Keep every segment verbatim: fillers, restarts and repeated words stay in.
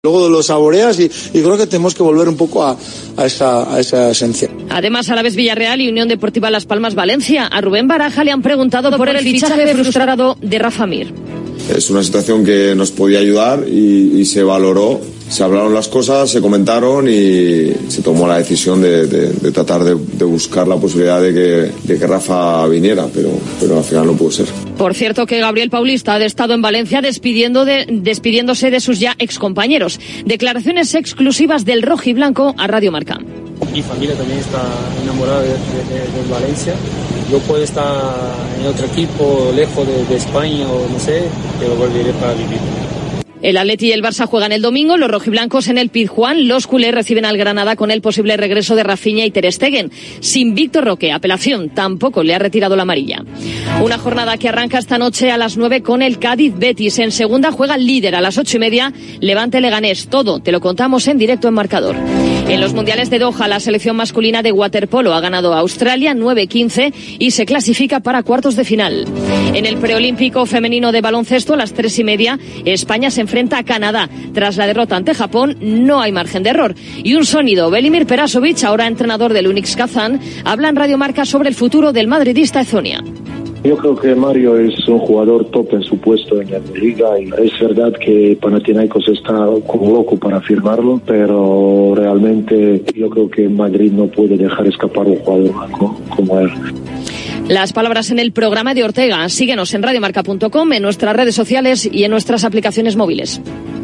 Luego lo saboreas y, y creo que tenemos que volver un poco a, a, esa, a esa esencia. Además, Alavés Villarreal y Unión Deportiva Las Palmas Valencia. A Rubén Baraja le han preguntado por, por el fichaje frustrado de Rafa Mir. Es una situación que nos podía ayudar y, y se valoró, se hablaron las cosas, se comentaron y se tomó la decisión de, de, de tratar de, de buscar la posibilidad de que, de que Rafa viniera, pero, pero al final no pudo ser. Por cierto, que Gabriel Paulista ha estado en Valencia despidiendo de, despidiéndose de sus ya excompañeros. Declaraciones exclusivas del rojiblanco a Radio Marca. Mi familia también está enamorada de, de, de, de Valencia. Yo puedo estar en otro equipo, lejos de, de España o no sé, pero volveré para vivir. El Atleti y el Barça juegan el domingo, los rojiblancos en el Pizjuán, los culés reciben al Granada con el posible regreso de Rafinha y Ter Stegen. Sin Víctor Roque, apelación, tampoco le ha retirado la amarilla. Una jornada que arranca esta noche a las nueve con el Cádiz Betis. En segunda juega el líder a las ocho y media, Levante Leganés. Todo te lo contamos en directo en Marcador. En los mundiales de Doha, la selección masculina de waterpolo ha ganado a Australia nueve quince y se clasifica para cuartos de final. En el preolímpico femenino de baloncesto, a las tres y media, España se enfrenta a Canadá. Tras la derrota ante Japón, no hay margen de error. Y un sonido, Velimir Perasovic, ahora entrenador del Unix Kazán, habla en Radio Marca sobre el futuro del madridista Ezonia. Yo creo que Mario es un jugador top en su puesto en la liga y es verdad que Panathinaikos está como loco para firmarlo, pero realmente yo creo que Madrid no puede dejar escapar un jugador como él. Las palabras en el programa de Ortega. Síguenos en radiomarca punto com, en nuestras redes sociales y en nuestras aplicaciones móviles.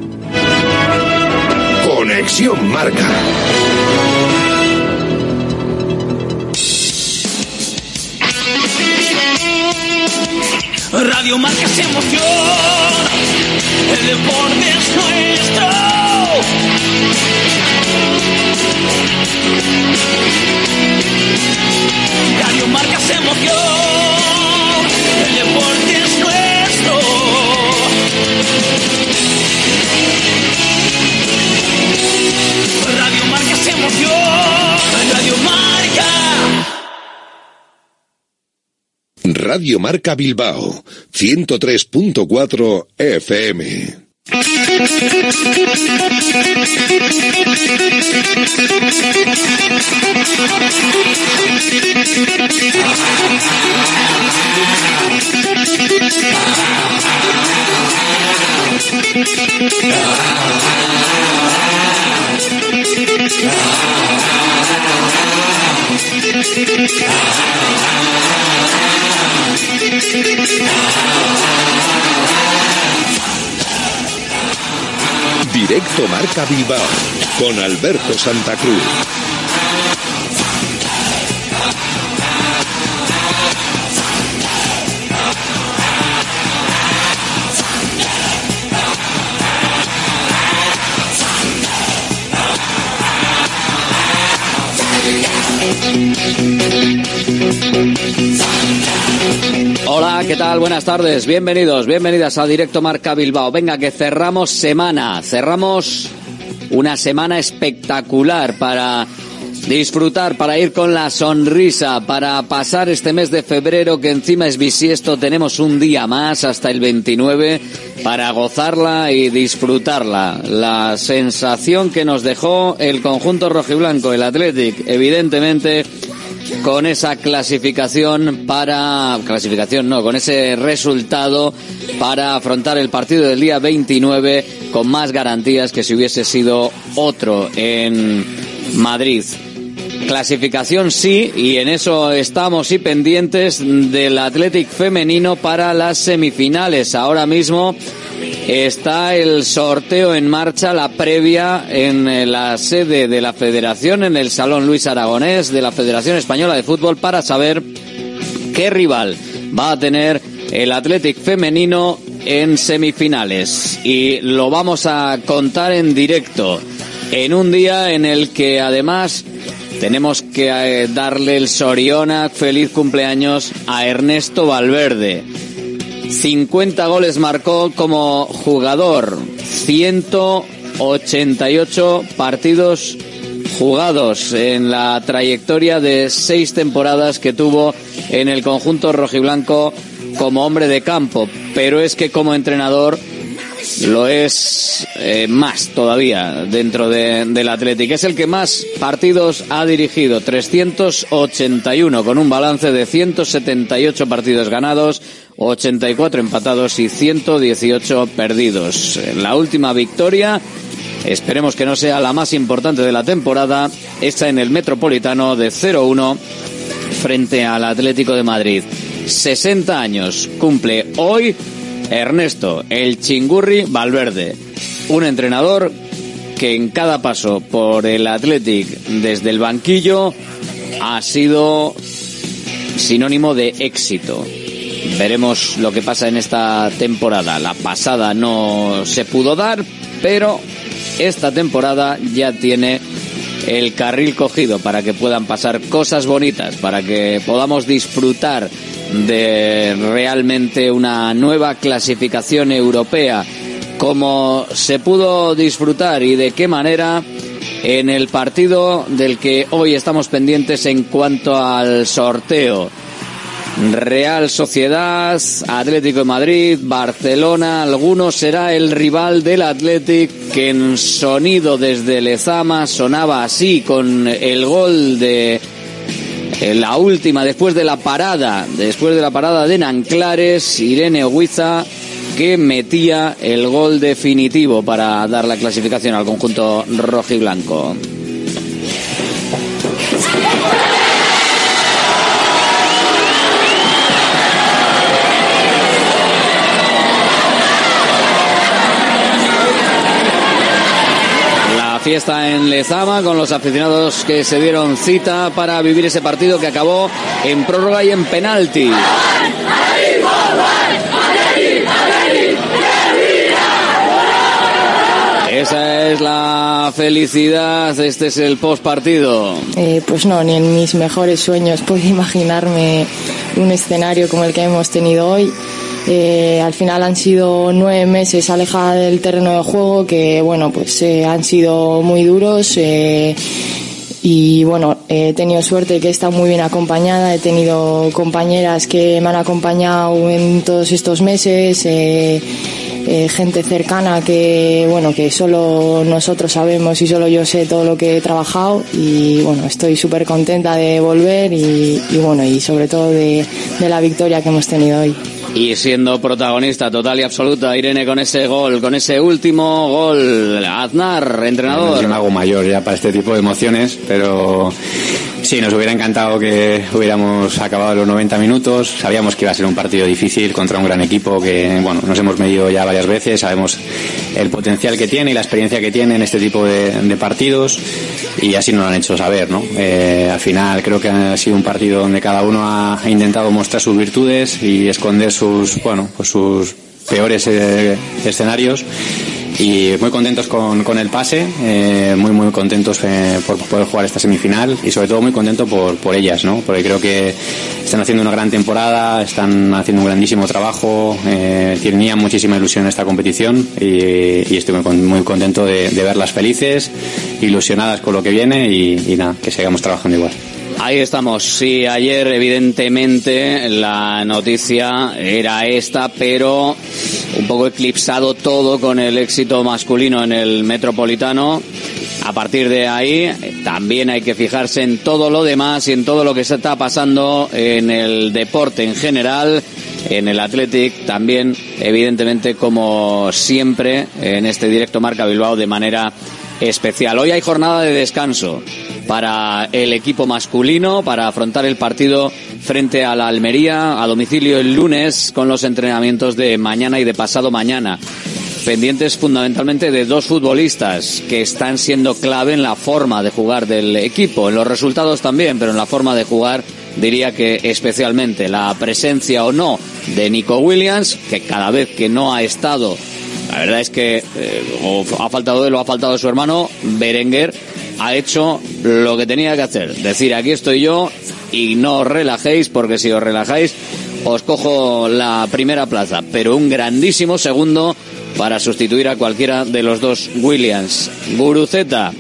Conexión Marca. Radio Marca es emoción, el deporte es nuestro. Radio Marca es emoción, el deporte es nuestro. Radio Marca es emoción, Radio Marca. Radio Marca Bilbao, ciento tres punto cuatro F M. Directo Marca Bilbao con Alberto Santa Cruz. Hola, ¿qué tal? Buenas tardes, bienvenidos, bienvenidas a Directo Marca Bilbao. Venga, que cerramos semana, cerramos una semana espectacular para disfrutar, para ir con la sonrisa, para pasar este mes de febrero que encima es bisiesto. Tenemos un día más hasta el veintinueve para gozarla y disfrutarla. La sensación que nos dejó el conjunto rojiblanco, el Athletic, evidentemente con esa clasificación para... clasificación no, con ese resultado para afrontar el partido del día veintinueve con más garantías que si hubiese sido otro en Madrid. Clasificación sí, y en eso estamos y pendientes del Athletic femenino para las semifinales. Ahora mismo está el sorteo en marcha, la previa en la sede de la Federación, en el Salón Luis Aragonés de la Federación Española de Fútbol, para saber qué rival va a tener el Athletic femenino en semifinales. Y lo vamos a contar en directo, en un día en el que además tenemos que eh, darle el Soriona feliz cumpleaños a Ernesto Valverde. cincuenta goles marcó como jugador, ciento ochenta y ocho partidos jugados en la trayectoria de seis temporadas que tuvo en el conjunto rojiblanco como hombre de campo. Pero es que como entrenador lo es eh, más todavía dentro de, del Athletic. Es el que más partidos ha dirigido, trescientos ochenta y uno, con un balance de ciento setenta y ocho partidos ganados, ochenta y cuatro empatados y ciento dieciocho perdidos. La última victoria, esperemos que no sea la más importante de la temporada, está en el Metropolitano de cero uno frente al Atlético de Madrid. sesenta años cumple hoy Ernesto el Chingurri Valverde, un entrenador que en cada paso por el Athletic desde el banquillo ha sido sinónimo de éxito. Veremos lo que pasa en esta temporada. La pasada no se pudo dar, pero esta temporada ya tiene el carril cogido para que puedan pasar cosas bonitas, para que podamos disfrutar de realmente una nueva clasificación europea, como se pudo disfrutar y de qué manera en el partido del que hoy estamos pendientes en cuanto al sorteo. Real Sociedad, Atlético de Madrid, Barcelona, alguno será el rival del Athletic, que en sonido desde Lezama sonaba así con el gol de la última, después de la parada, después de la parada de Nanclares, Irene Huiza, que metía el gol definitivo para dar la clasificación al conjunto rojiblanco. Fiesta en Lezama con los aficionados que se dieron cita para vivir ese partido que acabó en prórroga y en penalti. Esa es la felicidad, este es el postpartido. Eh, pues no, ni en mis mejores sueños puedo imaginarme un escenario como el que hemos tenido hoy. Eh, al final han sido nueve meses alejada del terreno de juego que, bueno, pues eh, han sido muy duros eh, y, bueno, he tenido suerte que he estado muy bien acompañada, he tenido compañeras que me han acompañado en todos estos meses, eh, eh, gente cercana que, bueno, que solo nosotros sabemos y solo yo sé todo lo que he trabajado y, bueno, estoy súper contenta de volver y, y, bueno, y sobre todo de, de la victoria que hemos tenido hoy. Y siendo protagonista total y absoluta, Irene, con ese gol, con ese último gol. Aznar, entrenador. Soy un mago mayor ya para este tipo de emociones, pero sí, nos hubiera encantado que hubiéramos acabado los noventa minutos. Sabíamos que iba a ser un partido difícil contra un gran equipo que, bueno, nos hemos medido ya varias veces. Sabemos el potencial que tiene y la experiencia que tiene en este tipo de, de partidos y así nos lo han hecho saber, ¿no? Eh, al final creo que ha sido un partido donde cada uno ha, ha intentado mostrar sus virtudes y esconder sus, bueno, pues sus peores eh, escenarios. Y muy contentos con, con el pase, eh, muy muy contentos eh, por poder jugar esta semifinal y sobre todo muy contento por, por ellas, ¿no? Porque creo que están haciendo una gran temporada, están haciendo un grandísimo trabajo, eh, tenían muchísima ilusión en esta competición y, y estoy muy, muy contento de, de verlas felices, ilusionadas con lo que viene y, y nada, que sigamos trabajando igual. Ahí estamos. Sí, ayer evidentemente la noticia era esta, pero un poco eclipsado todo con el éxito masculino en el Metropolitano. A partir de ahí también hay que fijarse en todo lo demás y en todo lo que se está pasando en el deporte en general, en el Athletic también, evidentemente, como siempre en este directo Marca Bilbao de manera especial. Hoy hay jornada de descanso para el equipo masculino para afrontar el partido frente a la Almería a domicilio el lunes con los entrenamientos de mañana y de pasado mañana. Pendientes fundamentalmente de dos futbolistas que están siendo clave en la forma de jugar del equipo, en los resultados también, pero en la forma de jugar diría que especialmente la presencia o no de Nico Williams, que cada vez que no ha estado, la verdad es que eh, o ha faltado él o ha faltado su hermano, Berenguer ha hecho lo que tenía que hacer, decir aquí estoy yo y no os relajéis, porque si os relajáis os cojo la primera plaza, pero un grandísimo segundo para sustituir a cualquiera de los dos Williams. Guruceta,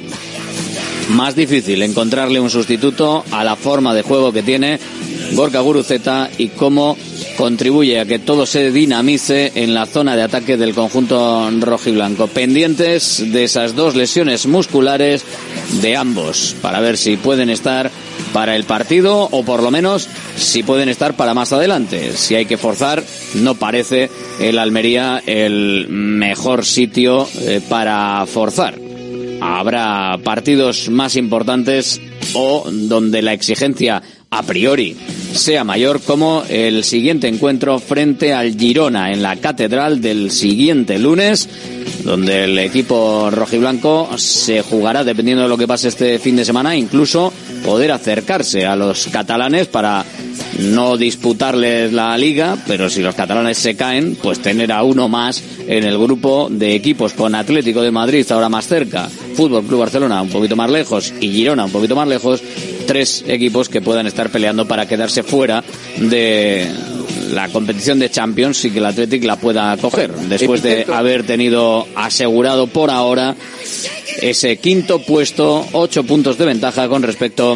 más difícil encontrarle un sustituto a la forma de juego que tiene Gorka Guruceta y cómo contribuye a que todo se dinamice en la zona de ataque del conjunto rojiblanco. Pendientes de esas dos lesiones musculares de ambos, para ver si pueden estar para el partido o por lo menos si pueden estar para más adelante. Si hay que forzar, no parece el Almería el mejor sitio eh, para forzar. Habrá partidos más importantes o donde la exigencia a priori sea mayor, como el siguiente encuentro frente al Girona en la Catedral del siguiente lunes, donde el equipo rojiblanco se jugará, dependiendo de lo que pase este fin de semana, incluso poder acercarse a los catalanes para no disputarles la liga, pero si los catalanes se caen, pues tener a uno más en el grupo de equipos, con Atlético de Madrid ahora más cerca, Fútbol Club Barcelona un poquito más lejos y Girona un poquito más lejos, tres equipos que puedan estar peleando para quedarse fuera de la competición de Champions y que el Athletic la pueda coger, después de haber tenido asegurado por ahora ese quinto puesto, ocho puntos de ventaja con respecto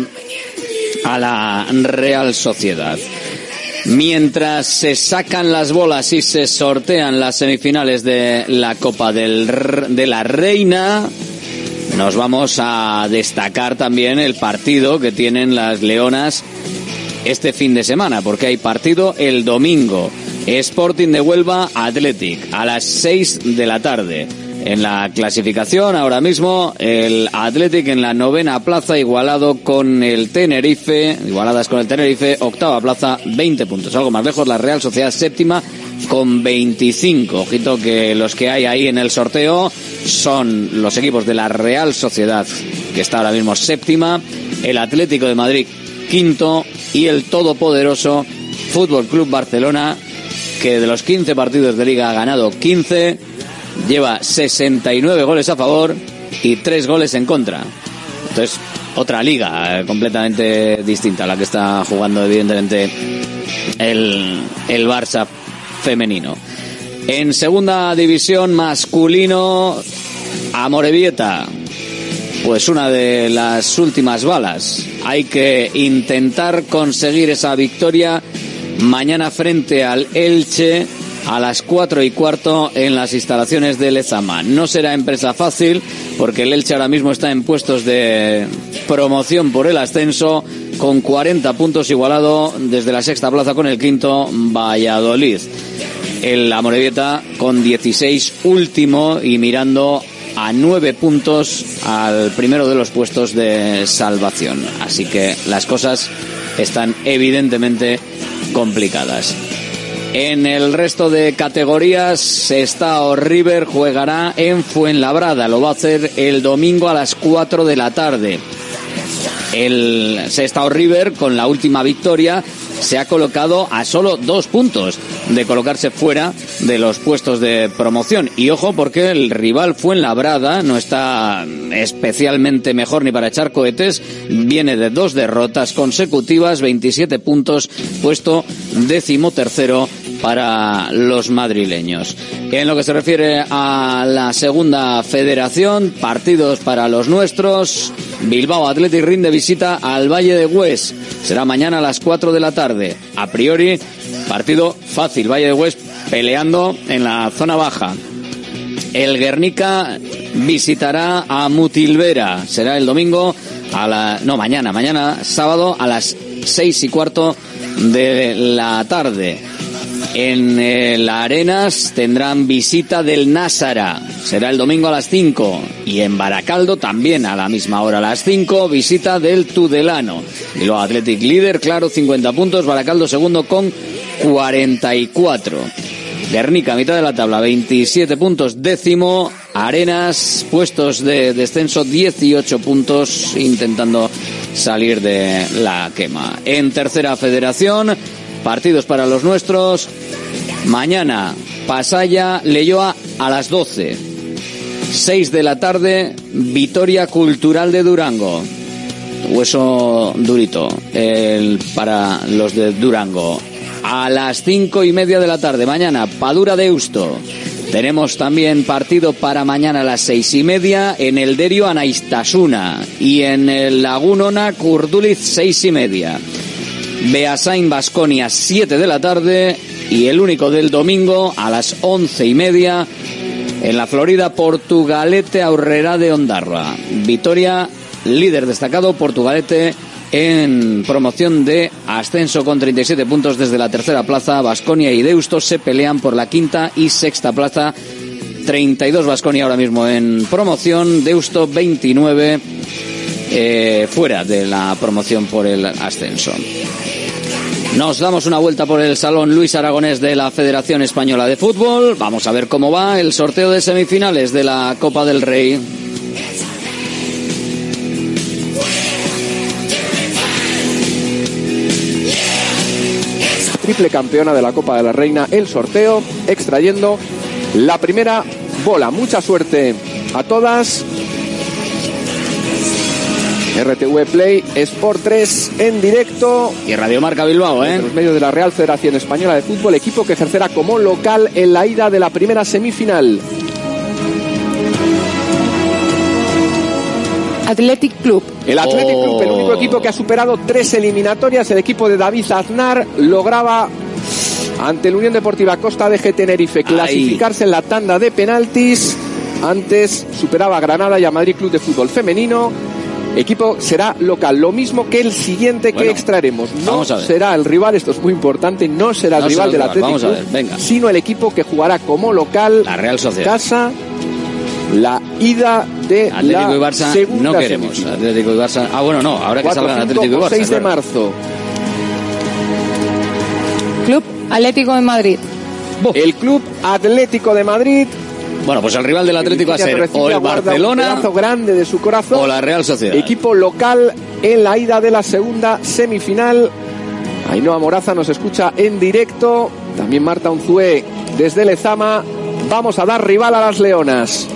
a la Real Sociedad. Mientras se sacan las bolas y se sortean las semifinales de la Copa del, de la Reina, nos vamos a destacar también el partido que tienen las Leonas este fin de semana, porque hay partido el domingo. Sporting de Huelva, Athletic, a las seis de la tarde. En la clasificación, ahora mismo, el Athletic en la novena plaza, igualado con el Tenerife, igualadas con el Tenerife, octava plaza, veinte puntos. Algo más lejos, la Real Sociedad séptima con veinticinco. Ojito que los que hay ahí en el sorteo son los equipos de la Real Sociedad, que está ahora mismo séptima, el Atlético de Madrid quinto y el todopoderoso Fútbol Club Barcelona, que de los quince partidos de liga ha ganado quince, lleva sesenta y nueve goles a favor y tres goles en contra. Entonces, otra liga eh, completamente distinta a la que está jugando evidentemente el, el Barça femenino. En segunda división masculino, Amorebieta, pues una de las últimas balas. Hay que intentar conseguir esa victoria mañana frente al Elche a las cuatro y cuarto en las instalaciones de Lezama. No será empresa fácil, porque el Elche ahora mismo está en puestos de promoción por el ascenso, con cuarenta puntos, igualado desde la sexta plaza con el quinto Valladolid. El Amorebieta con dieciséis, último, y mirando a nueve puntos al primero de los puestos de salvación. Así que las cosas están evidentemente complicadas. En el resto de categorías, Sestao River jugará en Fuenlabrada. Lo va a hacer el domingo a las cuatro de la tarde. El Sestao River, con la última victoria, se ha colocado a solo dos puntos de colocarse fuera de los puestos de promoción. Y ojo, porque el rival Fuenlabrada no está especialmente mejor ni para echar cohetes. Viene de dos derrotas consecutivas, veintisiete puntos, puesto decimotercero para los madrileños. En lo que se refiere a la segunda federación, partidos para los nuestros. Bilbao Athletic rinde visita al Valle de Hues. Será mañana a las cuatro de la tarde. A priori, partido fácil. Valle de Hues peleando en la zona baja. El Guernica visitará a Mutilvera. Será el domingo a la... No, mañana. Mañana, sábado, a las seis y cuarto de la tarde. En eh, la Arenas tendrán visita del Násara. Será el domingo a las cinco. Y en Baracaldo también a la misma hora a las cinco, visita del Tudelano. Y luego Athletic líder, claro, cincuenta puntos. Baracaldo segundo con cuarenta y cuatro. Guernica, mitad de la tabla, veintisiete puntos, décimo. Arenas, puestos de descenso, dieciocho puntos, intentando salir de la quema. En tercera federación, partidos para los nuestros. Mañana, Pasaya, Leioa a las doce. seis de la tarde, Vitoria Cultural de Durango. Hueso durito el, para los de Durango. A las cinco y media de la tarde, mañana, Padura Deusto. Tenemos también partido para mañana a las seis y media en el Derio Anaistasuna. Y en el Lagunona, Kurduliz, seis y media. Beasain Baskonia, siete de la tarde, y el único del domingo a las once y media en la Florida, Portugalete Aurrera de Ondarroa. Vitoria, líder destacado, Portugalete en promoción de ascenso con treinta y siete puntos desde la tercera plaza. Baskonia y Deusto se pelean por la quinta y sexta plaza. treinta y dos Baskonia ahora mismo en promoción, Deusto veintinueve eh, fuera de la promoción por el ascenso. Nos damos una vuelta por el Salón Luis Aragonés de la Federación Española de Fútbol. Vamos a ver cómo va el sorteo de semifinales de la Copa del Rey. Triple campeona de la Copa de la Reina, el sorteo, extrayendo la primera bola. Mucha suerte a todas. R T V Play, Sport tres en directo. Y Radio Marca Bilbao, ¿eh? En los medios de la Real Federación Española de Fútbol, equipo que ejercerá como local en la ida de la primera semifinal. Athletic Club. El Athletic Oh. Club, el único equipo que ha superado tres eliminatorias. El equipo de David Aznar lograba ante la Unión Deportiva Costa de G Tenerife clasificarse Ay. en la tanda de penaltis. Antes superaba a Granada y a Madrid Club de Fútbol Femenino. Equipo será local, lo mismo que el siguiente bueno, que extraeremos. No a será el rival, esto es muy importante, no será el no rival será del el rival. Athletic Vamos a Club, ver, venga. sino el equipo que jugará como local, la Real Sociedad. Casa, la ida de Atlético la y Barça segunda no queremos. semifinal. Atlético y Barça. Ah, bueno, no, ahora que cuatro, salgan cinco Atlético y o Barça. seis de claro. marzo. Club Atlético de Madrid. El Club Atlético de Madrid. Bueno, pues el rival del Atlético va a ser o el Barcelona, un pedazo grande de su corazón, o la Real Sociedad. Equipo local en la ida de la segunda semifinal. Ainhoa Moraza nos escucha en directo. También Marta Unzué desde Lezama. Vamos a dar rival a las Leonas.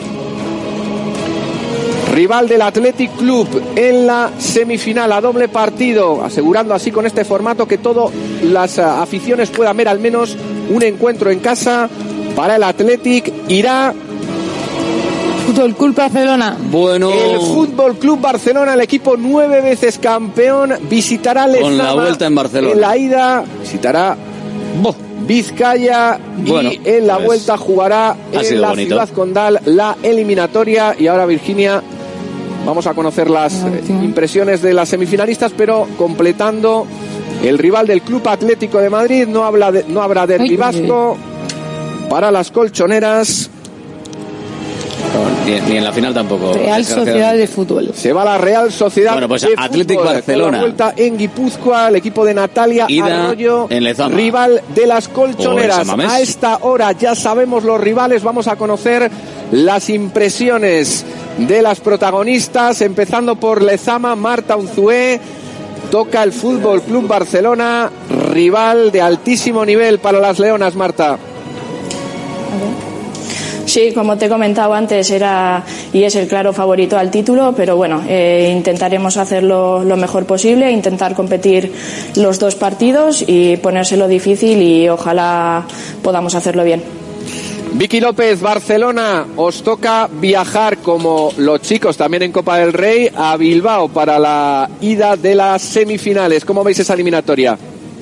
Rival del Athletic Club en la semifinal a doble partido, asegurando así con este formato que todas las aficiones puedan ver al menos un encuentro en casa. Para el Athletic irá Fútbol Club Barcelona. Bueno, el Fútbol Club Barcelona, el equipo nueve veces campeón, visitará Lezama con la vuelta en Barcelona. En la ida visitará Boh. Vizcaya bueno, y en la pues, vuelta jugará en la bonito. Ciudad Condal la eliminatoria. Y ahora, Virginia, vamos a conocer las eh, impresiones de las semifinalistas, pero completando el rival del Club Atlético de Madrid. No, habla de, no habrá derbi vasco para las colchoneras. Ni, ni en la final tampoco. Real Sociedad de Fútbol. Se va la Real Sociedad bueno, pues de Athletic Fútbol. Barcelona. Con la vuelta en Guipúzcoa, el equipo de Natalia Ida Arroyo, en Lezama. rival de las colchoneras. A esta hora ya sabemos los rivales, vamos a conocer las impresiones de las protagonistas, empezando por Lezama. Marta Unzué. Toca el Fútbol Club Barcelona, rival de altísimo nivel para las Leonas, Marta. Sí, como te he comentado antes, era y es el claro favorito al título, pero bueno, eh, intentaremos hacerlo lo mejor posible, intentar competir los dos partidos y ponérselo difícil y ojalá podamos hacerlo bien. Vicky López, Barcelona, os toca viajar como los chicos también en Copa del Rey a Bilbao para la ida de las semifinales. ¿Cómo veis esa eliminatoria?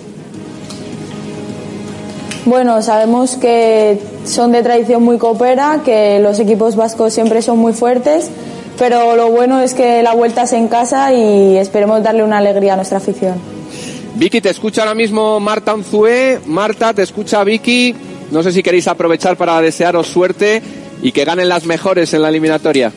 Bueno, sabemos que son de tradición muy copera, que los equipos vascos siempre son muy fuertes, pero lo bueno es que la vuelta es en casa y esperemos darle una alegría a nuestra afición. Vicky, te escucha ahora mismo Marta Unzué. Marta, te escucha Vicky. No sé si queréis aprovechar para desearos suerte y que ganen las mejores en la eliminatoria.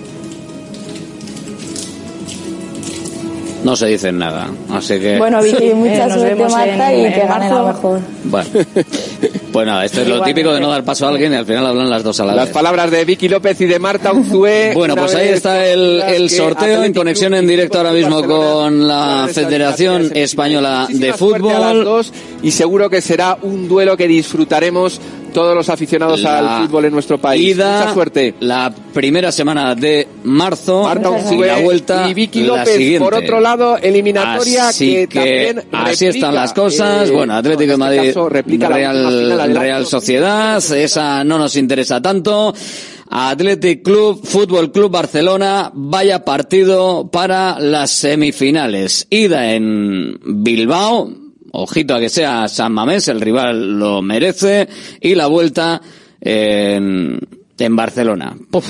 No se dicen nada, así que... Bueno, Vicky, mucha eh, suerte, Marta, en, y que en gane la mejor. Bueno, pues nada, esto es lo típico de no dar paso a alguien y al final hablan las dos a la Las vez. palabras de Vicky López y de Marta Unzué. Bueno, pues ahí está el, el sorteo en conexión en directo ahora mismo con la Federación Española de Fútbol. A las dos, y seguro que será un duelo que disfrutaremos todos los aficionados la al fútbol en nuestro país. Ida, mucha suerte. La primera semana de marzo, Marta Unzué y la vuelta y Vicky la López, siguiente. por otro lado, eliminatoria así que, que también así replica, están las cosas. eh, bueno, Atlético de en este Madrid, caso, replica la última final Real, adelante. Real Sociedad, esa no nos interesa tanto. Athletic Club, Fútbol Club Barcelona, vaya partido para las semifinales. Ida en Bilbao, ojito a que sea San Mamés, el rival lo merece, y la vuelta en, en Barcelona. Puf.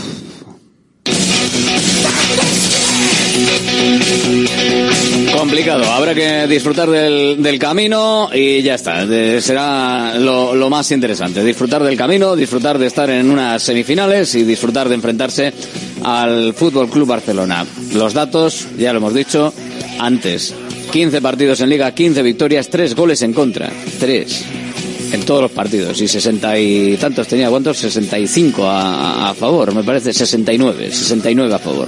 Complicado, habrá que disfrutar del, del camino y ya está, de, será lo, lo más interesante, disfrutar del camino, disfrutar de estar en unas semifinales y disfrutar de enfrentarse al Fútbol Club Barcelona. Los datos, ya lo hemos dicho antes, quince partidos en Liga, quince victorias, tres goles en contra, tres en todos los partidos, y sesenta y tantos tenía, ¿cuántos? sesenta y cinco a, a favor, me parece, sesenta y nueve, sesenta y nueve a favor.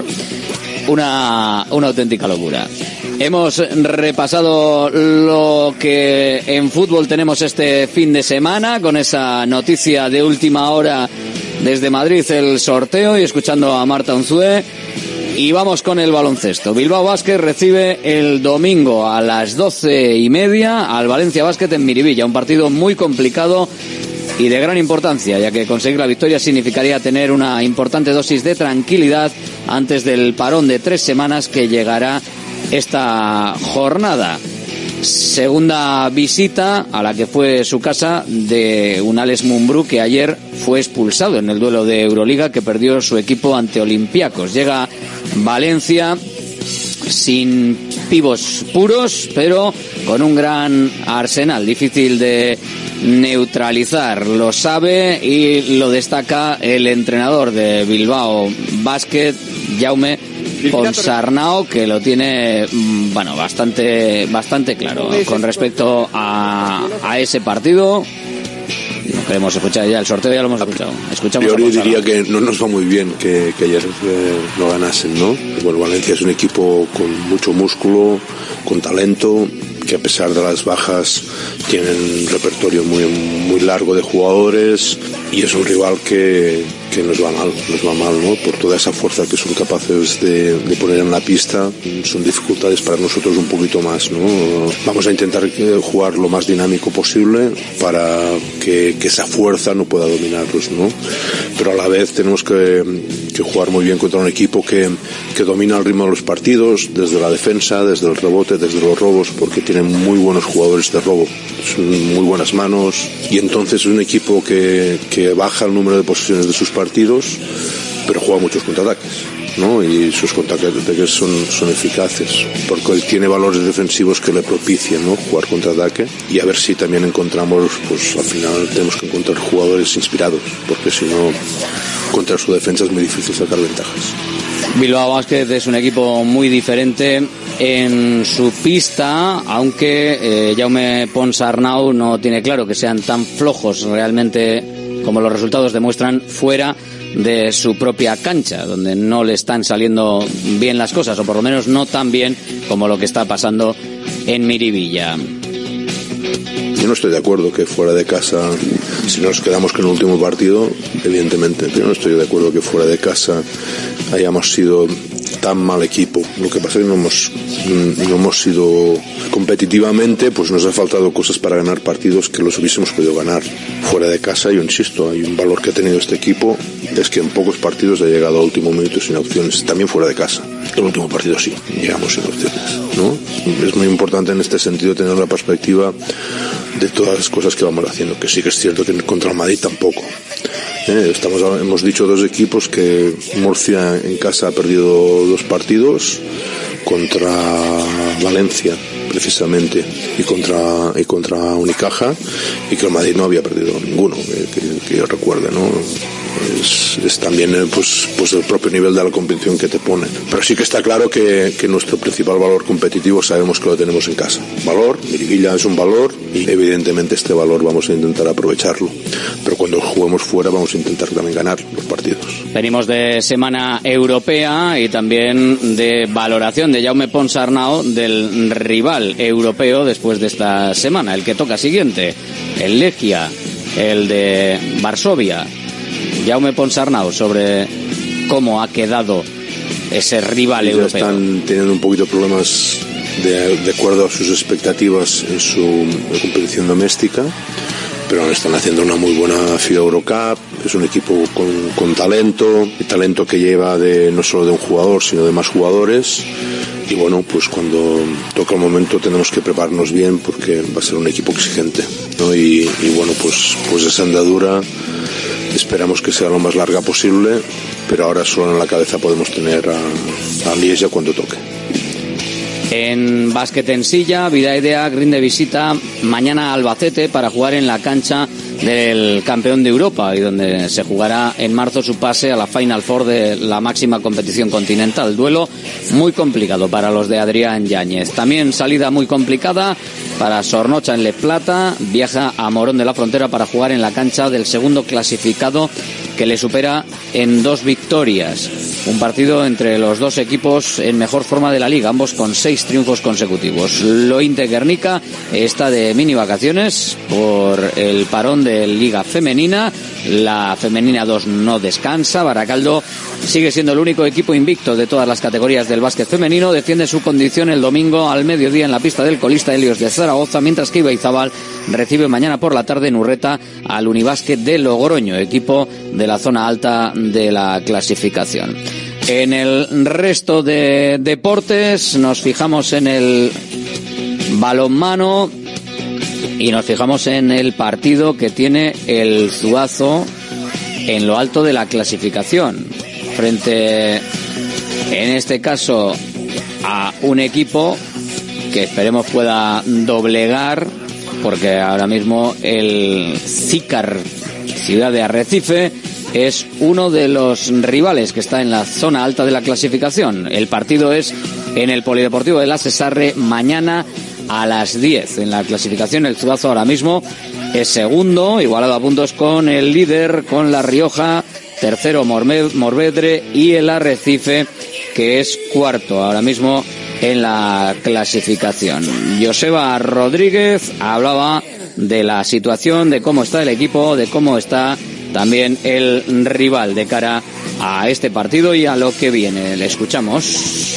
Una, una auténtica locura. Hemos repasado lo que en fútbol tenemos este fin de semana con esa noticia de última hora desde Madrid, el sorteo, y escuchando a Marta Unzué. Y vamos con el baloncesto. Bilbao Basket recibe el domingo a las doce y media al Valencia Basket en Miribilla. Un partido muy complicado y de gran importancia, ya que conseguir la victoria significaría tener una importante dosis de tranquilidad antes del parón de tres semanas que llegará esta jornada. Segunda visita a la que fue su casa de un Alex Mumbrú que ayer fue expulsado en el duelo de Euroliga que perdió su equipo ante Olympiacos. Llega Valencia sin pivos puros, pero con un gran arsenal, difícil de neutralizar, lo sabe y lo destaca el entrenador de Bilbao Basket, Jaume Ponsarnau, que lo tiene, bueno, bastante bastante claro con respecto a, a ese partido. No queremos escuchar ya el sorteo, ya lo hemos escuchado. Escuchamos. Yo diría que no nos va muy bien que, que ayer eh, lo ganasen, ¿no? Bueno, Valencia es un equipo con mucho músculo, con talento, que a pesar de las bajas tienen un repertorio muy muy largo de jugadores, y es un rival que, que nos va mal, nos va mal, ¿no? Por toda esa fuerza que son capaces de, de poner en la pista, son dificultades para nosotros un poquito más, ¿no? Vamos a intentar jugar lo más dinámico posible para que, que esa fuerza no pueda dominarlos, ¿no? Pero a la vez tenemos que, que jugar muy bien contra un equipo que, que domina el ritmo de los partidos, desde la defensa, desde el rebote, desde los robos, porque tiene muy buenos jugadores de robo, son muy buenas manos, y entonces es un equipo que, que baja el número de posesiones de sus partidos, pero juega muchos contraataques, ¿no? Y sus contraataques son, son eficaces, porque él tiene valores defensivos que le propician, ¿no? Jugar contraataque, y a ver si también encontramos, pues al final tenemos que encontrar jugadores inspirados, porque si no, contra su defensa es muy difícil sacar ventajas. Bilbao Basket es un equipo muy diferente en su pista, aunque eh, Jaume Ponsarnau no tiene claro que sean tan flojos realmente como los resultados demuestran fuera de su propia cancha, donde no le están saliendo bien las cosas, o por lo menos no tan bien como lo que está pasando en Miribilla. Yo no estoy de acuerdo que fuera de casa, si nos quedamos con el último partido, evidentemente, yo no estoy de acuerdo que fuera de casa hayamos sido tan mal equipo. Lo que pasa es que no hemos, no hemos sido competitivamente, pues nos ha faltado cosas para ganar partidos que los hubiésemos podido ganar. Fuera de casa, yo insisto, hay un valor que ha tenido este equipo, es que en pocos partidos ha llegado al último minuto sin opciones, también fuera de casa. El último partido sí, llegamos sin opciones, ¿no? Es muy importante en este sentido tener la perspectiva de todas las cosas que vamos haciendo, que sí que es cierto que contra el Madrid tampoco. Eh, estamos, hemos dicho dos equipos que Murcia en casa ha perdido dos partidos, contra Valencia precisamente y contra y contra Unicaja, y que el Madrid no había perdido ninguno, que, que, que yo recuerde, ¿no? Es, es también pues, pues el propio nivel de la competición que te pone. Pero sí que está claro que, que nuestro principal valor competitivo sabemos que lo tenemos en casa. Valor, Miribilla es un valor y evidentemente este valor vamos a intentar aprovecharlo. Pero cuando juguemos fuera vamos a intentar también ganar los partidos. Venimos de semana europea y también de valoración de Jaume Ponsarnau del rival europeo después de esta semana, el que toca siguiente, el Legia, el de Varsovia. Jaume Ponsarnau sobre cómo ha quedado ese rival Ellos europeo. Están teniendo un poquito de problemas de, de acuerdo a sus expectativas en su competición doméstica, pero están haciendo una muy buena FIBA Eurocup, Es un equipo con, con talento, y talento que lleva de no solo de un jugador, sino de más jugadores. Y bueno, pues cuando toca el momento tenemos que prepararnos bien porque va a ser un equipo exigente, ¿no? Y, y bueno, pues, pues esa andadura esperamos que sea lo más larga posible, pero ahora solo en la cabeza podemos tener a, a Lieja cuando toque. En básquet en silla, Bidaidea rinde visita mañana a Albacete para jugar en la cancha del campeón de Europa y donde se jugará en marzo su pase a la Final Four de la máxima competición continental. Duelo muy complicado para los de Adrián Yáñez. También salida muy complicada para Sornocha en Le Plata. Viaja a Morón de la Frontera para jugar en la cancha del segundo clasificado que le supera en dos victorias. Un partido entre los dos equipos en mejor forma de la liga, ambos con seis triunfos consecutivos. Lointe Guernica está de mini vacaciones por el parón de Liga Femenina. La Femenina dos no descansa. Baracaldo sigue siendo el único equipo invicto de todas las categorías del básquet femenino. Defiende su condición el domingo al mediodía en la pista del colista Helios de Zaragoza, mientras que Ibaizabal recibe mañana por la tarde en Urreta al Unibásquet de Logroño, equipo de la zona alta de la clasificación. En el resto de deportes nos fijamos en el balonmano y nos fijamos en el partido que tiene el Zuazo en lo alto de la clasificación frente, en este caso, a un equipo que esperemos pueda doblegar, porque ahora mismo el Zícar Ciudad de Arrecife es uno de los rivales que está en la zona alta de la clasificación. El partido es en el Polideportivo de la Cesarre mañana a las diez. En la clasificación el Zuazo ahora mismo es segundo, igualado a puntos con el líder, con La Rioja, tercero Morvedre y el Arrecife, que es cuarto ahora mismo en la clasificación. Joseba Rodríguez hablaba de la situación, de cómo está el equipo, de cómo está también el rival de cara a este partido y a lo que viene. Le escuchamos.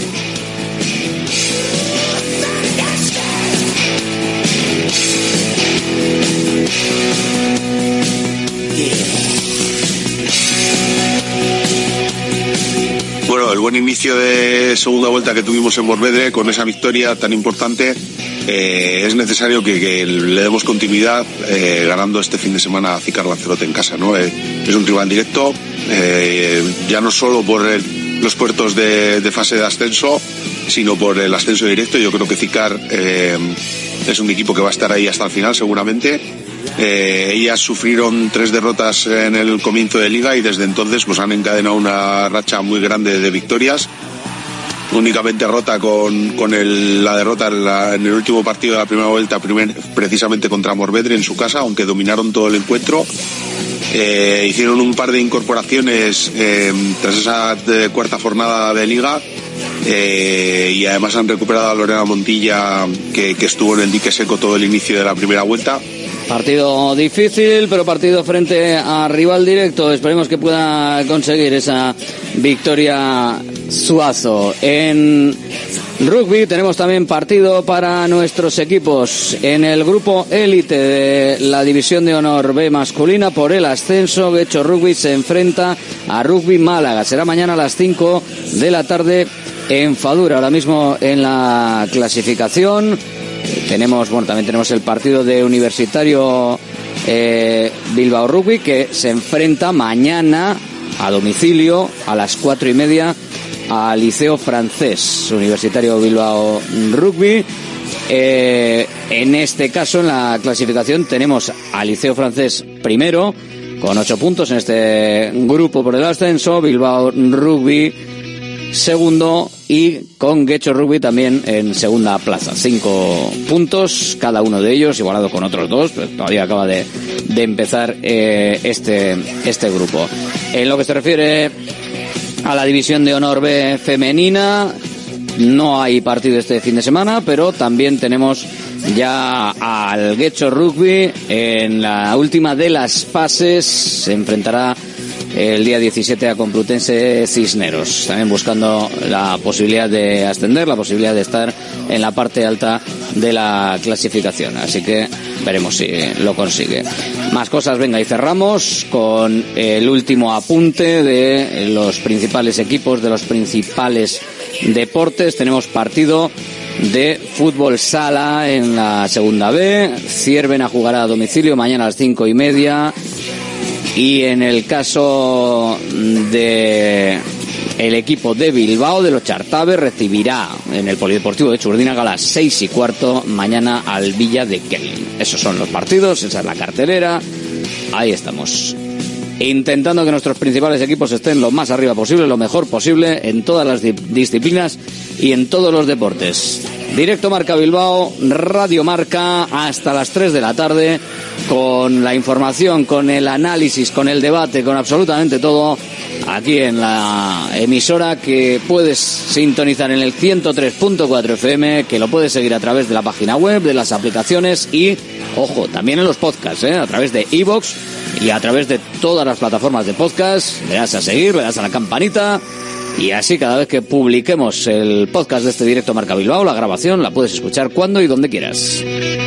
Bueno, el buen inicio de segunda vuelta que tuvimos en Morvedre con esa victoria tan importante, eh, es necesario que, que le demos continuidad eh, ganando este fin de semana a Zícar Lanzarote en casa, ¿no? Eh, es un rival directo, eh, ya no solo por el, los puertos de, de fase de ascenso, sino por el ascenso directo. Yo creo que Zícar eh, es un equipo que va a estar ahí hasta el final seguramente. Eh, ellas sufrieron tres derrotas en el comienzo de liga y desde entonces pues han encadenado una racha muy grande de victorias. Únicamente rota con, con el, la derrota en, la, en el último partido de la primera vuelta, primer, precisamente contra Morvedre en su casa, aunque dominaron todo el encuentro. Eh, hicieron un par de incorporaciones eh, tras esa de cuarta jornada de liga. Eh, y además han recuperado a Lorena Montilla, que, que estuvo en el dique seco todo el inicio de la primera vuelta. Partido difícil, pero partido frente a rival directo. Esperemos que pueda conseguir esa victoria Zuazo. En rugby tenemos también partido para nuestros equipos. En el grupo élite de la División de Honor B masculina por el ascenso, Guecho Rugby se enfrenta a Rugby Málaga. Será mañana a las cinco de la tarde en Fadura. Ahora mismo en la clasificación tenemos, bueno, también tenemos el partido de Universitario eh, Bilbao Rugby, que se enfrenta mañana a domicilio a las cuatro y media al Liceo Francés. Universitario Bilbao Rugby. Eh, en este caso, en la clasificación, tenemos al Liceo Francés primero, con ocho puntos en este grupo por el ascenso. Bilbao Rugby segundo y con Guecho Rugby también en segunda plaza. Cinco puntos cada uno de ellos, igualado con otros dos, pero todavía acaba de, de empezar eh, este, este grupo. En lo que se refiere a la División de Honor B femenina, no hay partido este fin de semana, pero también tenemos ya al Guecho Rugby en la última de las fases. Se enfrentará el día diecisiete a Complutense Cisneros, también buscando la posibilidad de ascender, la posibilidad de estar en la parte alta de la clasificación, así que veremos si lo consigue. Más cosas, venga, y cerramos con el último apunte de los principales equipos, de los principales deportes. Tenemos partido de fútbol sala en la segunda B. Ciervena jugará a domicilio mañana a las cinco y media. Y en el caso de el equipo de Bilbao, de los Chartabe, recibirá en el Polideportivo de Txurdinaga a las seis y cuarto mañana al Villa de Kelvin. Esos son los partidos, esa es la cartelera. Ahí estamos, intentando que nuestros principales equipos estén lo más arriba posible, lo mejor posible en todas las di- disciplinas y en todos los deportes. Directo Marca Bilbao, Radio Marca, hasta las tres de la tarde, con la información, con el análisis, con el debate, con absolutamente todo, aquí en la emisora que puedes sintonizar en el ciento tres punto cuatro F M, que lo puedes seguir a través de la página web, de las aplicaciones y, ojo, también en los podcasts, ¿eh? A través de iVoox y a través de todas las plataformas de podcast. Le das a seguir, le das a la campanita y así cada vez que publiquemos el podcast de este Directo Marca Bilbao, la grabación la puedes escuchar cuando y donde quieras.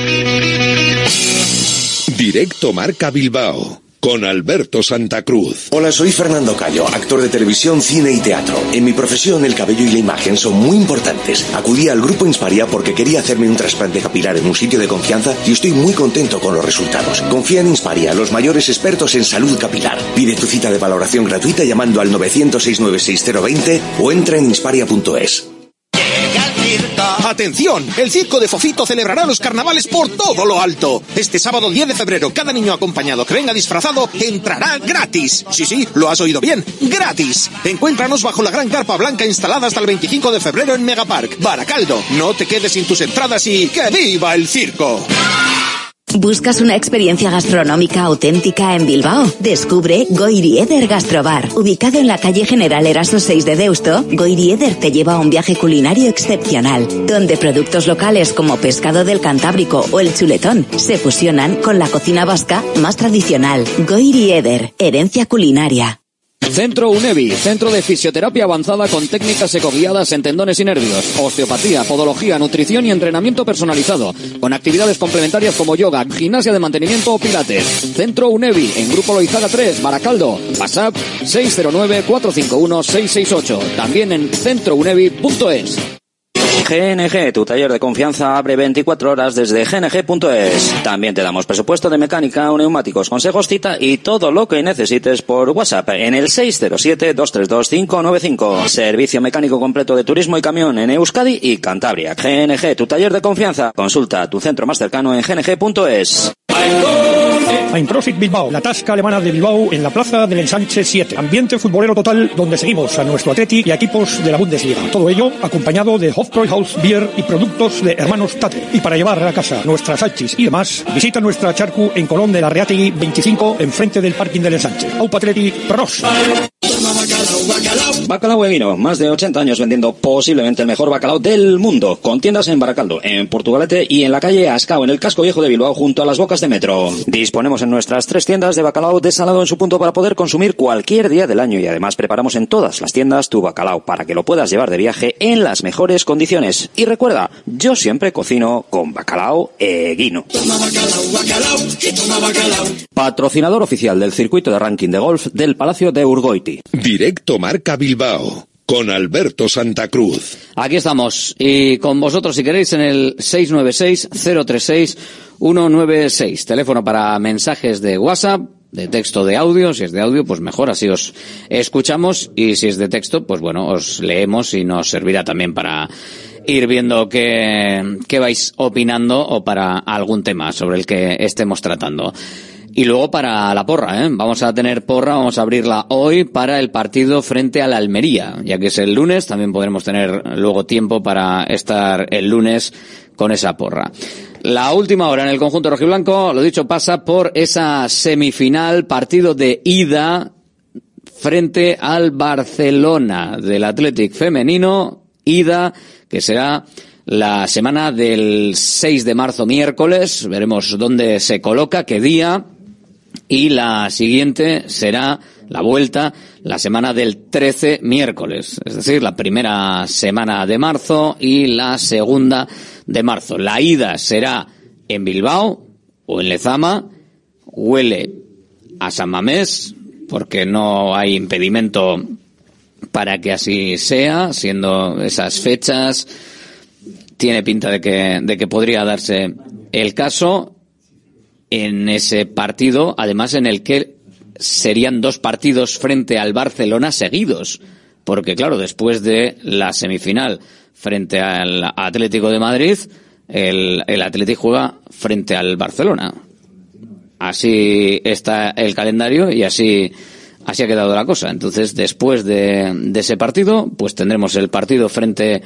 Directo Marca Bilbao, con Alberto Santa Cruz. Hola, soy Fernando Cayo, actor de televisión, cine y teatro. En mi profesión, el cabello y la imagen son muy importantes. Acudí al Grupo Insparia porque quería hacerme un trasplante capilar en un sitio de confianza y estoy muy contento con los resultados. Confía en Insparia, los mayores expertos en salud capilar. Pide tu cita de valoración gratuita llamando al nueve cero cero, seis nueve seis cero dos cero o entra en insparia punto es. ¡Atención! El Circo de Fofito celebrará los carnavales por todo lo alto. Este sábado diez de febrero, cada niño acompañado que venga disfrazado entrará gratis. Sí, sí, lo has oído bien, gratis. Encuéntranos bajo la gran carpa blanca instalada hasta el veinticinco de febrero en Megapark, Baracaldo. No te quedes sin tus entradas y ¡que viva el circo! ¿Buscas una experiencia gastronómica auténtica en Bilbao? Descubre Goiri Eder Gastrobar. Ubicado en la calle General Eraso seis de Deusto, Goiri Eder te lleva a un viaje culinario excepcional, donde productos locales como pescado del Cantábrico o el chuletón se fusionan con la cocina vasca más tradicional. Goiri Eder, herencia culinaria. Centro UNEVI, centro de fisioterapia avanzada con técnicas ecoguiadas en tendones y nervios, osteopatía, podología, nutrición y entrenamiento personalizado, con actividades complementarias como yoga, gimnasia de mantenimiento o pilates. Centro UNEVI, en Grupo Loizaga tres, Baracaldo. WhatsApp seis cero nueve, cuatro cinco uno, seis seis ocho. También en centro unevi punto es. G N G, tu taller de confianza, abre veinticuatro horas desde G N G punto es. También te damos presupuesto de mecánica, neumáticos, consejos, cita y todo lo que necesites por WhatsApp en el seis cero siete, dos tres dos, cinco nueve cinco. Servicio mecánico completo de turismo y camión en Euskadi y Cantabria. G N G, tu taller de confianza. Consulta tu centro más cercano en G N G punto es. Eintracht Bilbao, la tasca alemana de Bilbao en la plaza del Ensanche siete. Ambiente futbolero total donde seguimos a nuestro Atleti y a equipos de la Bundesliga. Todo ello acompañado de Hofbräuhaus Beer y productos de Hermanos Tate. Y para llevar a casa nuestras salchis y demás, visita nuestra charcu en Colón de la Reategui veinticinco, enfrente del parking del Ensanche. Aupa Atleti, pros. Bacalao Eguino, más de ochenta años vendiendo posiblemente el mejor bacalao del mundo, con tiendas en Baracaldo, en Portugalete y en la calle Ascao, en el casco viejo de Bilbao, junto a las bocas de metro. Disponemos en nuestras tres tiendas de bacalao desalado en su punto para poder consumir cualquier día del año y además preparamos en todas las tiendas tu bacalao para que lo puedas llevar de viaje en las mejores condiciones. Y recuerda, yo siempre cocino con Bacalao Eguino. Patrocinador oficial del circuito de ranking de golf del Palacio de Urgoiti. Directo Marca Bilbao, con Alberto Santa Cruz. Aquí estamos, y con vosotros si queréis en el seis nueve seis, cero tres seis, uno nueve seis. Teléfono para mensajes de WhatsApp, de texto, de audio. Si es de audio, pues mejor, así os escuchamos. Y si es de texto, pues bueno, os leemos y nos servirá también para ir viendo qué, qué vais opinando o para algún tema sobre el que estemos tratando. Y luego para la porra, ¿eh? Vamos a tener porra, vamos a abrirla hoy para el partido frente a la Almería, ya que es el lunes, también podremos tener luego tiempo para estar el lunes con esa porra. La última hora en el conjunto rojiblanco, lo dicho, pasa por esa semifinal, partido de ida frente al Barcelona del Athletic femenino, ida que será la semana del seis de marzo, miércoles, veremos dónde se coloca, qué día. Y la siguiente será la vuelta la semana del trece miércoles, es decir, la primera semana de marzo y la segunda de marzo. La ida será en Bilbao o en Lezama. Huele a San Mamés porque no hay impedimento para que así sea, siendo esas fechas. Tiene pinta de que, de que podría darse el caso en ese partido, además en el que serían dos partidos frente al Barcelona seguidos, porque claro, después de la semifinal frente al Atlético de Madrid, el, el Atlético juega frente al Barcelona. Así está el calendario y así, así ha quedado la cosa. Entonces, después de, de ese partido, pues tendremos el partido frente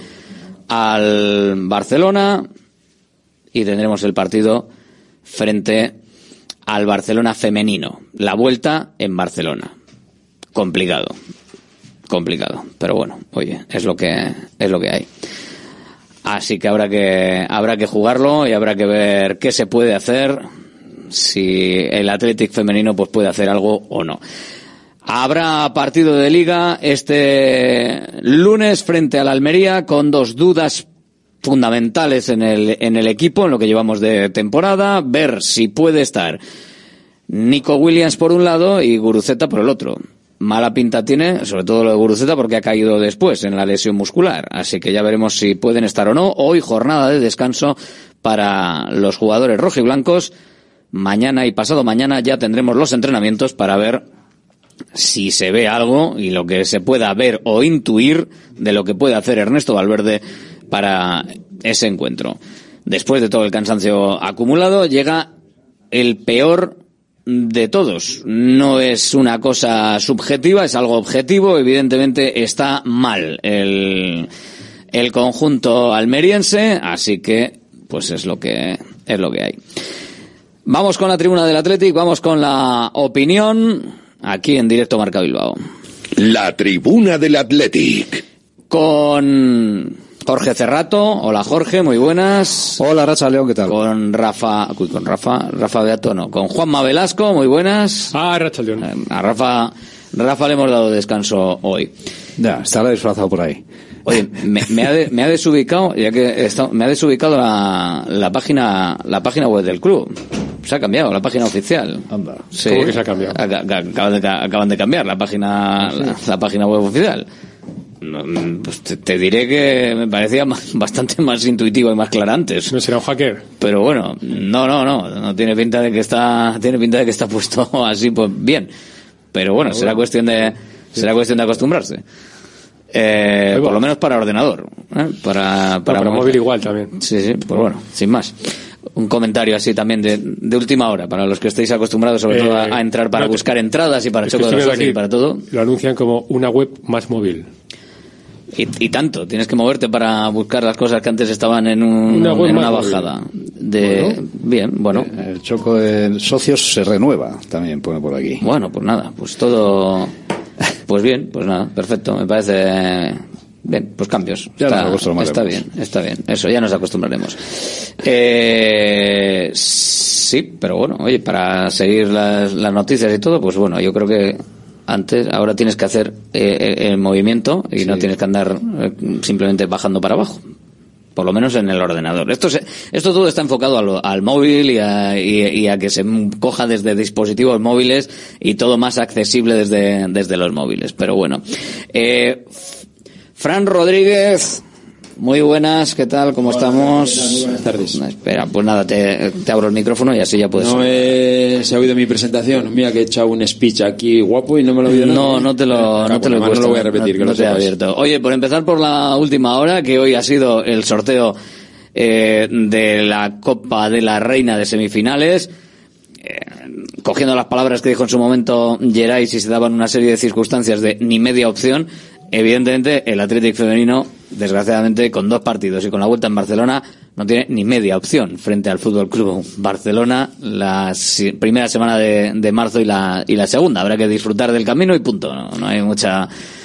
al Barcelona y tendremos el partido frente al Barcelona femenino. La vuelta en Barcelona. Complicado. Complicado. Pero bueno, oye, es lo que, es lo que hay. Así que habrá que, habrá que jugarlo y habrá que ver qué se puede hacer, si el Athletic femenino pues puede hacer algo o no. Habrá partido de Liga este lunes frente al Almería con dos dudas fundamentales en el en el equipo en lo que llevamos de temporada. Ver si puede estar Nico Williams por un lado y Guruceta por el otro. Mala pinta tiene, sobre todo lo de Guruceta, porque ha caído después en la lesión muscular. Así que ya veremos si pueden estar o no. Hoy jornada de descanso para los jugadores rojiblancos. Mañana y pasado mañana ya tendremos los entrenamientos para ver si se ve algo y lo que se pueda ver o intuir de lo que puede hacer Ernesto Valverde para ese encuentro. Después de todo el cansancio acumulado, llega el peor de todos. No es una cosa subjetiva, es algo objetivo. Evidentemente está mal el, el conjunto almeriense, así que pues es lo que es lo que hay. Vamos con la tribuna del Athletic, vamos con la opinión aquí en directo Marca Bilbao. La tribuna del Athletic. Con Jorge Cerrato. Hola Jorge, muy buenas. Hola Racha León, ¿qué tal? Con Rafa, uy, con Rafa, Rafa Beato no, con Juanma Velasco, muy buenas. Ah, Racha León. A Rafa, Rafa le hemos dado descanso hoy. Ya, estará disfrazado por ahí. Oye, me, me, ha de, me ha desubicado, ya que está, me ha desubicado la, la página, la página web del club. Se ha cambiado la página oficial. Anda. Sí. ¿Cómo que se ha cambiado? Acaban de, acaban de cambiar la página, sí. la, la página web oficial. Pues te, te diré que me parecía más, bastante más intuitiva y más clara antes. ¿No será un hacker? Pero bueno, no, no, no, no tiene pinta de que está, tiene pinta de que está puesto así, pues bien. Pero bueno, será cuestión de, será cuestión de acostumbrarse. Eh, por lo menos para ordenador, ¿eh? para, para, no, para móvil igual también. Sí, sí, pues bueno, sin más. Un comentario así también de, de última hora, para los que estéis acostumbrados sobre eh, todo a, a entrar para no, buscar entradas y para Choco de los Socios y para todo. Lo anuncian como una web más móvil. Y, y tanto, tienes que moverte para buscar las cosas que antes estaban en, un, una, en una bajada. De, bueno, bien, bueno. El Choco de Socios se renueva, también pone por aquí. Bueno, pues nada, pues todo... Pues bien, pues nada, perfecto, me parece bien, pues cambios. Ya está, nos acostumbraremos. Está bien, está bien, eso, ya nos acostumbraremos. Eh, sí, pero bueno, oye, para seguir las, las noticias y todo, pues bueno, yo creo que antes, ahora tienes que hacer eh, el movimiento y sí. no tienes que andar eh, simplemente bajando para abajo. Por lo menos en el ordenador. Esto se, esto todo está enfocado al, al móvil y a, y, y a que se coja desde dispositivos móviles y todo más accesible desde, desde los móviles. Pero bueno. Eh, Fran Rodríguez, muy buenas, ¿qué tal? ¿Cómo Hola, estamos? Muy buenas tardes. No, espera, pues nada, te, te abro el micrófono y así ya puedes. No he, se ha oído mi presentación. Mira que he echado un speech aquí guapo y no me lo he oído. No, no te lo, no te lo he puesto. No lo voy a repetir, no, que no lo te he abierto. Oye, por empezar por la última hora, que hoy ha sido el sorteo eh, de la Copa de la Reina de semifinales. Eh, cogiendo las palabras que dijo en su momento Geray, si se daban una serie de circunstancias de ni media opción. Evidentemente, el Athletic femenino, desgraciadamente, con dos partidos y con la vuelta en Barcelona, no tiene ni media opción frente al Fútbol Club Barcelona la primera semana de, de marzo y la, y la segunda. Habrá que disfrutar del camino y punto. No, no hay mucha,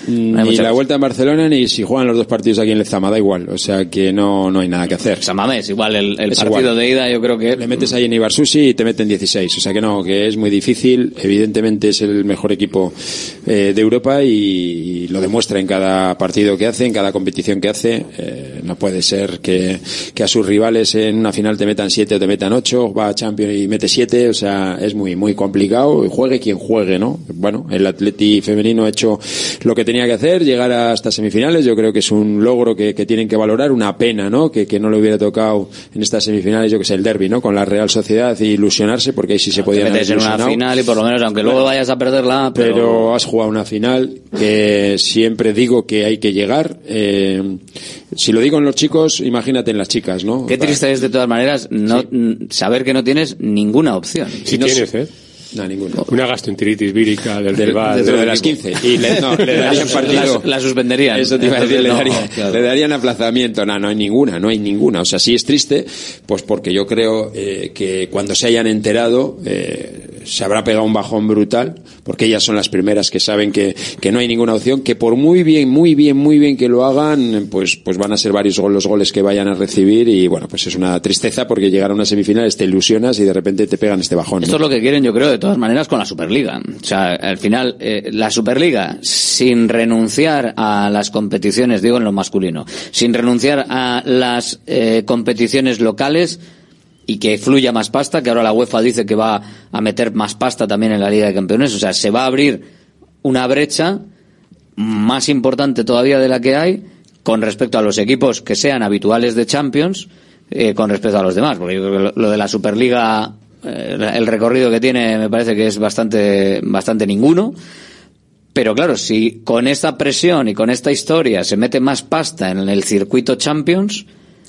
Ni la vuelta en Barcelona, ni si juegan los dos partidos aquí en Lezama, da igual. O sea que no, no hay nada que hacer. San Mamés, igual el, el partido igual. de ida, yo creo que... Le metes ahí en Ibarsusi y te meten dieciséis. O sea que no, que es muy difícil. Evidentemente es el mejor equipo eh, de Europa y, y lo demuestra en cada partido que hace, en cada competición que hace. Eh, no puede ser que, que a sus rivales en una final te metan siete o te metan ocho, va a Champions y mete siete. O sea, es muy, muy complicado. Juegue quien juegue, ¿no? Bueno, el Atleti femenino ha hecho lo que tenía que hacer, llegar hasta semifinales. Yo creo que es un logro que, que tienen que valorar. Una pena, ¿no? Que, que no le hubiera tocado en estas semifinales, yo que sé, el derbi, ¿no? Con la Real Sociedad y ilusionarse, porque ahí sí se podía haber ilusionado. En una final y por lo menos, aunque luego vayas a perderla, pero... pero has jugado una final que siempre digo que hay que llegar. Eh, si lo digo en los chicos, imagínate en las chicas, ¿no? Qué triste es de todas maneras no sí. saber que no tienes ninguna opción. Sí no tienes, ¿eh? No, ninguno. Una gastroenteritis vírica del de, rival. De, de, de las quince. Y le, no, le darían partido. La, la suspenderían. Eso te iba a decir, le, no, daría, claro. le darían aplazamiento. No, no hay ninguna, no hay ninguna. O sea, sí es triste, pues porque yo creo eh, que cuando se hayan enterado, eh, se habrá pegado un bajón brutal, porque ellas son las primeras que saben que, que no hay ninguna opción, que por muy bien, muy bien, muy bien que lo hagan, pues, pues van a ser varios los goles que vayan a recibir y bueno, pues es una tristeza porque llegar a una semifinal te ilusionas y de repente te pegan este bajón. Esto ¿no? es lo que quieren, yo creo, de todas maneras con la Superliga. O sea, al final, eh, la Superliga, sin renunciar a las competiciones, digo en lo masculino, sin renunciar a las eh, competiciones locales y que fluya más pasta, que ahora la UEFA dice que va a meter más pasta también en la Liga de Campeones. O sea, se va a abrir una brecha más importante todavía de la que hay con respecto a los equipos que sean habituales de Champions, eh, con respecto a los demás. Porque yo creo que lo de la Superliga, eh, el recorrido que tiene me parece que es bastante, bastante ninguno. Pero claro, si con esta presión y con esta historia se mete más pasta en el circuito Champions,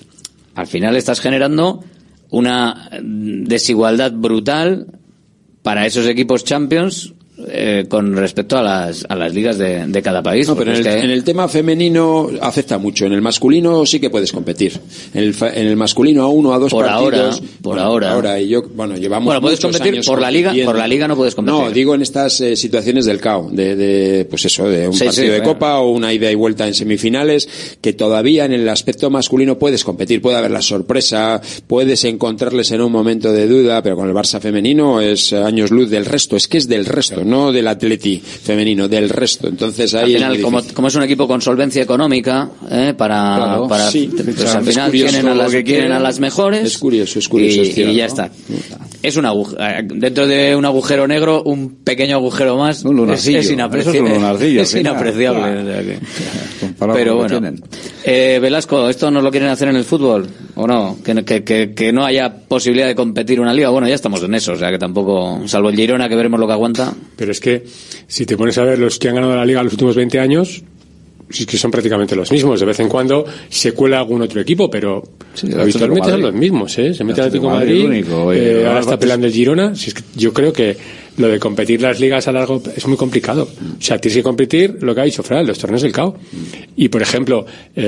al final estás generando una desigualdad brutal para esos equipos Champions eh, con respecto a las a las ligas de, de cada país. No, pero en el, que... en el tema femenino afecta mucho. En el masculino sí que puedes competir. En el, en el masculino a uno, a dos por partidos. Ahora, por bueno, ahora. ahora y yo, bueno, llevamos bueno, puedes muchos competir años por la liga, por la liga no puedes competir. No, digo en estas eh, situaciones del C A O, de, de pues eso, de un sí, partido sí, de claro. Copa o una ida y vuelta en semifinales, que todavía en el aspecto masculino puedes competir, puede haber la sorpresa, puedes encontrarles en un momento de duda, pero con el Barça femenino es años luz del resto, es que es del resto, no del Atleti femenino, del resto. Entonces ahí al final, es como, como es un equipo con solvencia económica, eh, para, claro, para sí, pues o sea, al final tienen a las, tienen a las mejores. Es curioso, es curioso. Y, es cierto, y ya ¿no? está. Es un agujero, dentro de un agujero negro, un pequeño agujero más un es, es inapreciable. Es, es inapreciable. Claro. O sea que, Comparado pero con lo bueno, que eh, Velasco, ¿esto no lo quieren hacer en el fútbol o no? Que, que, que, que no haya posibilidad de competir una liga. Bueno, ya estamos en eso, o sea que tampoco, salvo el Girona, que veremos lo que aguanta. Pero es que si te pones a ver los que han ganado la liga los últimos veinte años, si es que son prácticamente los mismos. De vez en cuando se cuela algún otro equipo, pero sí, habitualmente son los mismos, ¿eh? Se mete el Atlético de Madrid, único, eh, ahora está pelando el Girona. Si es que yo creo que lo de competir las ligas a largo es muy complicado. O sea, tienes que competir, lo que ha dicho Fran, los torneos del C A O. Y, por ejemplo,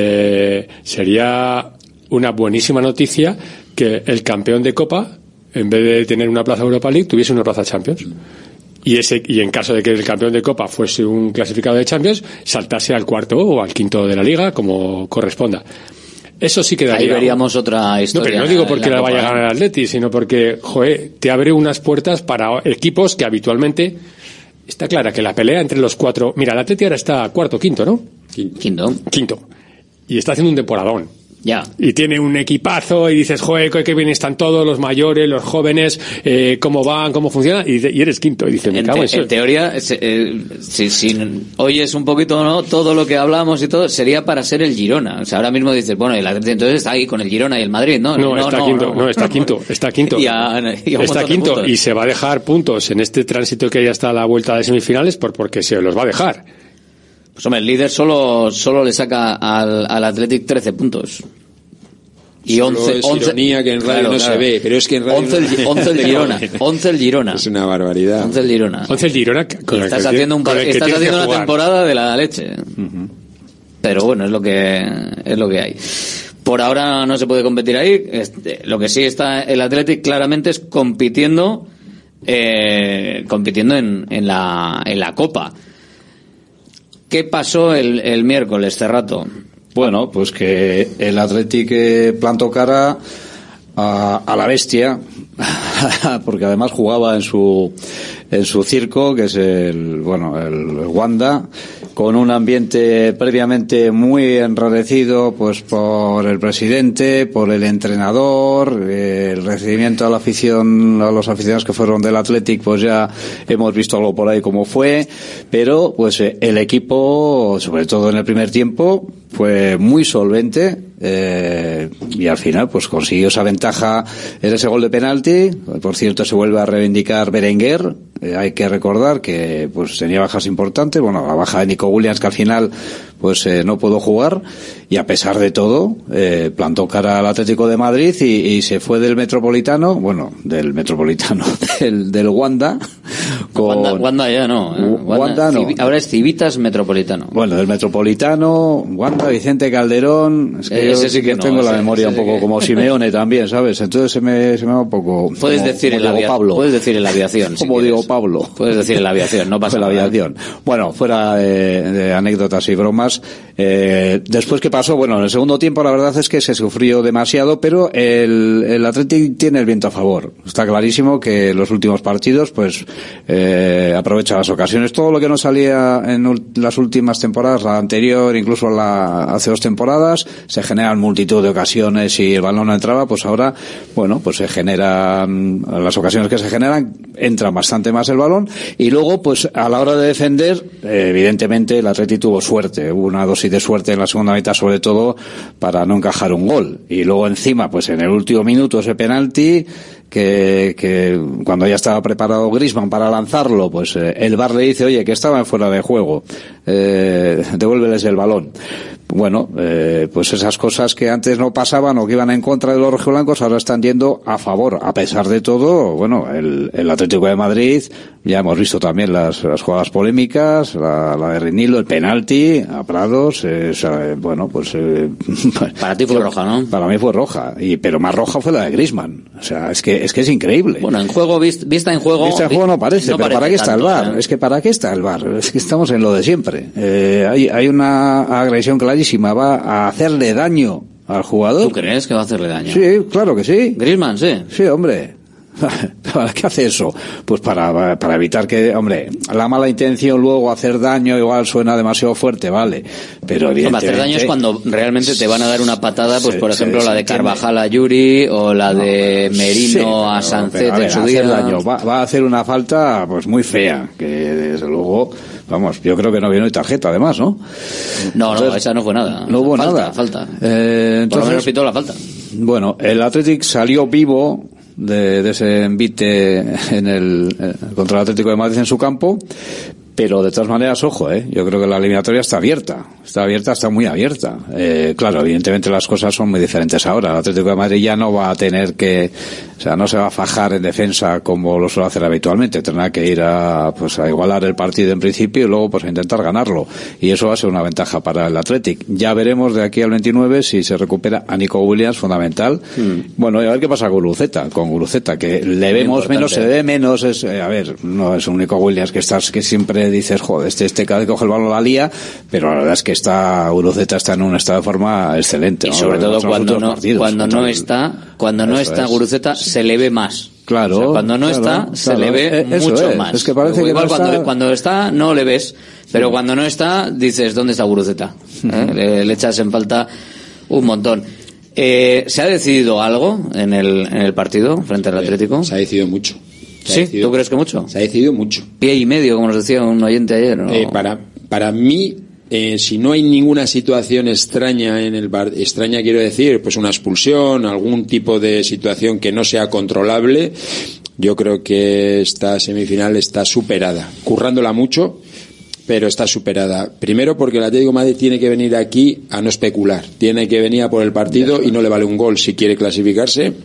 eh, sería una buenísima noticia que el campeón de Copa, en vez de tener una plaza Europa League, tuviese una plaza Champions. Y ese y en caso de que el campeón de Copa fuese un clasificado de Champions, saltase al cuarto o al quinto de la Liga, como corresponda. Eso sí que daría. Ahí veríamos otra historia. No, pero no digo porque la, la vaya a ganar el Atleti, sino porque, joder, te abre unas puertas para equipos que habitualmente está clara que la pelea entre los cuatro. Mira, el Atleti ahora está cuarto, quinto, ¿no? Quinto. Quinto. Y está haciendo un temporadón. Ya. Y tiene un equipazo y dices, joder, qué bien están todos, los mayores, los jóvenes, eh, cómo van, cómo funcionan, y, y eres quinto. Y dices, me en, cago en te, en teoría, eh, si, si oyes un poquito, ¿no?, todo lo que hablamos y todo, sería para ser el Girona. O sea, ahora mismo dices, bueno, el Atlético entonces está ahí con el Girona y el Madrid, ¿no? No, no está no, quinto, no, no, está quinto, está quinto. y a, y a está quinto y se va a dejar puntos en este tránsito que hay hasta la vuelta de semifinales por porque se los va a dejar. Pues hombre, el líder solo, solo le saca al, al Athletic trece puntos. Y once, es once ironía que en radio claro, no claro. se ve, pero es que en radio once el, once el Girona, once el Girona. Es una barbaridad. once el Girona. once el Girona con el estás que haciendo un par, estás haciendo una temporada de la leche. Uh-huh. Pero bueno, es lo que es lo que hay. Por ahora no se puede competir ahí. Este, lo que sí está el Athletic claramente es compitiendo eh, compitiendo en, en la en la Copa. ¿Qué pasó el, el miércoles, Cerrato? Bueno, pues que el Athletic plantó cara a, a la bestia, porque además jugaba en su en su circo, que es el bueno el Wanda, con un ambiente previamente muy enrarecido pues por el presidente, por el entrenador, eh, el recibimiento a la afición, a los aficionados que fueron del Athletic, pues ya hemos visto algo por ahí como fue, pero pues eh, el equipo, sobre todo en el primer tiempo, fue muy solvente, eh, y al final pues consiguió esa ventaja en ese gol de penalti. Por cierto, se vuelve a reivindicar Berenguer. Eh, hay que recordar que pues tenía bajas importantes, bueno, la baja de Nico Williams, que al final pues eh, no pudo jugar, y a pesar de todo eh, plantó cara al Atlético de Madrid y, y se fue del Metropolitano, bueno, del Metropolitano, del, del Wanda, con... Wanda, Wanda ya no, ¿eh? Wanda, Wanda no. Civi, ahora es Civitas Metropolitano. Bueno, del Metropolitano, Wanda, Vicente Calderón, es que eh, yo ese sí que tengo no, la ese, memoria ese un poco que... como Simeone también, ¿sabes? Entonces se me, se me va un poco... Puedes como, decir como en la avia... Pablo. Puedes decir en la aviación. Como si digo quieres. Pablo. Puedes decir en la aviación, no pasa la nada. aviación. Bueno, fuera de, de anécdotas y bromas, eh, después que pasó, bueno, en el segundo tiempo la verdad es que se sufrió demasiado, pero el, el Athletic tiene el viento a favor. Está clarísimo que en los últimos partidos, pues, eh, aprovecha las ocasiones. Todo lo que no salía en ul- las últimas temporadas, la anterior, incluso la, hace dos temporadas, se generan multitud de ocasiones y el balón no entraba, pues ahora, bueno, pues se generan, las ocasiones que se generan, entra bastante más el balón, y luego, pues, a la hora de defender, eh, evidentemente el Athletic tuvo suerte, hubo una dosis de suerte en la segunda mitad, sobre todo para no encajar un gol, y luego encima, pues en el último minuto ese penalti, que, que cuando ya estaba preparado Griezmann para lanzarlo, pues eh, el V A R le dice, oye, que estaba fuera de juego, eh, devuélveles el balón. Bueno, eh, pues esas cosas que antes no pasaban o que iban en contra de los rojiblancos ahora están yendo a favor. A pesar de todo, bueno, el, el Atlético de Madrid, ya hemos visto también las, las jugadas polémicas, la, la de Rinildo, el penalti a Prados, eh, o sea, bueno, pues... Eh, para ti fue roja, ¿no? Para mí fue roja, y pero más roja fue la de Griezmann. O sea, es que es que es increíble. Bueno, en juego, vist, vista en juego... Vista en juego no parece, no pero parece ¿para qué está tanto, el V A R? ¿eh? Es que ¿para qué está el V A R? Es que estamos en lo de siempre. Eh, hay, hay una agresión clarísima, va a hacerle daño al jugador. ¿Tú crees que va a hacerle daño? Sí, claro que sí. Griezmann, sí. Sí, hombre. ¿Para qué hace eso? Pues para, para evitar que, hombre, la mala intención luego hacer daño igual suena demasiado fuerte, vale, pero evidentemente... No, hacer daño es cuando realmente te van a dar una patada, pues se, por ejemplo se, la de se Carvajal a Yuri o la no, de Merino sí, a pero, Sancet pero, a ver, en su hacer día. daño, va, va a hacer una falta pues muy fea, que desde luego, vamos, yo creo que no viene tarjeta además, ¿no? No, entonces, no, esa no fue nada. No hubo falta, nada. Falta. Eh, entonces, por lo menos pitó la falta. Bueno, el Athletic salió vivo de, de ese envite en el eh, contra el Atlético de Madrid en su campo, pero de todas maneras, ojo, eh, yo creo que la eliminatoria está abierta, está abierta, está muy abierta. Eh, claro, evidentemente las cosas son muy diferentes ahora. El Atlético de Madrid ya no va a tener que, o sea, no se va a fajar en defensa como lo suele hacer habitualmente. Tendrá que ir a, pues, a igualar el partido en principio y luego, pues, a intentar ganarlo. Y eso va a ser una ventaja para el Athletic. Ya veremos de aquí al veintinueve si se recupera a Nico Williams, fundamental. Mm. Bueno, y a ver qué pasa con Guruceta, con Guruceta, que le vemos menos, se ve menos, es, eh, a ver, no es un Nico Williams que estás, que siempre dices, joder, este, este cada vez que coge el balón la lía, pero la verdad es que está, Guruceta está en un estado de forma excelente. Y ¿no? sobre todo cuando no, partidos, cuando no está, cuando no está es. Guruceta, se le ve más. Claro. O sea, cuando no claro, está, claro. se le ve eh, mucho es. más. Es que parece igual que no cuando, está... cuando está, no le ves, pero sí. Cuando no está, dices, ¿dónde está Guruceta? ¿Eh? le, le echas en falta un montón. Eh, ¿Se ha decidido algo en el, en el partido frente al Atlético? Se ha decidido mucho. ¿Sí? Decidido, ¿Tú crees que mucho? Se ha decidido mucho. Pie y medio, como nos decía un oyente ayer, ¿no? Eh, para, para mí, eh, si no hay ninguna situación extraña en el bar, extraña quiero decir, pues una expulsión, algún tipo de situación que no sea controlable, yo creo que esta semifinal está superada. Currándola mucho, pero está superada. Primero porque el Atlético de Madrid tiene que venir aquí a no especular. Tiene que venir a por el partido y no le vale un gol si quiere clasificarse.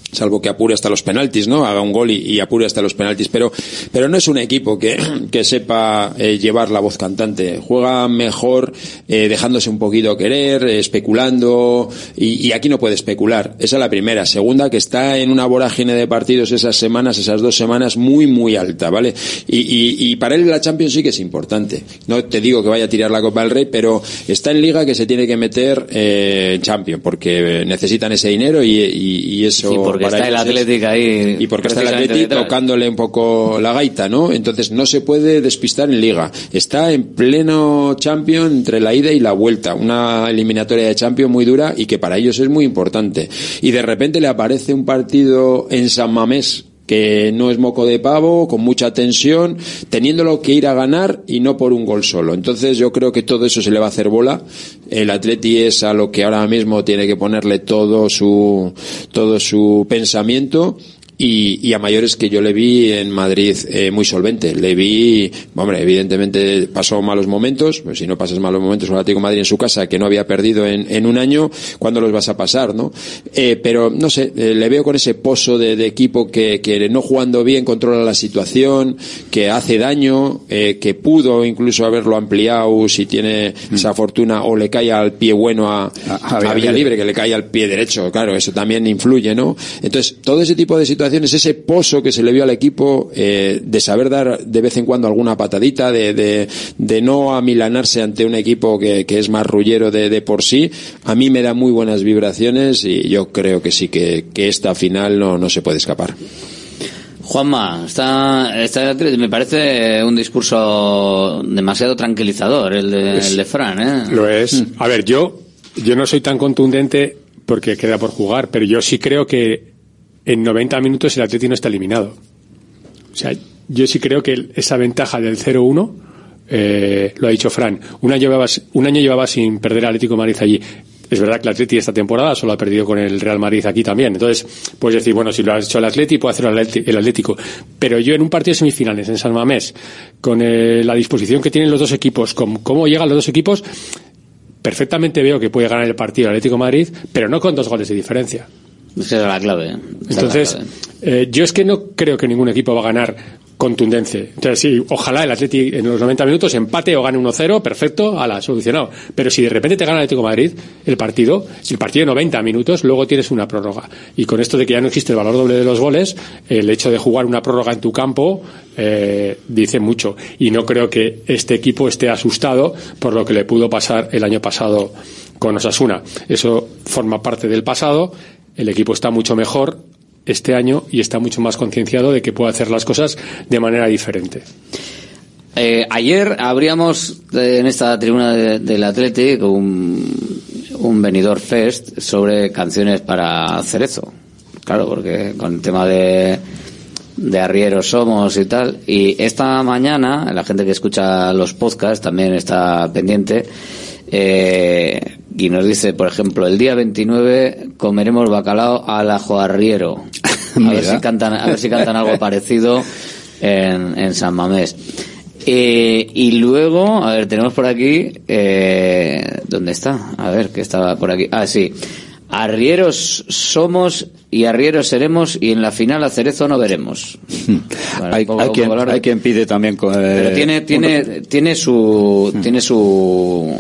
salvo que apure hasta los penaltis, ¿no? Haga un gol y, y apure hasta los penaltis, pero pero no es un equipo que, que sepa eh, llevar la voz cantante. Juega mejor eh, dejándose un poquito querer, eh, especulando, y, y aquí no puede especular. Esa es la primera. Segunda, que está en una vorágine de partidos esas semanas, esas dos semanas muy muy alta, ¿vale? Y, y, y para él la Champions sí que es importante. No te digo que vaya a tirar la Copa del Rey, pero está en Liga que se tiene que meter eh, en Champions, porque necesitan ese dinero y, y, y eso... Sí, porque para está el Atlético ahí. Y porque está el Atlético tocándole un poco la gaita, ¿no? Entonces no se puede despistar en Liga. Está en pleno Champions entre la ida y la vuelta. Una eliminatoria de Champions muy dura y que para ellos es muy importante. Y de repente le aparece un partido en San Mamés que no es moco de pavo, con mucha tensión, teniéndolo que ir a ganar y no por un gol solo. Entonces yo creo que todo eso se le va a hacer bola. El Atleti es a lo que ahora mismo tiene que ponerle todo su todo su pensamiento. Y, y a mayores que yo le vi en Madrid eh, muy solvente. Le vi, hombre, evidentemente pasó malos momentos, pues si no pasas malos momentos con el Atlético de Madrid en su casa, que no había perdido en, en un año, ¿cuándo los vas a pasar, no? Eh, pero, no sé, eh, le veo con ese pozo de, de equipo que, que no jugando bien controla la situación, que hace daño, eh, que pudo incluso haberlo ampliado si tiene mm. esa fortuna, o le cae al pie bueno a, a, a Villalibre, que le cae al pie derecho, claro, eso también influye, ¿no? Entonces, todo ese tipo de situaciones, ese pozo que se le vio al equipo, eh, de saber dar de vez en cuando alguna patadita, de, de, de no amilanarse ante un equipo que, que es más rullero de, de por sí, a mí me da muy buenas vibraciones y yo creo que sí, que, que esta final no, no se puede escapar. Juanma, está, está, me parece un discurso demasiado tranquilizador el de, es, el de Fran, ¿eh? Lo es. A ver, yo, yo no soy tan contundente porque queda por jugar, pero yo sí creo que en noventa minutos el Atleti no está eliminado. O sea, yo sí creo que esa ventaja del cero uno, eh, lo ha dicho Fran, un año llevaba, un año llevaba sin perder al Atlético de Madrid allí. Es verdad que el Atleti esta temporada solo ha perdido con el Real Madrid aquí también. Entonces, puedes decir, bueno, si lo ha hecho el Atleti, puede hacerlo el Atlético. Pero yo en un partido de semifinales en San Mamés, con eh, la disposición que tienen los dos equipos, con cómo llegan los dos equipos, perfectamente veo que puede ganar el partido el Atlético de Madrid, pero no con dos goles de diferencia. Esa es la clave. Esa Entonces, la clave. Eh, yo es que no creo que ningún equipo va a ganar contundencia. Entonces, sí, ojalá el Atleti en los noventa minutos empate o gane uno cero, perfecto, ala, solucionado. Pero si de repente te gana el Atlético de Madrid el partido, el partido de noventa minutos, luego tienes una prórroga. Y con esto de que ya no existe el valor doble de los goles, el hecho de jugar una prórroga en tu campo eh, dice mucho. Y no creo que este equipo esté asustado por lo que le pudo pasar el año pasado con Osasuna. Eso forma parte del pasado. El equipo está mucho mejor este año y está mucho más concienciado de que puede hacer las cosas de manera diferente. Eh, ayer abríamos eh, en esta tribuna de, del Athletic un, un Benidorm Fest sobre canciones para Cerezo. Claro, porque con el tema de, de arrieros somos y tal. Y esta mañana, la gente que escucha los podcasts también está pendiente. Eh, y nos dice, por ejemplo, el día veintinueve comeremos bacalao al ajo arriero. A ver si cantan, a ver si cantan algo parecido en, en San Mamés. Eh, y luego, a ver, tenemos por aquí, eh, ¿dónde está? A ver, que estaba por aquí. Ah, sí. Arrieros somos y arrieros seremos, y en la final a Cerezo no veremos. Bueno, hay, poco, hay, quien, hay quien pide también. Eh, Pero tiene, tiene, un... tiene su, tiene su,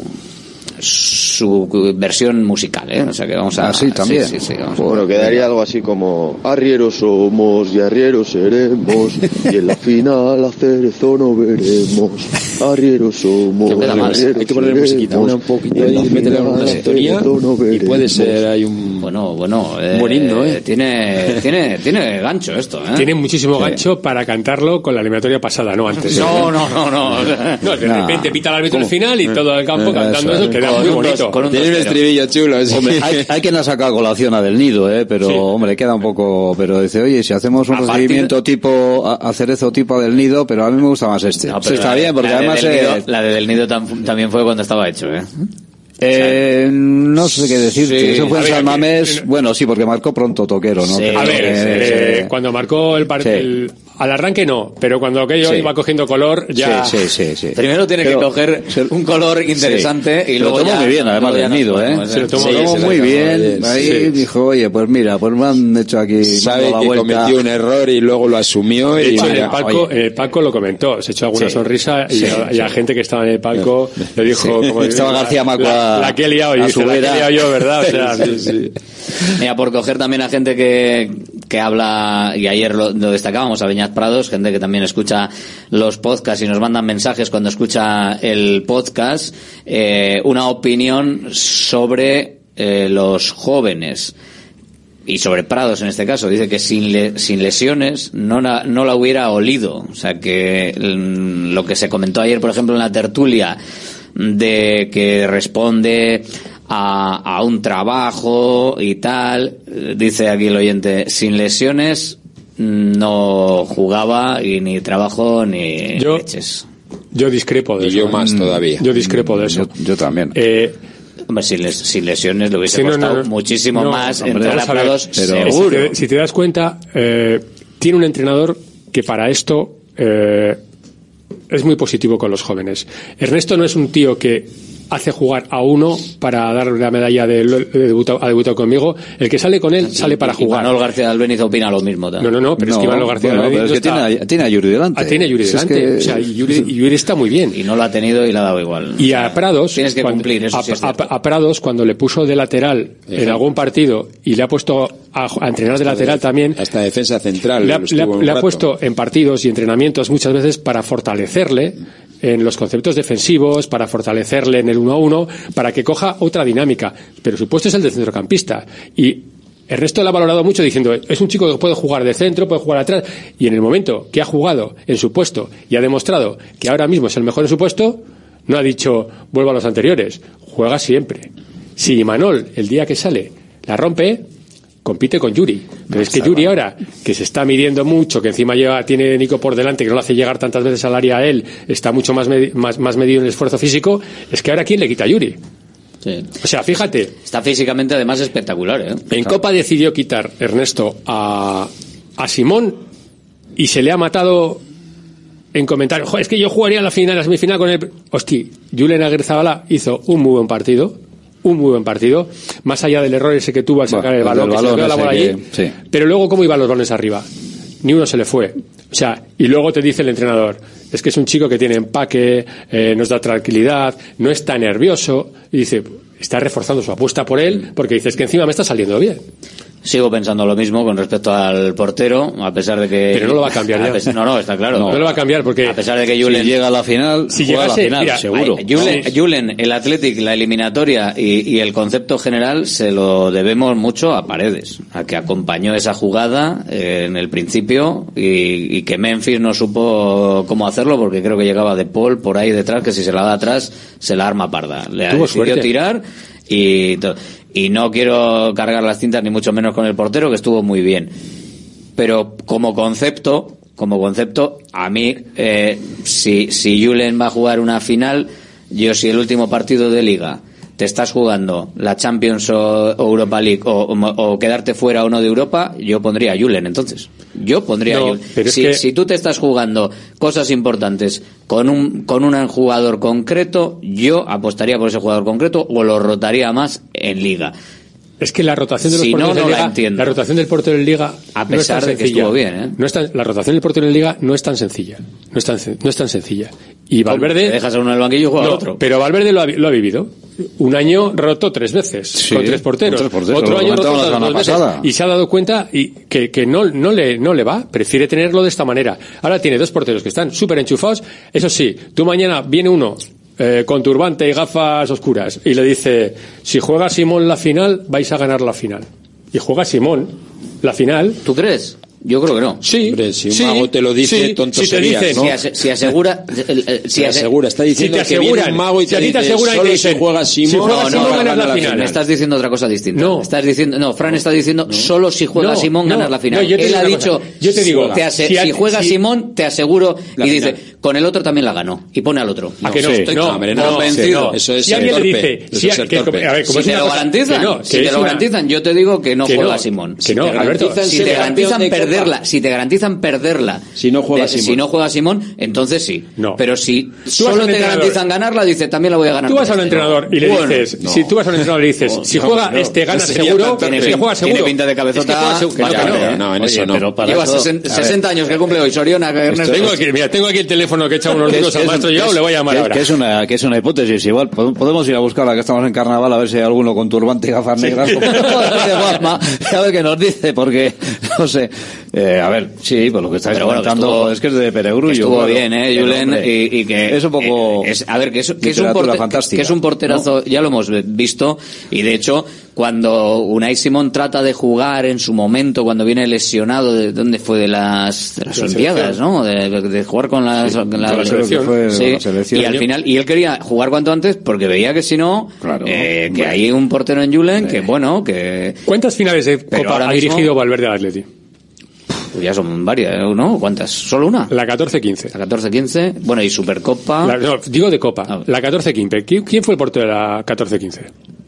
su versión musical, ¿eh? O sea que vamos a... Ah, sí, también. Sí, sí, sí, vamos bueno, a... quedaría algo así como: arrieros somos y arrieros seremos, y en la final a Cerezo no veremos. Arrieros somos. No hay que poner musiquita, una un poquito ahí, meterle una sintonía no y puede ser hay un bueno, bueno, eh, buen himno, ¿eh? Tiene, tiene, tiene gancho esto, ¿eh? Tiene muchísimo sí. gancho para cantarlo con la eliminatoria pasada, no antes. No, no, no, no. No, de repente pita el árbitro al final y todo el campo cantando eso, queda muy bonito. Con un Tiene un estribillo chulo. Sí. Hombre, hay, hay quien ha sacado colación a Del Nido, ¿eh? Pero, sí. hombre, queda un poco... Pero dice, oye, si hacemos un a procedimiento partir... tipo... A, a Cerezo tipo a Del Nido, pero a mí me gusta más este. No, sí, está de, bien, porque además... De eh, Nido, la de Del Nido tam, también fue cuando estaba hecho, ¿eh? Eh, no sé qué decir. Sí. Eso fue en San Mamés. Bueno, sí, porque marcó pronto Toquero, ¿no? Sí. A ver, eh, eh, cuando marcó el partido... Sí. al arranque no, pero cuando aquello Sí. iba cogiendo color ya... Sí, sí, sí, sí. Primero tiene Pero- que coger un color interesante Sí. y Se luego lo tomó ya... muy bien, además luego del ya nido, nos ¿eh? podemos, Se lo tomó, Sí, tomó se lo muy tomó bien. Ahí Sí. dijo, oye, pues mira, pues me han hecho aquí Sabe dando la que vuelta. cometió un error y luego lo asumió De y hecho, en mira, el palco, oye, en el palco lo comentó, se echó alguna Sí. sonrisa y, Sí, a, y sí. a gente que estaba en el palco le dijo... Sí. Como Estaba la- García Macua La, la que he liado, y a dice, su la que he vera. liado yo, ¿verdad? O sea, sí, sí. Mira, por coger también a gente que, que habla, y ayer lo, lo destacábamos, a Beñat Prados, gente que también escucha los podcasts y nos mandan mensajes cuando escucha el podcast, eh, una opinión sobre eh, los jóvenes. Y sobre Prados en este caso, dice que sin, le, sin lesiones no la, no la hubiera olido. O sea que mm, lo que se comentó ayer, por ejemplo, en la tertulia, de que responde a, a un trabajo y tal, eh, dice aquí el oyente, sin lesiones no jugaba y ni trabajo ni Yo- leches. Yo discrepo de y eso. yo más Mm. todavía. Yo discrepo de eso. Yo, yo también. Eh, Hombre, sin, les- sin lesiones le hubiese Sí, no, costado no, no. No, muchísimo más hombre, entrar a vamos a ver, Prados, pero seguro. Si te, si te das cuenta, eh, tiene un entrenador que para esto eh, es muy positivo con los jóvenes. Ernesto no es un tío que hace jugar a uno para darle la medalla de, de debutado, ha debutado conmigo. El que sale con él sale para Y jugar. Manuel García Albéniz opina lo mismo. ¿no? No, no, no, pero es que Manuel García bueno, Albéniz pero es no que está- tiene, a, tiene a Yuri delante. Ah, tiene a Yuri Si es delante. que- O sea, Yuri, Yuri está muy bien. Y no lo ha tenido y le ha dado igual. Y a Prados, Tienes que cuando- cumplir, eso a, sí es a- cierto. a Prados, cuando le puso de lateral en algún partido y le ha puesto a, a entrenar de lateral también, hasta defensa central. le ha, estuvo le ha- un le ha rato. puesto en partidos y entrenamientos muchas veces para fortalecerle en los conceptos defensivos, para fortalecerle en el uno a uno, para que coja otra dinámica. Pero su puesto es el de centrocampista. Y Ernesto lo ha valorado mucho diciendo, es un chico que puede jugar de centro, puede jugar atrás. Y en el momento que ha jugado en su puesto y ha demostrado que ahora mismo es el mejor en su puesto, no ha dicho, vuelvo a los anteriores. Juega siempre. Si Imanol, el día que sale, la rompe, compite con Yuri. Pero es que Yuri ahora, que se está midiendo mucho, que encima lleva, tiene Nico por delante, que no lo hace llegar tantas veces al área a él, está mucho más, medi- más, más medido en el esfuerzo físico, es que ahora ¿quién le quita a Yuri? Sí. O sea, fíjate, Está físicamente además espectacular, ¿eh? en Copa decidió quitar Ernesto a, a Simón y se le ha matado en comentarios. "Jo, es que yo jugaría la final, la semifinal con él. Hostia, Julen Agirrezabala hizo un muy buen partido. Un muy buen partido. Más allá del error ese que tuvo al sacar Bueno, el balón, del que se le quedó balón la ese bola que- allí. sí. Pero luego, ¿cómo iban los balones arriba? Ni uno se le fue. O sea, y luego te dice el entrenador, es que es un chico que tiene empaque, eh, nos da tranquilidad, no está nervioso. Y dice, está reforzando su apuesta por él, porque dices que encima me está saliendo bien. Sigo pensando lo mismo con respecto al portero, a pesar de que... Pero no lo va a cambiar ya. a pesar- No, no, está claro. No, lo va a cambiar porque... A pesar de que Julen... Si llega a la final, Si juega a la llegase- final, mira, seguro. Ay, Julen, Julen, el Athletic, la eliminatoria y, y el concepto general se lo debemos mucho a Paredes, a que acompañó esa jugada eh, en el principio y, y que Memphis no supo cómo hacerlo porque creo que llegaba De Paul por ahí detrás, que si se la da atrás se la arma parda. Le ha Tuvo decidido suerte. tirar y to- y no quiero cargar las cintas ni mucho menos con el portero, que estuvo muy bien. Pero como concepto, como concepto, a mí, eh, si, si Julen va a jugar una final, yo si el último partido de Liga te estás jugando la Champions o Europa League o, o, o quedarte fuera o no de Europa, yo pondría a Julen entonces. Yo pondría No, a Julen. pero es Si, que- si tú te estás jugando cosas importantes con un, con un jugador concreto, yo apostaría por ese jugador concreto o lo rotaría más en Liga. Es que la rotación de los Si no, porteros no de la Liga, entiendo. la rotación del portero en Liga, A no es tan pesar de que sencilla. estuvo bien, ¿eh? No es tan- la rotación del portero en Liga no es tan sencilla, no es tan, sen- no es tan sencilla. Y Valverde, Te dejas a uno en el banquillo y juega no, al otro. pero Valverde lo ha, vi- lo ha vivido. Un año rotó tres veces Sí, con tres porteros. con tres porteros, Otro lo año rotó comentamos la otras semana dos veces. pasada. Y se ha dado cuenta y que, que no, no, le, no le va. Prefiere tenerlo de esta manera. Ahora tiene dos porteros que están súper enchufados. Eso sí, tú mañana viene uno eh, con turbante y gafas oscuras y le dice, si juega Simón la final, vais a ganar la final. Y juega Simón la final. ¿Tú crees? Yo creo que no. Sí. Hombre, si un sí, mago te lo dice, sí, tonto si te serías, dicen, ¿no? Si, ase- si asegura... el- el- si Si ase- asegura, está diciendo Si te que viene aseguran, un mago y si a te ti te dice, aseguran y solo te si dicen, juega si Simón, juega no, Simón, no, ganas gana la la final. Me estás diciendo otra cosa distinta. No. Estás diciendo, no, Fran está diciendo solo si juega No, Simón no, ganas la final. no, yo te Él digo ha una dicho, cosa. Yo te digo, te ase- si a- si juega si- Simón, te aseguro, La y final. dice, con el otro también la ganó. Y pone al otro. ¿A que no? Sí, no, hombre, no, convencido. no. Eso es si alguien ser le torpe. dice, Eso si es a- ser que- torpe. a ver, como Si es te una lo cosa- garantizan, que no, si que te es lo una- garantizan, yo te digo que no que juega no, Simón. que no, te Alberto. garantizan Si ser te campeón garantizan de Copa perderla, si te garantizan perderla, si no juega de, Simón, si no juega Simón, entonces sí. No. Pero si solo te garantizan ganarla, dice también la voy a ganar. Tú vas a un entrenador y le bueno, dices, no. si tú vas a un entrenador y le dices, no, si juega no, este gana seguro, tiene, si juega seguro. Tiene pinta de cabezota. Es que juega, vaya, no, no, no, en Oye, eso no. Pero para Lleva eso, sesenta años que cumple hoy Soriona. Que Ernesto. Tengo aquí, mira, tengo aquí el teléfono que he echado unos duros al maestro yo, le voy a llamar que, ahora. Que es una, que es una hipótesis, igual podemos ir a buscarla, que estamos en carnaval, a ver si hay alguno con turbante y gafas negras. Como, a ver qué nos dice, porque, no sé, eh, a ver, sí, pues lo que estáis comentando bueno, es que es de perogrullo. Estuvo claro, bien, eh, Julen, y, y que es un poco, eh, es, a ver, que es, que es un porte, que es un porterazo, ¿no? Ya lo hemos visto, y de hecho, cuando Unai Simón trata de jugar en su momento, cuando viene lesionado, ¿de dónde fue? De las, de las de Olimpiadas, ¿no? De, de jugar con las, sí, con la, la selección. Fue sí. La selección. Y al final, y él quería jugar cuanto antes porque veía que si no, claro, eh, que bueno. hay un portero en Julen que, bueno, que... ¿Cuántas finales de Copa ha mismo, dirigido Valverde al Atleti? Pues ya son varias, ¿no? ¿Cuántas? ¿Solo una? La catorce quince. La catorce quince. Bueno, y Supercopa. La, no, digo de Copa. Ah. La catorce quince. ¿Quién fue el portero de la catorce quince?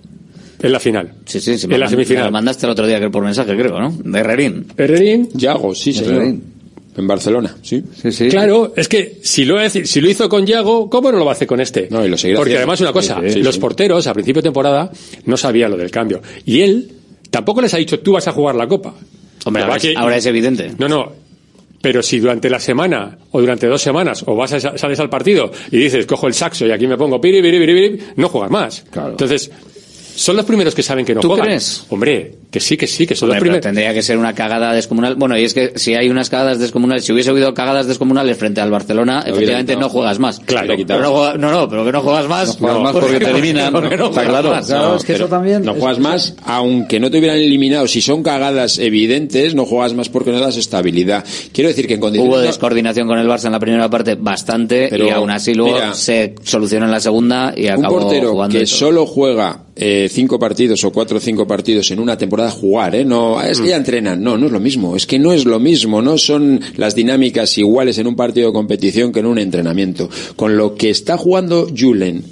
En la final. Sí, sí, sí. En la semifinal. Me mandaste el otro día por mensaje, creo, ¿no? De Herrerín. Herrerín. Yago, sí, señor. Herrerín. En Barcelona, sí. sí, sí. Claro, es que si lo, si lo hizo con Yago, ¿cómo no lo va a hacer con este? No, y lo seguirá Porque haciendo. Además una cosa, sí, sí, los sí. porteros a principio de temporada no sabían lo del cambio. Y él tampoco les ha dicho, tú vas a jugar la Copa. Hombre, ahora, que, es, ahora es evidente. No, no. Pero si durante la semana o durante dos semanas o vas a, sales al partido y dices, cojo el saxo y aquí me pongo piri, piri, piri, piri, no juegas más. Claro. Entonces, son los primeros que saben que no ¿Tú juegan. crees? Hombre, que sí, que sí, que son Hombre, los primeros. Tendría que ser una cagada descomunal. Bueno, y es que si hay unas cagadas descomunales, si hubiese habido cagadas descomunales frente al Barcelona, lo efectivamente no juegas más. Claro. Pero no, juegas, no, no, pero que no juegas más. No juegas no, más porque, porque te eliminan. Porque no Está claro. Más. Claro, No, es que eso también. No juegas más, aunque no te hubieran eliminado. Si son cagadas evidentes, no juegas más porque no das estabilidad. Quiero decir que en condiciones. Hubo descoordinación con el Barça en la primera parte bastante, pero, y aún así luego mira, se solucionó en la segunda y acabó un portero jugando que solo juega eh, cinco partidos o cuatro o cinco partidos en una temporada, jugar, ¿eh? No, es que ya entrenan. No, no es lo mismo. Es que no es lo mismo. No son las dinámicas iguales en un partido de competición que en un entrenamiento. Con lo que está jugando Julen,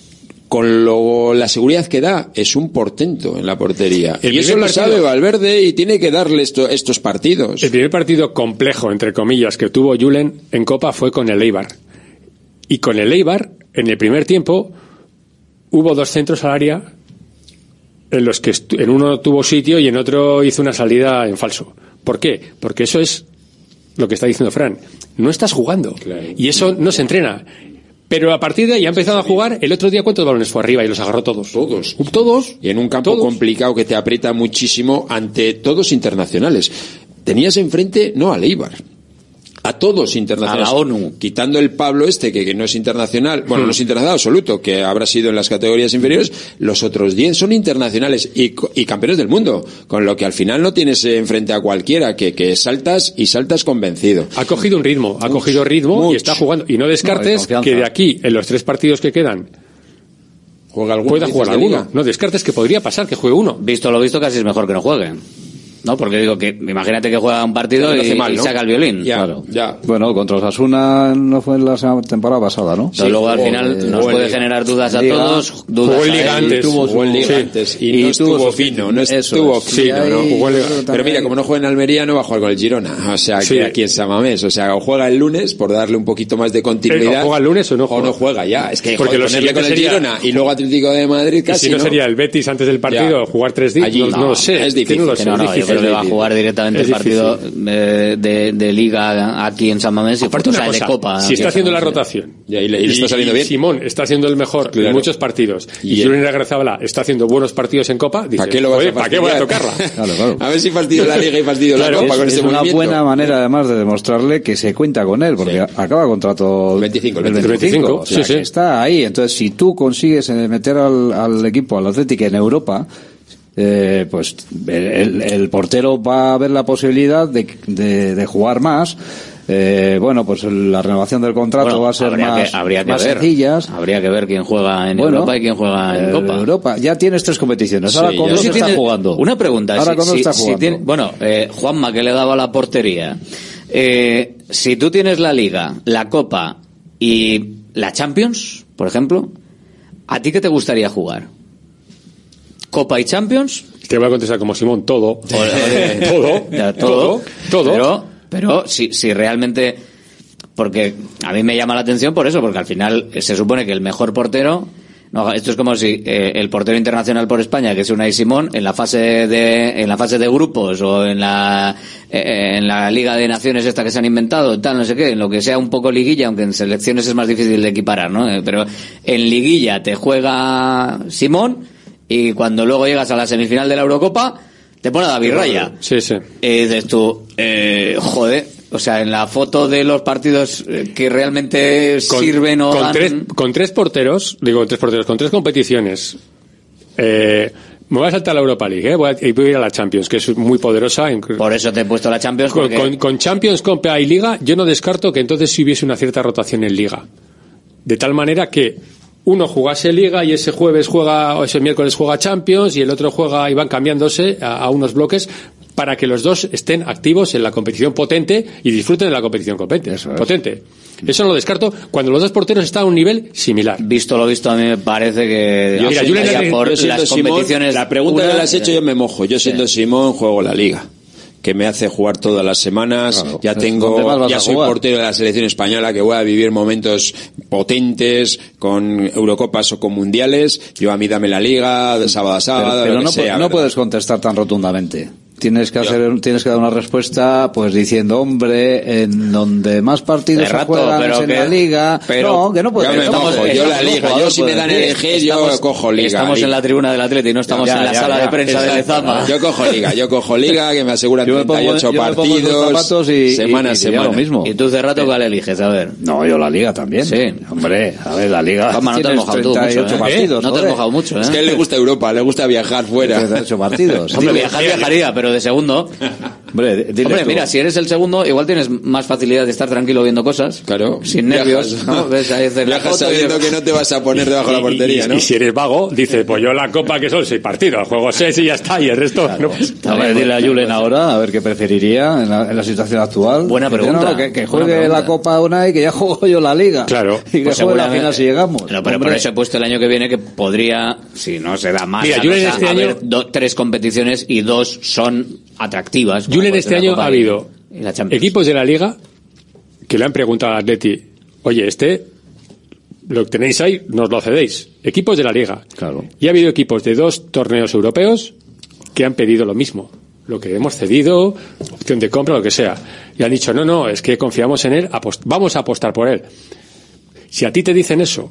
con lo, la seguridad que da, es un portento en la portería. El y eso lo sabe Valverde y tiene que darle esto, estos partidos. El primer partido complejo, entre comillas, que tuvo Julen en Copa fue con el Eibar. Y con el Eibar, en el primer tiempo, hubo dos centros al área en los que en uno tuvo sitio y en otro hizo una salida en falso. ¿Por qué? Porque eso es lo que está diciendo Fran. No estás jugando. Claro. Y eso no se entrena. Pero a partir de ahí ha empezado a jugar. El otro día, ¿cuántos balones fue arriba? Y los agarró todos. Todos. Todos. Y en un campo todos. complicado que te aprieta muchísimo ante todos internacionales. Tenías enfrente, no al Eibar, a todos internacionales. A la ONU. Quitando el Pablo este, que, que no es internacional, bueno, hmm. no es internacional absoluto, que habrá sido en las categorías inferiores, los otros diez son internacionales y, y campeones del mundo, con lo que al final no tienes enfrente a cualquiera, que, que saltas y saltas convencido. Ha cogido un ritmo, ha mucho, cogido ritmo mucho. Y está jugando. Y no descartes no, que de aquí, en los tres partidos que quedan, juega alguno, pueda jugar alguno. No descartes que podría pasar que juegue uno. Visto lo visto, casi es mejor que no juegue. No, porque digo que imagínate que juega un partido y, mal, ¿no? y saca el violín. Ya, claro. ya. Bueno, contra Osasuna no fue en la temporada pasada, ¿no? Pero sí, luego al final de, nos puede generar dudas a Liga, todos. Dudas jugó el Liga antes. Jugó el Liga antes y, y no estuvo fino. No estuvo fino. No, jugó el, pero mira, como no juega en Almería, no va a jugar con el Girona. O sea, sí. que aquí en Samamés. O sea, o juega el lunes por darle un poquito más de continuidad. ¿O juega el lunes o no juega? O no juega ya. Es que porque joder, ponerle con el Girona y luego Atlético de Madrid casi. Si no sería el Betis antes del partido, jugar tres días. No lo sé. Es difícil. No, no, yo creo que va a jugar directamente el partido de, de, de Liga aquí en San Mamés y aparte o sea, cosa, de Copa. Si está haciendo la rotación y, y, y le está saliendo bien. Simón está haciendo el mejor claro. en muchos partidos y, y Julen Irarrázaval está haciendo buenos partidos en Copa, dices, ¿para qué, lo vas a ¿para qué voy a tocarla? Claro, claro. A ver si fastidio la Liga y fastidio claro, la Copa es, con es ese una movimiento. buena manera además de demostrarle que se cuenta con él porque sí. acaba contrato el veinticinco, el veinticinco, veinticinco o sea, sí, sí. está ahí. Entonces si tú consigues meter al, al equipo, al Atlético en Europa, Eh, pues el, el portero va a ver la posibilidad de, de, de jugar más. Eh, bueno, pues la renovación del contrato bueno, va a ser habría más, que, habría que más ver, sencillas. Habría que ver quién juega en bueno, Europa y quién juega en Copa. Europa. Ya tienes tres competiciones. Sí, ahora con dos si está tiene, jugando. Una pregunta. Ahora si, con dos si, está si jugando. Tiene, bueno, eh, Juanma, que le daba la portería. Eh, si tú tienes la Liga, la Copa y la Champions, por ejemplo, ¿a ti qué te gustaría jugar? ¿Copa y Champions Te voy a contestar como Simón, todo. Joder, todo, ya, todo, todo. Pero, pero si, si realmente... Porque a mí me llama la atención por eso, porque al final se supone que el mejor portero... No, esto es como si eh, el portero internacional por España, que es Unai Simón, en la fase de en la fase de grupos o en la eh, en la Liga de Naciones esta que se han inventado, tal, no sé qué, en lo que sea un poco liguilla, aunque en selecciones es más difícil de equiparar, ¿no? Eh, pero en liguilla te juega Simón y cuando luego llegas a la semifinal de la Eurocopa te pone a David Raya. Sí, sí. Y dices tú, eh, joder... O sea, en la foto de los partidos que realmente con, sirven o con dan... tres con tres porteros, digo con tres porteros, con tres competiciones. Eh, me voy a saltar la Europa League, ¿eh? voy a, y voy a ir a la Champions, que es muy poderosa. Por eso te he puesto la Champions. Porque... Con, con, con Champions, Copa y Liga, yo no descarto que entonces sí hubiese una cierta rotación en Liga, de tal manera que uno jugase Liga y ese jueves juega o ese miércoles juega Champions y el otro juega y van cambiándose a, a unos bloques, para que los dos estén activos en la competición potente y disfruten de la competición potente. Eso es. potente. Eso no lo descarto cuando los dos porteros están a un nivel similar. Visto lo visto, a mí me parece que... Yo, mira, Julen, por yo las Simón, competiciones... la pregunta una, que le has hecho yo me mojo. Yo siendo sí. Simón juego la Liga, que me hace jugar todas las semanas. Claro, ya tengo, ya soy portero de la selección española, que voy a vivir momentos potentes con Eurocopas o con Mundiales. Yo a mí dame la Liga de sábado a sábado. Pero, pero lo que no, sea, no puedes contestar tan rotundamente. Tienes que hacer, Yo. tienes que dar una respuesta, pues diciendo, hombre, en donde más partidos se juegan es en que, la Liga. Pero, no, que no puedes. Yo, me estamos, mojo, yo la Liga, yo si me dan a elegir, yo cojo Liga. Estamos liga. en la tribuna del Atleti y no estamos ya, en la ya, sala ya, de prensa de Lezama. Yo cojo Liga, yo cojo Liga, que me aseguran yo treinta y ocho me pongo, partidos, y, semana a semana. Lo mismo. ¿Y tú, Cerrato, cuál eliges? A ver. No, yo la Liga también. Sí. Hombre, a ver, la Liga. Toma, no te has mojado tú mucho, partidos, no te has mojado mucho, ¿eh? Es que a él le gusta Europa, le gusta viajar fuera. treinta y ocho partidos. Hombre, viajar viajaría, pero de segundo... Hombre, Hombre mira, si eres el segundo, igual tienes más facilidad de estar tranquilo viendo cosas. Claro. Sin nervios, ¿no? ¿Ves? Ahí haces la foto sabiendo y... que no te vas a poner debajo de la portería, y, ¿no? Y si eres vago, dices, pues yo la Copa que son seis partidos, juego seis y ya está, y el resto... Claro. No, pues, a ver, dile a Julen ahora, a ver qué preferiría en la, en la situación actual. Buena pregunta. No, no, que, que juegue pregunta. La Copa una y que ya juego yo la Liga. Claro. Y que pues juegue la final si llegamos. No, pero por eso he puesto el año que viene que podría, si no se da más, mira, Julen este haber año... do, tres competiciones y dos son atractivas. Julen este año ha habido equipos de la Liga que le han preguntado al Atleti, oye, este lo que tenéis ahí, nos lo cedéis. Equipos de la Liga. Claro. Y ha habido equipos de dos torneos europeos que han pedido lo mismo. Lo que hemos cedido, opción de compra, lo que sea. Y han dicho, no, no, es que confiamos en él, apost- vamos a apostar por él. Si a ti te dicen eso,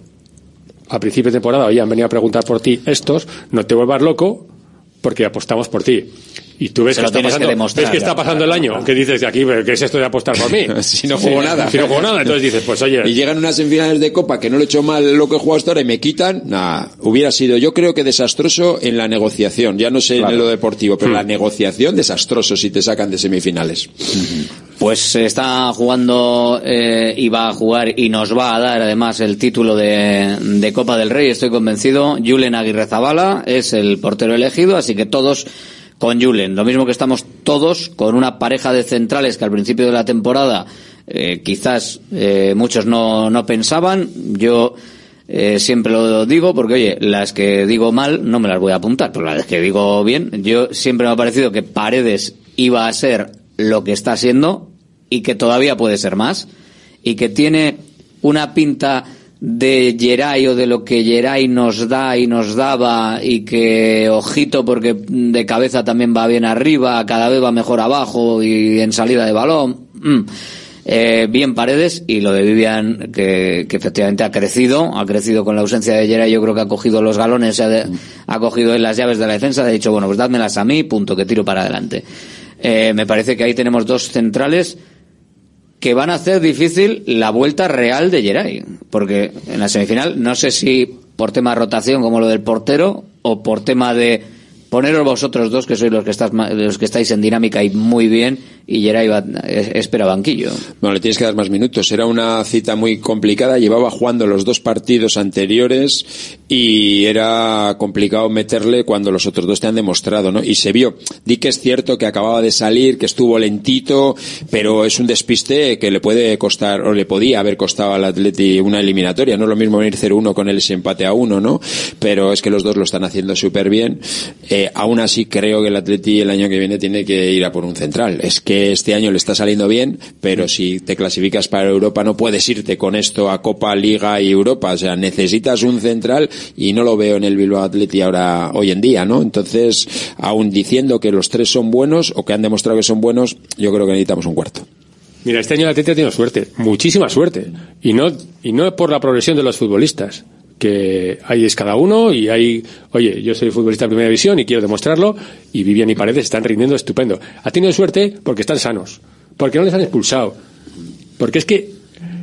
a principio de temporada, oye, han venido a preguntar por ti estos, no te vuelvas loco, porque apostamos por ti. Y tú ves que está pasando, que ves que está pasando el año, que dices de aquí, ¿qué es esto de apostar por mí? Si no juego sí, nada. Si no juego nada, entonces dices, pues oye. Y llegan unas semifinales de Copa que no le he hecho mal lo que he jugado hasta ahora y me quitan, nada, hubiera sido, yo creo que desastroso en la negociación, ya no sé claro. en lo deportivo, pero hmm. la negociación desastroso si te sacan de semifinales. Pues se está jugando eh, y va a jugar y nos va a dar además el título de, de Copa del Rey, estoy convencido. Julen Aguirrezabala es el portero elegido, así que todos con Julen, lo mismo que estamos todos con una pareja de centrales que al principio de la temporada eh, quizás eh, muchos no, no pensaban. Yo eh, siempre lo digo porque, oye, las que digo mal no me las voy a apuntar, pero las que digo bien, yo siempre me ha parecido que Paredes iba a ser lo que está siendo y que todavía puede ser más y que tiene una pinta de Geray o de lo que Geray nos da y nos daba y que ojito porque de cabeza también va bien arriba, cada vez va mejor abajo y en salida de balón. Mm. Eh, bien Paredes y lo de Vivian que, que efectivamente ha crecido, ha crecido con la ausencia de Geray, yo creo que ha cogido los galones, ha, ha cogido en las llaves de la defensa, ha dicho bueno pues dádmelas a mí, punto, que tiro para adelante. Eh, me parece que ahí tenemos dos centrales que van a hacer difícil la vuelta real de Geray, porque en la semifinal no sé si por tema de rotación como lo del portero o por tema de poneros vosotros dos que sois los que estás, los que estáis en dinámica y muy bien y Geray va, espera banquillo. Bueno, le tienes que dar más minutos. Era una cita muy complicada. Llevaba jugando los dos partidos anteriores y era complicado meterle cuando los otros dos te han demostrado, ¿no? Y se vio. Di que es cierto que acababa de salir, que estuvo lentito, pero es un despiste que le puede costar, o le podía haber costado al Atleti una eliminatoria. No es lo mismo venir cero uno con él ese empate a uno, ¿no? Pero es que los dos lo están haciendo súper bien. Eh, Eh, aún así creo que el Atleti el año que viene tiene que ir a por un central. Es que este año le está saliendo bien, pero si te clasificas para Europa no puedes irte con esto a Copa, Liga y Europa. O sea, necesitas un central y no lo veo en el Bilbao Atleti ahora, hoy en día, ¿no? Entonces, aún diciendo que los tres son buenos o que han demostrado que son buenos, yo creo que necesitamos un cuarto. Mira, este año el Atleti ha tenido suerte, muchísima suerte. Y no, y no por la progresión de los futbolistas, que ahí es cada uno y hay, oye, yo soy futbolista de primera división y quiero demostrarlo, y Vivian y Paredes están rindiendo estupendo. Ha tenido suerte porque están sanos, porque no les han expulsado, porque es que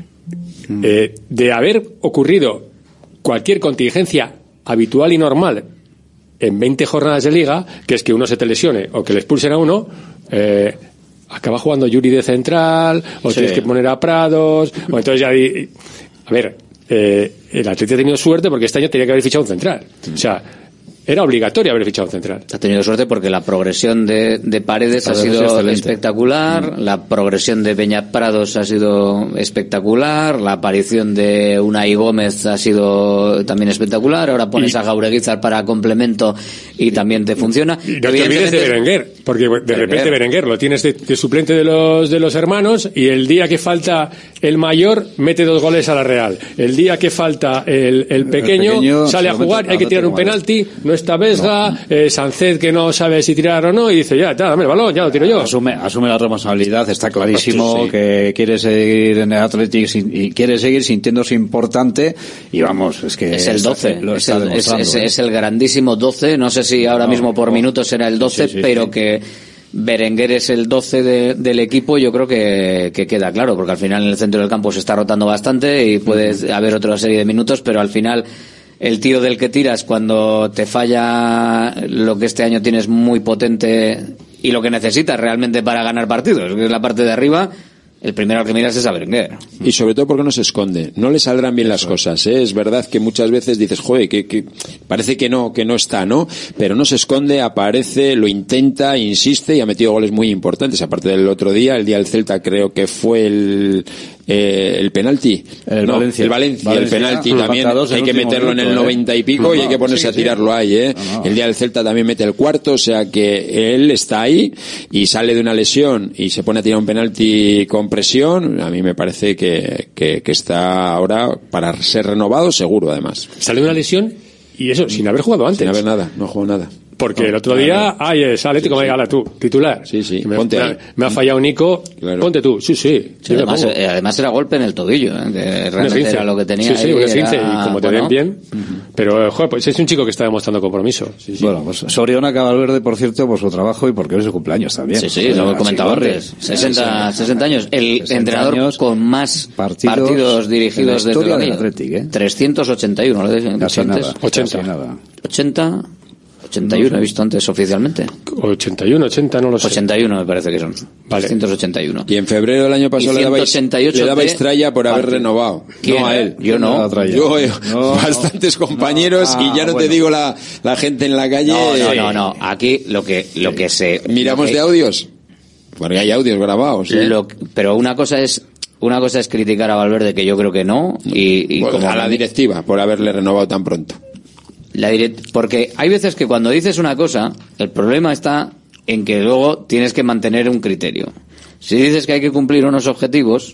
eh, de haber ocurrido cualquier contingencia habitual y normal en veinte jornadas de liga, que es que uno se te lesione o que le expulsen a uno, eh, acaba jugando Yuri de central, o sí. tienes que poner a Prados, o entonces ya... Y, a ver, eh, el Atleti ha tenido suerte porque este año tenía que haber fichado un central. O sea, era obligatorio haber fichado un central. Ha tenido suerte porque la progresión de, de Paredes ha sido espectacular, mm. la progresión de Beñat Prados ha sido espectacular, la aparición de Unai Gómez ha sido también espectacular, ahora pones y, a Jaureguizar para complemento y también te funciona. Y no te olvides de Berenguer, porque de Berenguer. repente Berenguer lo tienes de, de suplente de los de los hermanos, y el día que falta el mayor mete dos goles a la Real. El día que falta el, el, pequeño, el pequeño sale a jugar, hay que tirar un penalti, no está Vesga, no. eh, Sánchez que no sabe si tirar o no, y dice, ya, dame el balón, ya lo tiro yo. Asume, asume la responsabilidad, está clarísimo sí. que quiere seguir en el Athletic y quiere seguir sintiéndose importante, y vamos, es que... Es el doce, lo está es, el, es, es, ¿eh? es el grandísimo doce, no sé si ahora no, mismo por no. minutos será el doce, sí, sí, pero sí. que Berenguer es el doce de, del equipo, yo creo que, que queda claro, porque al final en el centro del campo se está rotando bastante y puede uh-huh. haber otra serie de minutos, pero al final el tiro del que tiras cuando te falla lo que este año tienes muy potente y lo que necesitas realmente para ganar partidos, que es la parte de arriba, el primero al que miras es a Berenguer. Y sobre todo porque no se esconde, no le saldrán bien las cosas, ¿eh? Es verdad que muchas veces dices, joder, que, que parece que no, que no está, ¿no? Pero no se esconde, aparece, lo intenta, insiste y ha metido goles muy importantes, aparte del otro día, el día del Celta creo que fue el eh, el penalti, el no, Valencia, el Valencia, Valencia el penalti ah, también hay que meterlo minuto, en el noventa y pico, no, y hay que ponerse sí, a tirarlo sí. ahí, ¿eh? No, no. El día del Celta también mete el cuarto, o sea que él está ahí y sale de una lesión y se pone a tirar un penalti con presión. A mí me parece que, que, que está ahora para ser renovado seguro, además. Sale de una lesión y eso, sin haber jugado antes. Sin haber nada, no jugó nada. Porque no, el otro día, ay, es Atlético, sí, sí. tú, titular. Sí, sí, me, ponte me, ahí. Me ha fallado Nico, claro. Ponte tú, sí, sí. sí además, eh, además era golpe en el tobillo, ¿eh? Que realmente era lo que tenía. Sí, sí, un esguince, y como te bueno, den bien. Uh-huh. Pero, joder, pues es un chico que está demostrando compromiso. Sí, sí. Bueno, pues sobre Onaca Valverde, por cierto, por su trabajo y porque hoy es su cumpleaños también. Sí, sí, lo hemos comentado antes. sesenta, sesenta años. El sesenta entrenador años, con más partidos, partidos dirigidos de la del Athletic, ¿eh? trescientos ochenta y uno, ¿lo dicen? Casi nada. ochenta. Nada. ochenta. ochenta y uno, no sé. He visto antes oficialmente. ochenta y uno, ochenta, no lo sé. ochenta y uno me parece que son. Vale. trescientos ochenta y uno. Y en febrero del año pasado le dabais, le dabais tralla por haber renovado. ¿Quién? No a él. Yo no. Yo, no, bastantes no, compañeros no, ah, y ya no bueno. te digo la, la gente en la calle. No, no, no, no. Aquí lo que, lo que se... Miramos que, de audios. Porque hay audios grabados. ¿eh? Lo, pero una cosa es... Una cosa es criticar a Valverde, que yo creo que no, y, y bueno, como a la directiva por haberle renovado tan pronto. La direct... Porque hay veces que cuando dices una cosa, el problema está en que luego tienes que mantener un criterio. Si dices que hay que cumplir unos objetivos,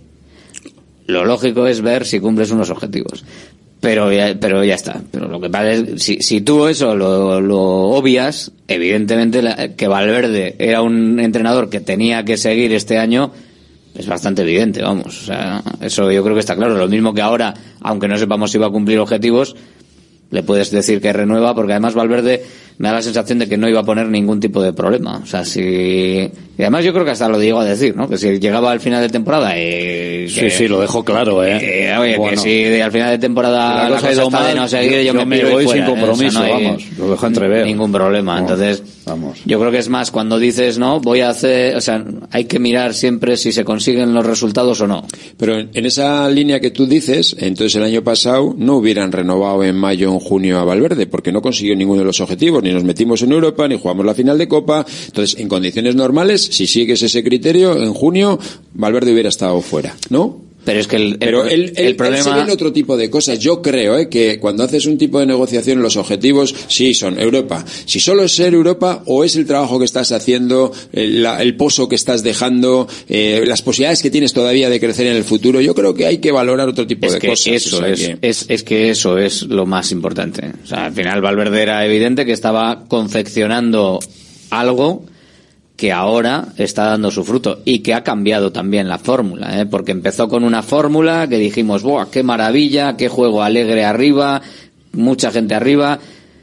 lo lógico es ver si cumples unos objetivos. Pero ya, pero ya está. Pero lo que pasa es, si, si tú eso lo, lo obvias, evidentemente la, que Valverde era un entrenador que tenía que seguir este año, es bastante evidente, vamos. O sea, eso yo creo que está claro. Lo mismo que ahora, aunque no sepamos si va a cumplir objetivos, le puedes decir que renueva, porque además Valverde me da la sensación de que no iba a poner ningún tipo de problema. O sea, si... Y además yo creo que hasta lo llegó a decir, ¿no? Que si llegaba al final de temporada... Eh, sí, que, sí, lo dejó claro, ¿eh? Que, oye, bueno, que si al final de temporada la, la cosa está mal, de no seguir, yo, yo me, me voy fuera, sin compromiso, ¿eh? O sea, no vamos. Lo dejó entrever. Ningún problema. No, entonces, vamos. Yo creo que es más cuando dices, ¿no? Voy a hacer... O sea, hay que mirar siempre si se consiguen los resultados o no. Pero en, en esa línea que tú dices, entonces el año pasado no hubieran renovado en mayo o en junio a Valverde, porque no consiguió ninguno de los objetivos, ni nos metimos en Europa, ni jugamos la final de Copa. Entonces, en condiciones normales, si sigues ese criterio, en junio Valverde hubiera estado fuera, ¿no? Pero es que el, el, pero él, el, el problema... él se ve en otro tipo de cosas. Yo creo ¿eh? que cuando haces un tipo de negociación, los objetivos sí son Europa. Si solo es ser Europa, o es el trabajo que estás haciendo, el, la, el pozo que estás dejando, eh, las posibilidades que tienes todavía de crecer en el futuro, yo creo que hay que valorar otro tipo es de que cosas. Eso o sea es, que... es, es que eso es lo más importante. O sea, al final Valverde era evidente que estaba confeccionando algo que ahora está dando su fruto y que ha cambiado también la fórmula, ¿eh? Porque empezó con una fórmula que dijimos, ¡buah, qué maravilla, qué juego alegre arriba, mucha gente arriba!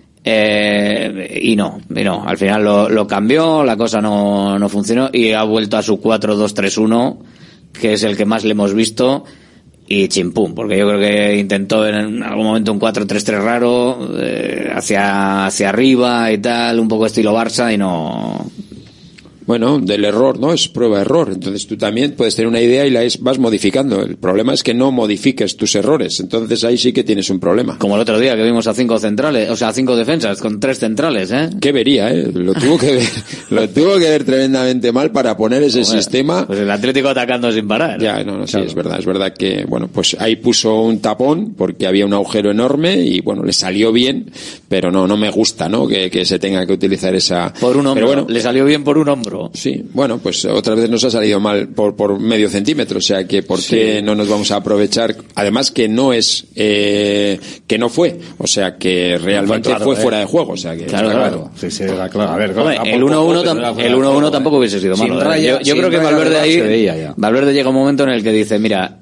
Eh, y no, y no, al final lo, lo cambió, la cosa no, no funcionó y ha vuelto a su cuatro dos tres uno, que es el que más le hemos visto, y chimpum, porque yo creo que intentó en algún momento un cuatro tres tres raro, eh, hacia, hacia arriba y tal, un poco estilo Barça, y no... Bueno, del error, ¿no? Es prueba-error. Entonces tú también puedes tener una idea y la es, vas modificando. El problema es que no modifiques tus errores. Entonces ahí sí que tienes un problema. Como el otro día que vimos a cinco centrales, o sea, a cinco defensas con tres centrales, ¿eh? ¿Qué vería, eh? Lo tuvo que ver, lo tuvo que ver tremendamente mal para poner ese bueno, sistema. Pues el Atlético atacando sin parar. Ya, no, no, sí, claro. Es verdad. Es verdad que, bueno, pues ahí puso un tapón porque había un agujero enorme y, bueno, le salió bien, pero no, no me gusta, ¿no? Que, que se tenga que utilizar esa... Por un hombro. Pero bueno, le salió bien por un hombro. Sí, bueno, pues otra vez nos ha salido mal por, por medio centímetro, o sea que ¿por qué sí. no nos vamos a aprovechar? Además que no es, eh, que no fue, o sea que realmente fue, claro, fue eh. fuera de juego, o sea que claro, está claro. claro. Sí, sí, era claro. A ver, Hombre, el uno uno tam- el uno uno tampoco hubiese sido malo. Raya, yo yo creo que Valverde ahí, Valverde llega un momento en el que dice, mira,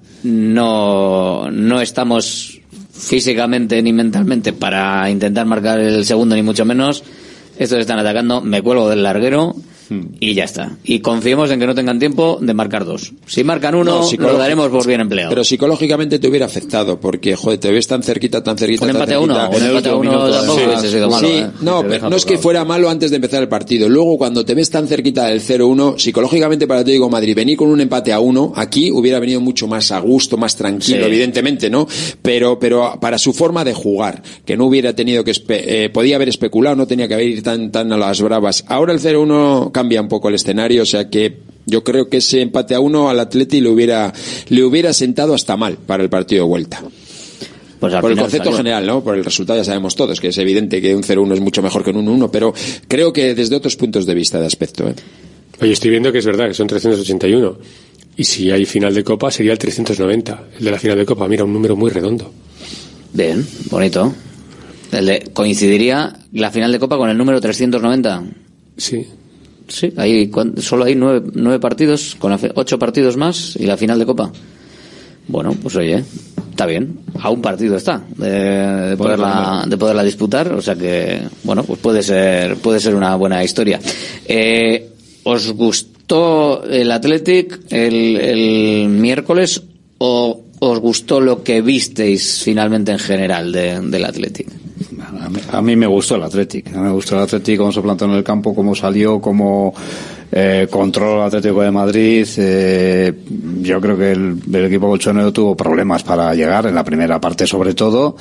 no, no estamos físicamente ni mentalmente para intentar marcar el segundo ni mucho menos. Estos están atacando, me cuelgo del larguero y ya está. Y confiemos en que no tengan tiempo de marcar dos. Si marcan uno, no, lo daremos por bien empleado. Pero psicológicamente te hubiera afectado, porque, joder, te ves tan cerquita, tan cerquita, un tan empate cerquita. a uno, un empate a uno tampoco sí, hubiese sido malo. Sí, ¿eh? no, pero no es que fuera malo antes de empezar el partido. Luego, cuando te ves tan cerquita del cero uno, psicológicamente para Atlético de Madrid, venir con un empate a uno, aquí hubiera venido mucho más a gusto, más tranquilo, sí. evidentemente, ¿no? Pero, pero para su forma de jugar, que no hubiera tenido que, espe- eh, podía haber especulado, no tenía que haber ir tan, tan a las bravas. Ahora el cero uno cambia un poco el escenario. O sea que yo creo que ese empate a uno al Atleti le hubiera le hubiera sentado hasta mal para el partido de vuelta. Pues por el concepto salió. general, ¿no? Por el resultado ya sabemos todos que es evidente que un cero uno es mucho mejor que un uno uno, pero creo que desde otros puntos de vista de aspecto, ¿eh? Oye, estoy viendo que es verdad que son trescientos ochenta y uno y si hay final de Copa sería el trescientos noventa, el de la final de Copa. Mira, un número muy redondo. Bien, bonito. El de, coincidiría la final de Copa con el número trescientos noventa. Sí. Sí, hay solo hay nueve, nueve partidos, con la, ocho partidos más y la final de Copa. Bueno, pues oye, está bien. A un partido está de, de poderla de poderla disputar, o sea que bueno, pues puede ser puede ser una buena historia. Eh, ¿Os gustó el Athletic el, el miércoles o os gustó lo que visteis finalmente en general de, del Athletic? A mí, a mí me gustó el Athletic, me gustó el Athletic, cómo se plantó en el campo, cómo salió, cómo eh, controló el Atlético de Madrid. Eh, yo creo que el, el equipo colchonero tuvo problemas para llegar, en la primera parte sobre todo.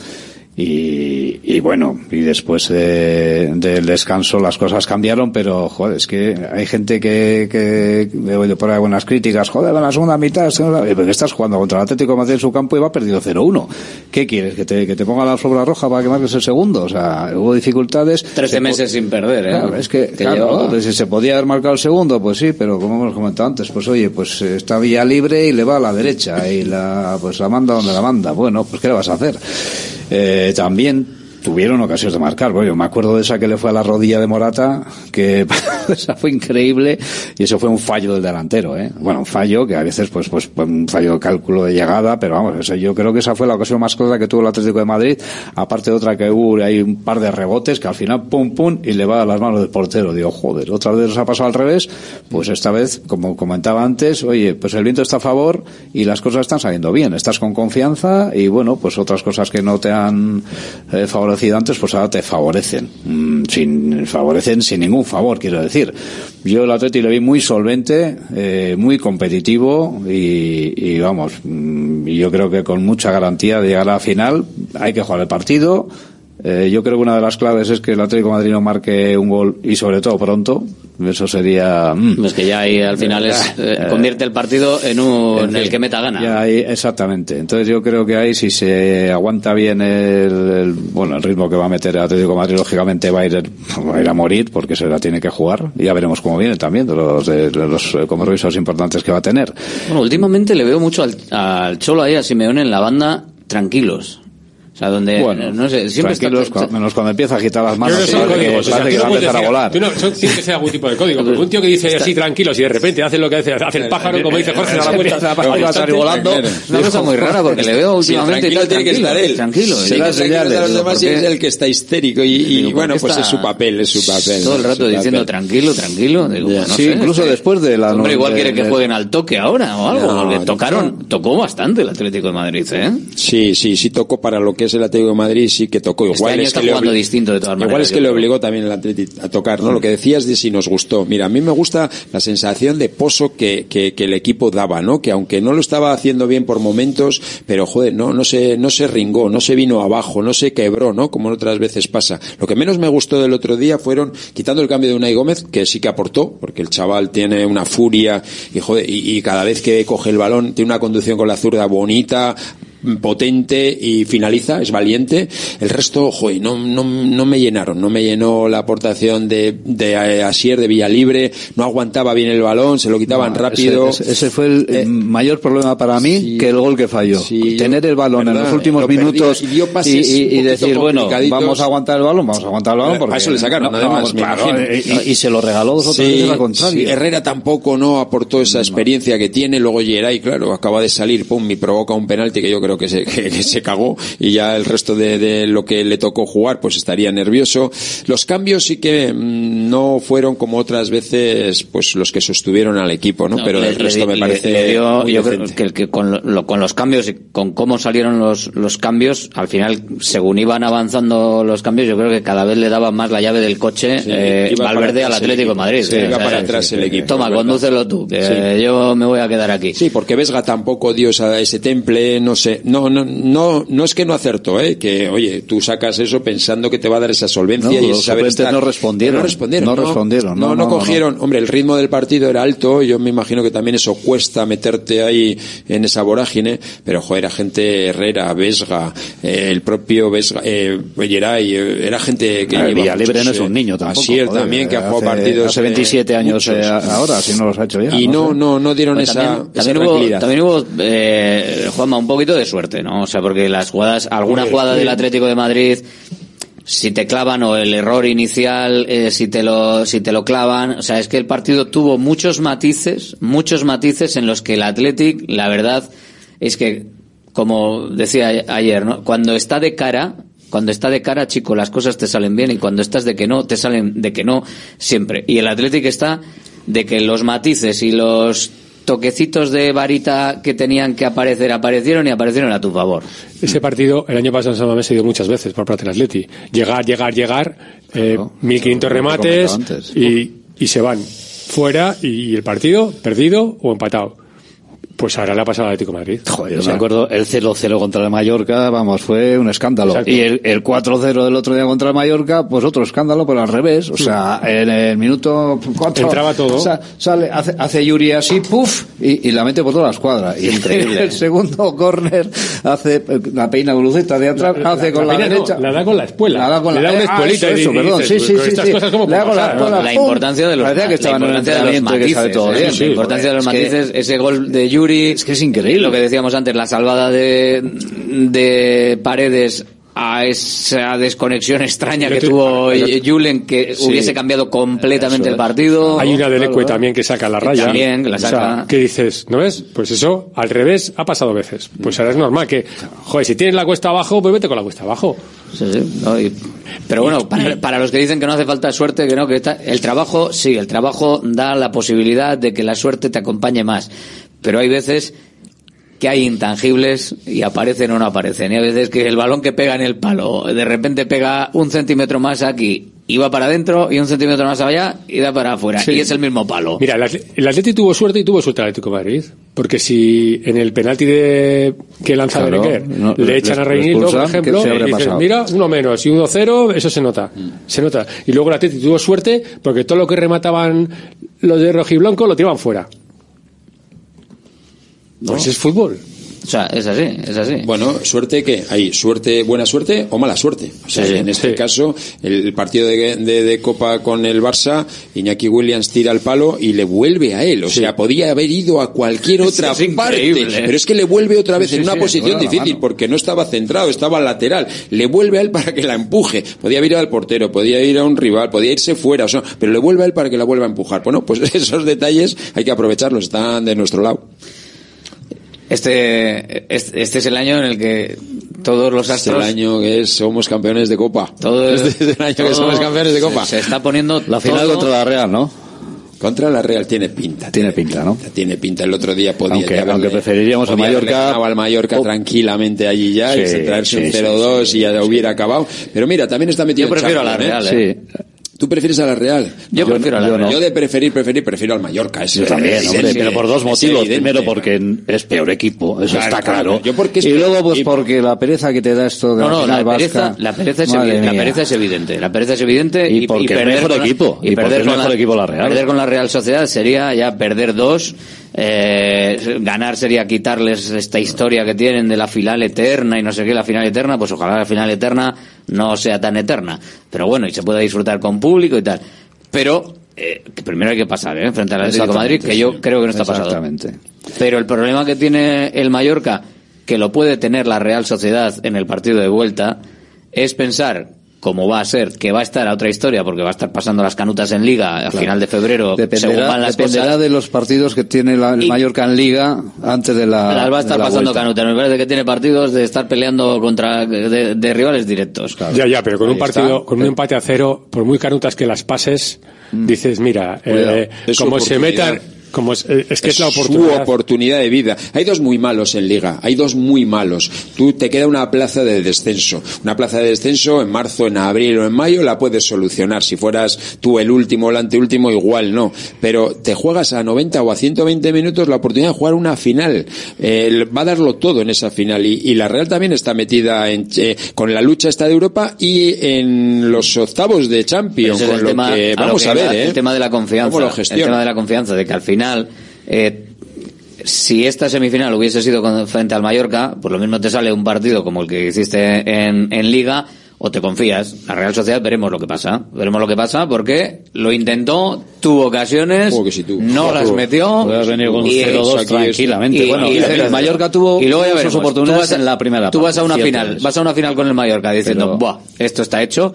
Y, y bueno, y después de, del descanso las cosas cambiaron, pero joder, es que hay gente que, que he oído por ahí buenas críticas, joder, en la segunda mitad, porque estás jugando contra el Atlético de Madrid en su campo y va perdido cero uno. ¿Qué quieres? ¿Que te, que te ponga la alfombra roja para que marques el segundo? O sea, hubo dificultades. Trece meses sin perder, ¿eh? Claro, es que, que claro, pues, si se podía haber marcado el segundo, pues sí, pero como hemos comentado antes, pues oye, pues está vía libre y le va a la derecha y la, pues la manda donde la manda. Bueno, pues ¿qué le vas a hacer? Eh, también tuvieron ocasiones de marcar. Bueno, yo me acuerdo de esa que le fue a la rodilla de Morata, que esa fue increíble, y eso fue un fallo del delantero, ¿eh? Bueno, un fallo que a veces, pues, pues, un fallo de cálculo de llegada, pero vamos, eso, yo creo que esa fue la ocasión más clara que tuvo el Atlético de Madrid, aparte de otra que hubo, hay un par de rebotes que al final, pum, pum, y le va a las manos del portero. Digo, joder, otra vez nos ha pasado al revés, pues esta vez, como comentaba antes, oye, pues el viento está a favor y las cosas están saliendo bien, estás con confianza y bueno, pues otras cosas que no te han eh, favorecido antes, pues ahora te favorecen, mm, sin favorecen sin ningún favor, quiero decir. Yo el Atleti lo vi muy solvente, eh, muy competitivo y, y vamos, mm, yo creo que con mucha garantía de llegar a la final. Hay que jugar el partido, Eh, yo creo que una de las claves es que el Atlético de Madrid no marque un gol y sobre todo pronto. Eso sería... Mm. Es que ya ahí al final es eh, convierte el partido en un en el que meta gana. Ya ahí, exactamente. Entonces yo creo que ahí si se aguanta bien el, el bueno el ritmo que va a meter el Atlético de Madrid, lógicamente va a ir va a ir a morir porque se la tiene que jugar. Y ya veremos cómo viene también de los de los compromisos importantes que va a tener. Bueno, últimamente le veo mucho al, al Cholo ahí a Simeone en la banda tranquilos. O sea, donde, bueno, no sé, siempre tranquilos, está... menos cuando empieza a agitar las manos, no parece que, códigos, o sea, parece que va a empezar a volar. No, son, tiene que ser algún tipo de código, porque un tío que dice está... así tranquilos y de repente hace lo que hace, hace el pájaro, como dice Jorge, a la vuelta, va a salir volando. Es una cosa muy rara, porque le veo últimamente sí, tranquilo, tiene que estar él. Tranquilo. Se da señales a los demás y es el que está histérico y, y bueno, pues es su papel, es su papel. Todo el rato diciendo tranquilo, tranquilo. Sí, incluso después de la... Hombre, igual quiere que jueguen al toque ahora o algo, porque tocaron, tocó bastante el Atlético de Madrid, ¿eh? Sí, sí, sí tocó para lo que es el Atlético de Madrid, sí que tocó igual. Este año está jugando distinto de todas maneras. Igual es que le obligó también el Atlético a tocar, ¿no? Lo que decías de si nos gustó. Mira, a mí me gusta la sensación de pozo que, que, que el equipo daba, ¿no? Que aunque no lo estaba haciendo bien por momentos, pero joder, no, no se, no se ringó, no se vino abajo, no se quebró, ¿no? Como otras veces pasa. Lo que menos me gustó del otro día fueron, quitando el cambio de Unai Gómez, que sí que aportó, porque el chaval tiene una furia y joder, y, y cada vez que coge el balón tiene una conducción con la zurda bonita, potente y finaliza, es valiente. El resto, joder, no, no, no me llenaron, no me llenó la aportación de, de Asier, de Villalibre, no aguantaba bien el balón, se lo quitaban no, rápido. Ese, ese fue el eh, mayor problema para mí, sí, que el gol que falló. Sí, Tener el balón verdad, en los últimos minutos y, y, y, y decir, bueno, vamos a aguantar el balón, vamos a aguantar el balón. Porque a eso le sacaron, no, además, no, claro, y, y se lo regaló dos o tres veces al contrario. Sí, Herrera tampoco no aportó esa experiencia no. que tiene, luego Geray, claro, acaba de salir, pum, y provoca un penalti que yo creo que se, que, que se cagó, y ya el resto de, de lo que le tocó jugar, pues estaría nervioso. Los cambios sí que mmm, no fueron como otras veces, pues los que sostuvieron al equipo, ¿no? no Pero el resto le, me parece le dio, muy yo creo que, que con, lo, con los cambios y con cómo salieron los, los cambios, al final, según iban avanzando los cambios, yo creo que cada vez le daba más la llave del coche sí, eh, Valverde al Atlético de Madrid. Sí, iba o sea, para atrás sí, el equipo. Toma, condúcelo tú, que sí. yo me voy a quedar aquí. Sí, porque Vesga tampoco dio esa, ese temple, no sé, no, no, no, no es que no acertó, eh, que oye, tú sacas eso pensando que te va a dar esa solvencia no, y saber estar. No respondieron, no respondieron, no, no respondieron, no, no, no, no cogieron. No. Hombre, el ritmo del partido era alto, yo me imagino que también eso cuesta meterte ahí en esa vorágine, pero joder, era gente Herrera, Vesga, eh, el propio Vesga, eh, Geray, eh, era gente que lleva Villalibre no es un niño tampoco. Así él también que ha jugado partidos hace veintisiete años eh, ahora, si no los ha hecho ya. Y no, no, no, no dieron pues esa, también, esa también hubo, también hubo, eh, Juanma, un poquito de suerte, ¿no? O sea, porque las jugadas, alguna jugada del Atlético de Madrid, si te clavan, o el error inicial, eh, si te lo, si te lo clavan, o sea, es que el partido tuvo muchos matices, muchos matices en los que el Athletic, la verdad, es que, como decía ayer, ¿no? Cuando está de cara, Cuando está de cara, chico, las cosas te salen bien, y cuando estás de que no, te salen de que no siempre. Y el Athletic está de que los matices y los toquecitos de varita que tenían que aparecer, aparecieron y aparecieron a tu favor. Ese partido, el año pasado en San Mamés se dio muchas veces por parte del Atleti. Llegar, llegar, llegar, eh, claro, mil quinientos remates y, y se van fuera, y el partido perdido o empatado. Pues ahora le ha pasado al Atlético de Madrid. Joder, yo o sea, me acuerdo, el cero cero contra el Mallorca, vamos, fue un escándalo. Exacto. Y el, el cuatro cero del otro día contra el Mallorca, pues otro escándalo, pero al revés. O sea, en el minuto cuatro... Entraba todo. O sea, sale, hace, hace Yuri así, puff, y, y la mete por toda la escuadra. Y increíble. El segundo córner hace la peina con luceta de atrás, la, hace con la, la derecha. No, la da con la espuela. La da con la, le da una espuelita. Ah, eso, eso, perdón. Sí, sí, sí. sí. Cosas como le da con la, la, la importancia de los, parecía que estaba en el entrenamiento y que sabe todo bien. La importancia de los matices, ese gol de Yuri, es que es increíble. Lo que decíamos antes, la salvada de, de Paredes a esa desconexión extraña que tuvo Julen, que sí. hubiese cambiado completamente el partido. Hay una de Lecue también que saca la raya. También, que la saca. O sea, ¿qué dices? ¿No ves? Pues eso, al revés, ha pasado veces. Pues ahora es normal que, joder, si tienes la cuesta abajo, pues vete con la cuesta abajo. Sí, sí, no, y, pero bueno, para, para los que dicen que no hace falta suerte, que no, que está, el trabajo, sí, el trabajo da la posibilidad de que la suerte te acompañe más. Pero hay veces que hay intangibles y aparecen o no aparecen. Y a veces que el balón que pega en el palo de repente pega un centímetro más aquí y va para adentro y un centímetro más allá y da para afuera, sí. Y es el mismo palo. Mira, el, Atl- el Atleti tuvo suerte y tuvo suerte el Atlético de Madrid, porque si en el penalti de que lanza claro, Berenguer no, le echan a Reinildo, por ejemplo, y dicen, mira, uno menos y uno cero, eso se nota, mm. se nota. Y luego el Atleti tuvo suerte porque todo lo que remataban los de rojiblanco lo tiraban fuera. No. Pues es fútbol. O sea, es así, es así. Bueno, suerte que hay suerte, buena suerte o mala suerte. O sea, sí, en este sí. caso, el partido de, de, de Copa con el Barça, Iñaki Williams tira el palo y le vuelve a él. O sí. sea, podía haber ido a cualquier otra es parte, pero es que le vuelve otra vez sí, en una sí, posición difícil porque no estaba centrado, estaba lateral. Le vuelve a él para que la empuje. Podía ir al portero, podía ir a un rival, podía irse fuera, o sea, pero le vuelve a él para que la vuelva a empujar. Bueno, pues esos detalles hay que aprovecharlos, están de nuestro lado. Este, este este es el año en el que todos los astros... Este es el año que es, somos campeones de Copa. Todo, este es el año que somos campeones de Copa. Se, se está poniendo... La final todo... contra la Real, ¿no? Contra la Real tiene pinta. Tiene pinta, ¿no? Tiene pinta. El otro día podía... Aunque, aunque preferiríamos a Mallorca... al Mallorca oh. tranquilamente allí ya sí, y traerse sí, un cero dos sí, sí, y ya sí, hubiera sí. acabado. Pero mira, también está metido... Yo prefiero a la Real, ¿eh? Sí. ¿Tú prefieres a la Real? Yo no, prefiero a la yo Real. No. Yo de preferir, preferir, prefiero al Mallorca. Eso yo también, es, hombre, es, pero por dos motivos. Es Primero porque es peor equipo, eso claro, está claro. claro. Yo porque es y peor, luego pues y... porque la pereza que te da esto de no, no, la, la pereza, vasca, la pereza es evidente, la pereza es evidente, la pereza es evidente y, y porque y perder es mejor con equipo, y, y perder es con mejor la, equipo la Real. Perder con la Real Sociedad sería ya perder dos. Eh, ganar sería quitarles esta historia que tienen de la final eterna y no sé qué, la final eterna, pues ojalá la final eterna no sea tan eterna, pero bueno, y se pueda disfrutar con público y tal, pero eh, que primero hay que pasar, ¿eh? Frente al Atlético de Madrid, que yo creo que no está pasado. Pero el problema que tiene el Mallorca, que lo puede tener la Real Sociedad en el partido de vuelta, es pensar como va a ser, que va a estar a otra historia, porque va a estar pasando las canutas en Liga a claro. final de febrero, dependerá, según van las dependerá cosas. de los partidos que tiene la, el Mallorca en Liga antes de la Las va a estar pasando vuelta. canutas. Me parece que tiene partidos de estar peleando contra de, de rivales directos. Claro. Ya, ya, pero con Ahí un partido, está. con un empate a cero, por muy canutas que las pases, mm. dices, mira, eh, como se metan... Como es, es que es, es la oportunidad. Su oportunidad de vida. Hay dos muy malos en Liga, hay dos muy malos. Tú te queda una plaza de descenso. Una plaza de descenso en marzo, en abril o en mayo la puedes solucionar. Si fueras tú el último o el anteúltimo, igual no. Pero te juegas a noventa o a ciento veinte minutos la oportunidad de jugar una final. Eh, va a darlo todo en esa final. Y, y la Real también está metida en, eh, con la lucha esta de Europa y en los octavos de Champions. Con lo tema, que vamos a, lo que a ver, ¿eh? El tema de la confianza. ¿Cómo lo gestiona? El tema de la confianza, de que al final final eh, si esta semifinal hubiese sido con, frente al Mallorca, pues lo mismo te sale un partido como el que hiciste en, en Liga, o te confías. La Real Sociedad veremos lo que pasa, veremos lo que pasa, porque lo intentó, tuvo ocasiones, si tú, no tú, las tú, metió, puede haber venido con cero dos tranquilamente. Y, bueno, y, el Mallorca tuvo y luego ya sus oportunidades a, en la primera. Tú vas a una parte, final, cierto, vas a una final con el Mallorca diciendo, pero... buah, esto está hecho.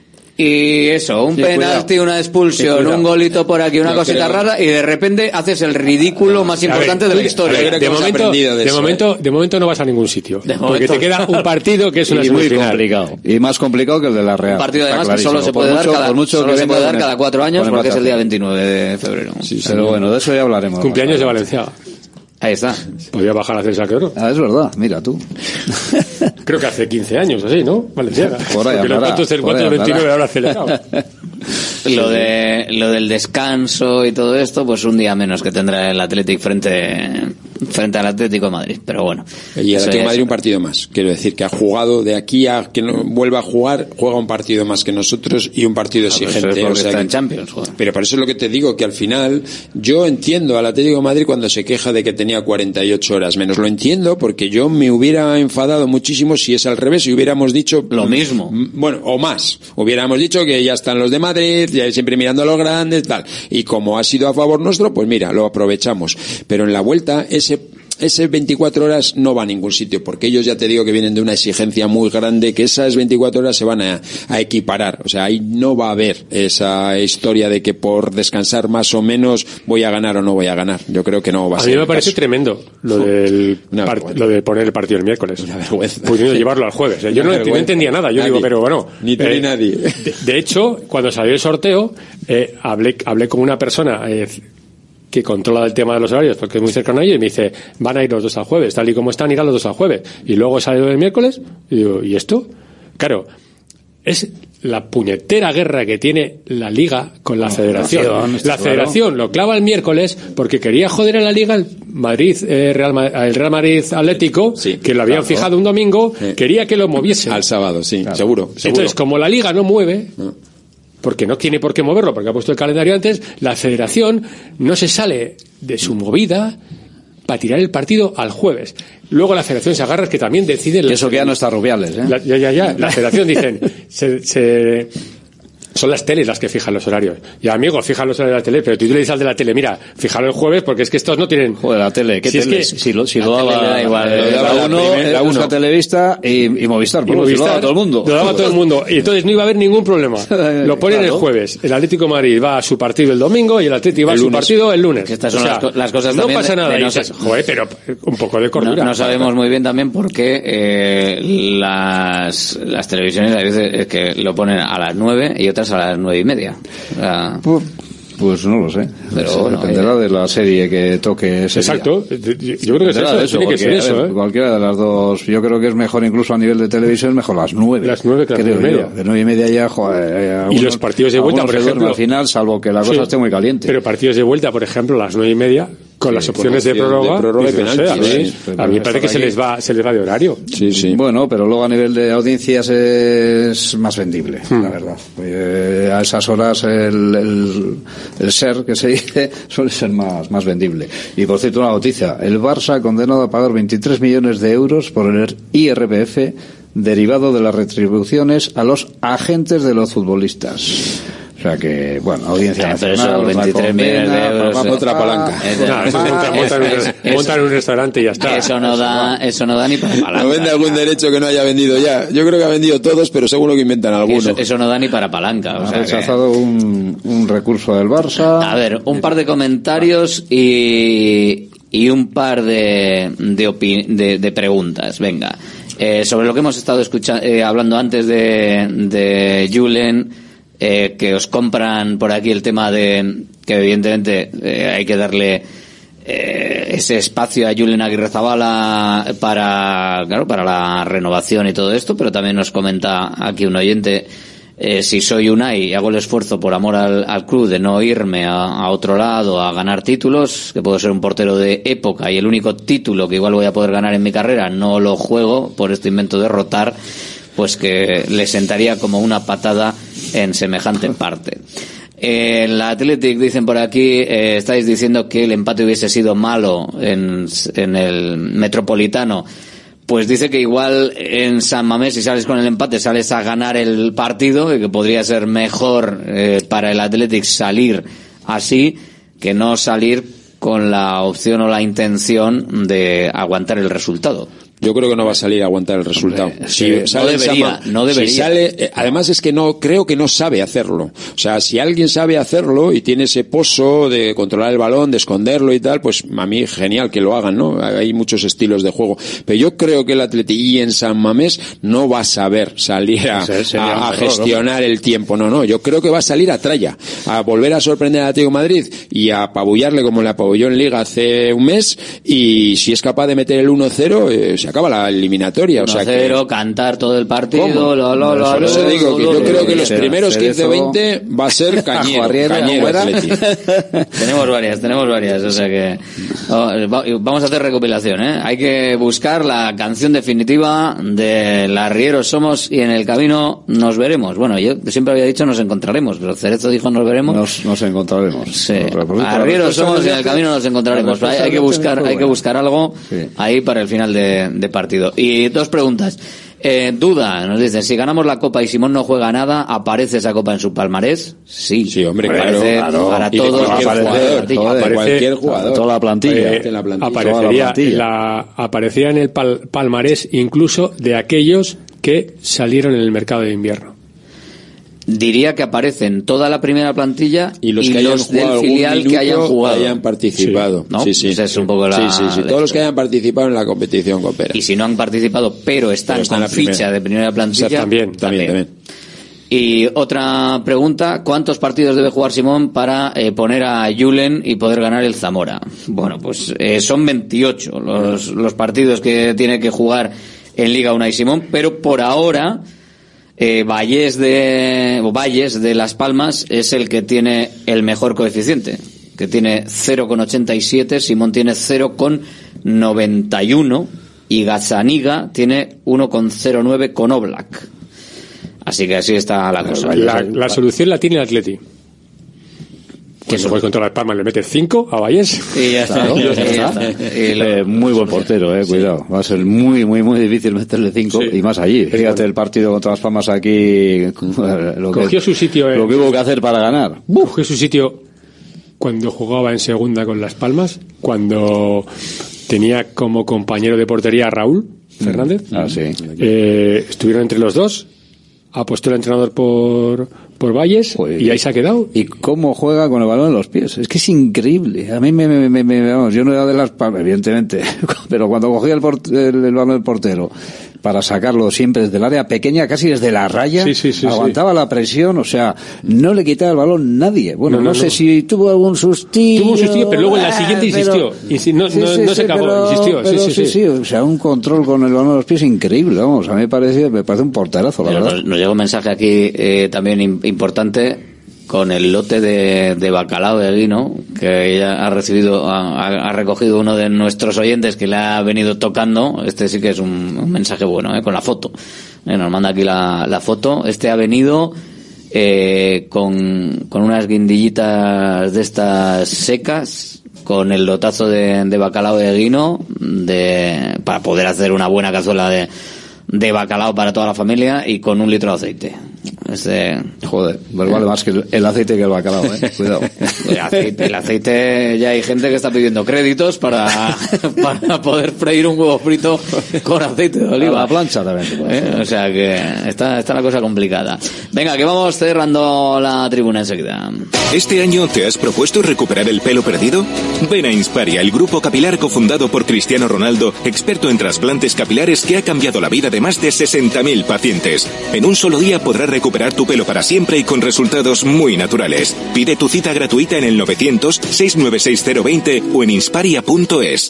Y eso, un sí, penalti, cuidado. Una expulsión, sí, un golito por aquí, una no, cosita creo... rara, y de repente haces el ridículo más importante ver, de la historia. Ver, de, momento, de, de, eso, momento, ¿eh? de momento no vas a ningún sitio, de porque momento. Te queda un partido que es una y muy semifinal. complicado. Y más complicado que el de la Real. Un partido además que solo se puede dar, cada, solo se puede dar cada cuatro años porque es el día veintinueve de febrero. Sí, sí, pero bueno, de eso ya hablaremos. Cumpleaños de Valencia. Ahí está. Podría bajar a César Quevedo. Ah, es verdad, mira tú. Creo que hace quince años, así, ¿no? Valenciaga. Por ahí, porque los datos del cuatro veintinueve ahora acelerado. Lo de lo del descanso y todo esto, pues un día menos que tendrá el Athletic frente frente al Atlético de Madrid, pero bueno. Y el Atlético de Madrid un partido más, quiero decir que ha jugado de aquí a que no vuelva a jugar, juega un partido más que nosotros y un partido no, exigente. Pero, o sea, está que, en Champions, joder. Pero por eso es lo que te digo, que al final yo entiendo al Atlético de Madrid cuando se queja de que tenía cuarenta y ocho horas menos, lo entiendo porque yo me hubiera enfadado muchísimo si es al revés y hubiéramos dicho lo mismo, bueno, o más, hubiéramos dicho que ya están los de Madrid, ya siempre mirando a los grandes, tal, y como ha sido a favor nuestro, pues mira, lo aprovechamos, pero en la vuelta ese ese veinticuatro horas no va a ningún sitio, porque ellos ya te digo que vienen de una exigencia muy grande, que esas veinticuatro horas se van a, a equiparar, o sea, ahí no va a haber esa historia de que por descansar más o menos voy a ganar o no voy a ganar, yo creo que no va a, a ser. A mí me parece caso. Tremendo lo del part, lo de poner el partido el miércoles, una vergüenza, pudiendo llevarlo al jueves, ¿eh? Yo no, no entendía nada, yo nadie. digo, pero bueno, ni tú eh, ni nadie. De, de hecho, cuando salió el sorteo, eh, hablé, hablé con una persona eh, que controla el tema de los horarios porque es muy cercano a ello y me dice, van a ir los dos al jueves, tal y como están irán los dos al jueves, y luego sale el miércoles y digo, ¿y esto? Claro, es la puñetera guerra que tiene la Liga con la no, Federación. La, la Federación claro. lo clava el miércoles porque quería joder a la Liga el Madrid, eh, Real, el Real Madrid Atlético, sí, que lo habían claro. fijado un domingo, sí. quería que lo moviese. Al sábado, sí, claro. seguro, seguro. Entonces, como la Liga no mueve, no. porque no tiene por qué moverlo, porque ha puesto el calendario antes, la Federación no se sale de su movida para tirar el partido al jueves. Luego la Federación se agarra, es que también decide... Que eso que ya no está Rubiales, ¿eh? La, ya, ya, ya. La Federación dicen... se, se, son las teles las que fijan los horarios. Y amigos, fijan los horarios de la tele, pero tú le dices al de la tele, mira, fíjalo el jueves porque es que estos no tienen... Joder, la tele, ¿qué si tele? Es que, si lo, si lo daba, da igual, eh, la, la uno, primer, la uno. Televista y, y Movistar, y Movistar, si lo daba todo el mundo. Lo daba todo el mundo. Y entonces no iba a haber ningún problema. Lo ponen claro. el jueves. El Atlético de Madrid va a su partido el domingo y el Atlético va a su partido el lunes. Que estas son o sea, las, las cosas no también pasa nada. De, de no dices, joder, pero un poco de cordura. No, no sabemos muy bien también por qué eh, las, las televisiones a veces es que lo ponen a las nueve y otras a las nueve y media. O sea, Pues no lo sé, pero sí, bueno, dependerá eh. de la serie que toque ese Exacto, día. Yo creo que es eso, eso tiene que ser eso, ver, ¿eh? Cualquiera de las dos, yo creo que es mejor incluso a nivel de televisión, mejor las nueve. Las nueve, que las nueve y media. De nueve y media ya, joder, algunos, y los partidos de vuelta, por ejemplo. Al final, salvo que la cosa sí, esté muy caliente. Pero partidos de vuelta, por ejemplo, las nueve y media, con sí, las opciones de prórroga, de prórroga y penalti, no sé, a mí, sí, a mí me parece que se les va se les va de horario. Sí, sí. Bueno, pero luego a nivel de audiencias es más vendible, hmm. la verdad. Eh, a esas horas el, el, el ser que se dice suele ser más, más vendible. Y por cierto, una noticia, el Barça condenado a pagar veintitrés millones de euros por el I R P F derivado de las retribuciones a los agentes de los futbolistas. O sea que, bueno, audiencia nacional, pero eso, veintitrés millones de euros, pa, pa, otra palanca. Montan un restaurante y ya está. Eso no da, eso no da ni para palanca. No vende algún derecho que no haya vendido ya. Yo creo que ha vendido todos, pero seguro que inventan alguno. Eso, eso no da ni para palanca. O ha sea rechazado que... un, un recurso del Barça. A ver, un par de comentarios y, y un par de, de, opin... de, de preguntas. Venga. Eh, sobre lo que hemos estado escuchando, eh, hablando antes de, de Julen, Eh, que os compran por aquí el tema de que evidentemente eh, hay que darle eh, ese espacio a Julen Aguirrezabala para claro para la renovación y todo esto, pero también nos comenta aquí un oyente eh, si soy Unai y hago el esfuerzo por amor al, al club de no irme a, a otro lado a ganar títulos, que puedo ser un portero de época y el único título que igual voy a poder ganar en mi carrera no lo juego por este invento de rotar, pues que le sentaría como una patada en semejante parte. En eh, la Athletic dicen por aquí, eh, estáis diciendo que el empate hubiese sido malo en, en el Metropolitano. Pues dice que igual en San Mamés si sales con el empate sales a ganar el partido y que podría ser mejor eh, para el Athletic salir así que no salir con la opción o la intención de aguantar el resultado. Yo creo que no va a salir a aguantar el resultado. Hombre, si no sale debería, Sama, no debería. Si sale, además es que no, creo que no sabe hacerlo. O sea, si alguien sabe hacerlo y tiene ese pozo de controlar el balón, de esconderlo y tal, pues a mí genial que lo hagan, ¿no? Hay muchos estilos de juego. Pero yo creo que el Atleti y en San Mamés no va a saber salir a, a, a gestionar el tiempo. No, no. Yo creo que va a salir a tralla, a volver a sorprender al Atlético de Madrid y a apabullarle como le apabulló en Liga hace un mes. Y si es capaz de meter el uno cero, eh, se acaba la eliminatoria. O sea cero, que... cantar todo el partido. Lo, lo, lo, Por eso lo, digo que yo creo que los primeros quince o veinte va a ser cañero. cañero tenemos varias, tenemos varias. O sea que oh, vamos a hacer recopilación, ¿eh? Hay que buscar la canción definitiva de Las Rieros Somos y en el camino nos veremos. Bueno, yo siempre había dicho nos encontraremos, pero Cerezo dijo nos veremos. Nos, nos encontraremos. Sí. Las Rieros Somos y en el camino nos encontraremos. Hay, hay que buscar, hay que buscar algo sí. ahí para el final de, de partido. Y dos preguntas. Eh, duda, nos dicen, si ganamos la Copa y Simón no juega nada, ¿aparece esa Copa en su palmarés? Sí. Sí, hombre, claro. claro. Para todos cualquier jugador, aparece, cualquier jugador. Toda la plantilla. Eh, la plantilla. Aparecería, la plantilla. La, aparecería en el pal, palmarés incluso de aquellos que salieron en el mercado de invierno. Diría que aparecen toda la primera plantilla y los, y que los hayan del filial que hayan jugado, hayan participado. Sí, ¿no? sí, sí, pues es sí, un poco la, sí, sí, sí. Todos los que hayan participado en la competición coopera. Y si no han participado, pero están, pero están con ficha primera. de primera plantilla, o sea, también, también, también, también. Y otra pregunta, ¿cuántos partidos debe jugar Simón para eh, poner a Julen y poder ganar el Zamora? Bueno, pues eh, son veintiocho los, los partidos que tiene que jugar en Liga Unai Simón, pero por ahora eh, Vallés de o Valles de Las Palmas es el que tiene el mejor coeficiente, que tiene cero coma ochenta y siete, Simón tiene cero coma noventa y uno y Gazzaniga tiene uno coma cero nueve con Oblak. Así que así está la cosa. La, la solución la tiene el Atleti. Que se puede contra Las Palmas, le mete cinco a Vallés. Y ya está. Claro, ya está. Ya está. Y lo... eh, muy buen portero, eh, cuidado. Va a ser muy, muy, muy difícil meterle cinco sí. y más allí. Fíjate el partido contra Las Palmas aquí. Lo que, Cogió su sitio. Eh. Lo que hubo que hacer para ganar. Cogió su sitio cuando jugaba en segunda con Las Palmas, cuando tenía como compañero de portería a Raúl Fernández. Ah, sí. Eh, estuvieron entre los dos. Apostó el entrenador por, por Valles Joder, y ahí se ha quedado. ¿Y cómo juega con el balón en los pies? Es que es increíble. A mí me, me, me, me vamos, yo no era de Las Palmas, evidentemente, pero cuando cogía el, port, el, el balón del portero para sacarlo siempre desde el área pequeña, casi desde la raya, sí, sí, sí, aguantaba sí. la presión, o sea, no le quitaba el balón nadie. Bueno, no, no, no sé no. si tuvo algún sustillo. Tuvo un sustillo, pero luego en la siguiente insistió. Pero, y si, no, sí, no, sí, no se sí, acabó, pero, insistió. Pero, sí, sí, sí, sí, sí, o sea, un control con el balón de los pies increíble, vamos, a mí me parece, me parece un porterazo, la pero verdad. Nos, nos llega un mensaje aquí eh, también importante con el lote de, de bacalao de Guino, que ella ha recibido, ha, ha recogido uno de nuestros oyentes que le ha venido tocando. Este sí que es un, un mensaje bueno, eh, con la foto. Eh, nos manda aquí la, la foto. Este ha venido eh, con, con unas guindillitas de estas secas, con el lotazo de, de bacalao de Guino, de, para poder hacer una buena cazuela de, de bacalao para toda la familia, y con un litro de aceite. Este, joder, pues vale más que el, el aceite que el bacalao, eh. Cuidado. El aceite, el aceite, ya hay gente que está pidiendo créditos para, para poder freír un huevo frito con aceite de oliva. A la plancha también. ¿Eh? O sea que está, está la cosa complicada. Venga, que vamos cerrando la tribuna enseguida. ¿Este año te has propuesto recuperar el pelo perdido? Ven a Insparia, el grupo capilar cofundado por Cristiano Ronaldo, experto en trasplantes capilares que ha cambiado la vida de más de sesenta mil pacientes. En un solo día podrás recuperar tu pelo para siempre y con resultados muy naturales. Pide tu cita gratuita en el novecientos, seiscientos noventa y seis cero veinte o en insparia punto es.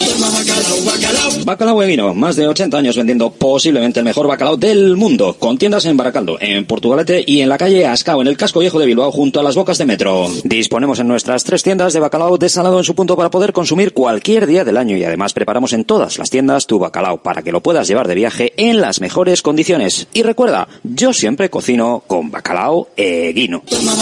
Bacalao de Vino, más de ochenta años vendiendo posiblemente el mejor bacalao del mundo, con tiendas en Baracaldo, en Portugalete y en la calle Ascao, en el casco viejo de Bilbao, junto a las bocas de metro. Disponemos en nuestras tres tiendas de bacalao desalado en su punto para poder consumir cualquier día del año, y además preparamos en todas las tiendas tu bacalao para que lo puedas llevar de viaje en las mejores condiciones. Y recuerda, yo siempre cocino con bacalao e Guino.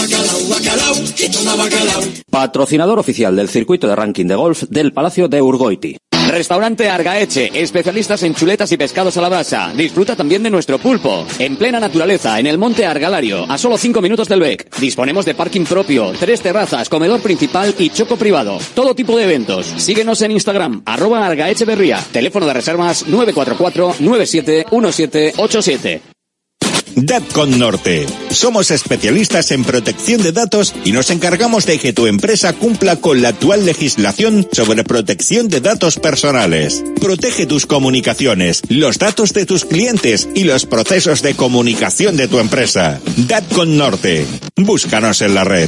Patrocinador oficial del circuito de ranking de golf del Palacio de Urgoiti. Restaurante Argaeche, especialistas en chuletas y pescados a la brasa. Disfruta también de nuestro pulpo. En plena naturaleza, en el monte Argalario, a solo cinco minutos del B E C. Disponemos de parking propio, tres terrazas, comedor principal y choco privado. Todo tipo de eventos. Síguenos en Instagram, arroba Argaecheverría. Teléfono de reservas nueve cuatro cuatro, nueve siete uno siete ocho siete. Datcon Norte. Somos especialistas en protección de datos y nos encargamos de que tu empresa cumpla con la actual legislación sobre protección de datos personales. Protege tus comunicaciones, los datos de tus clientes y los procesos de comunicación de tu empresa. Datcon Norte. Búscanos en la red.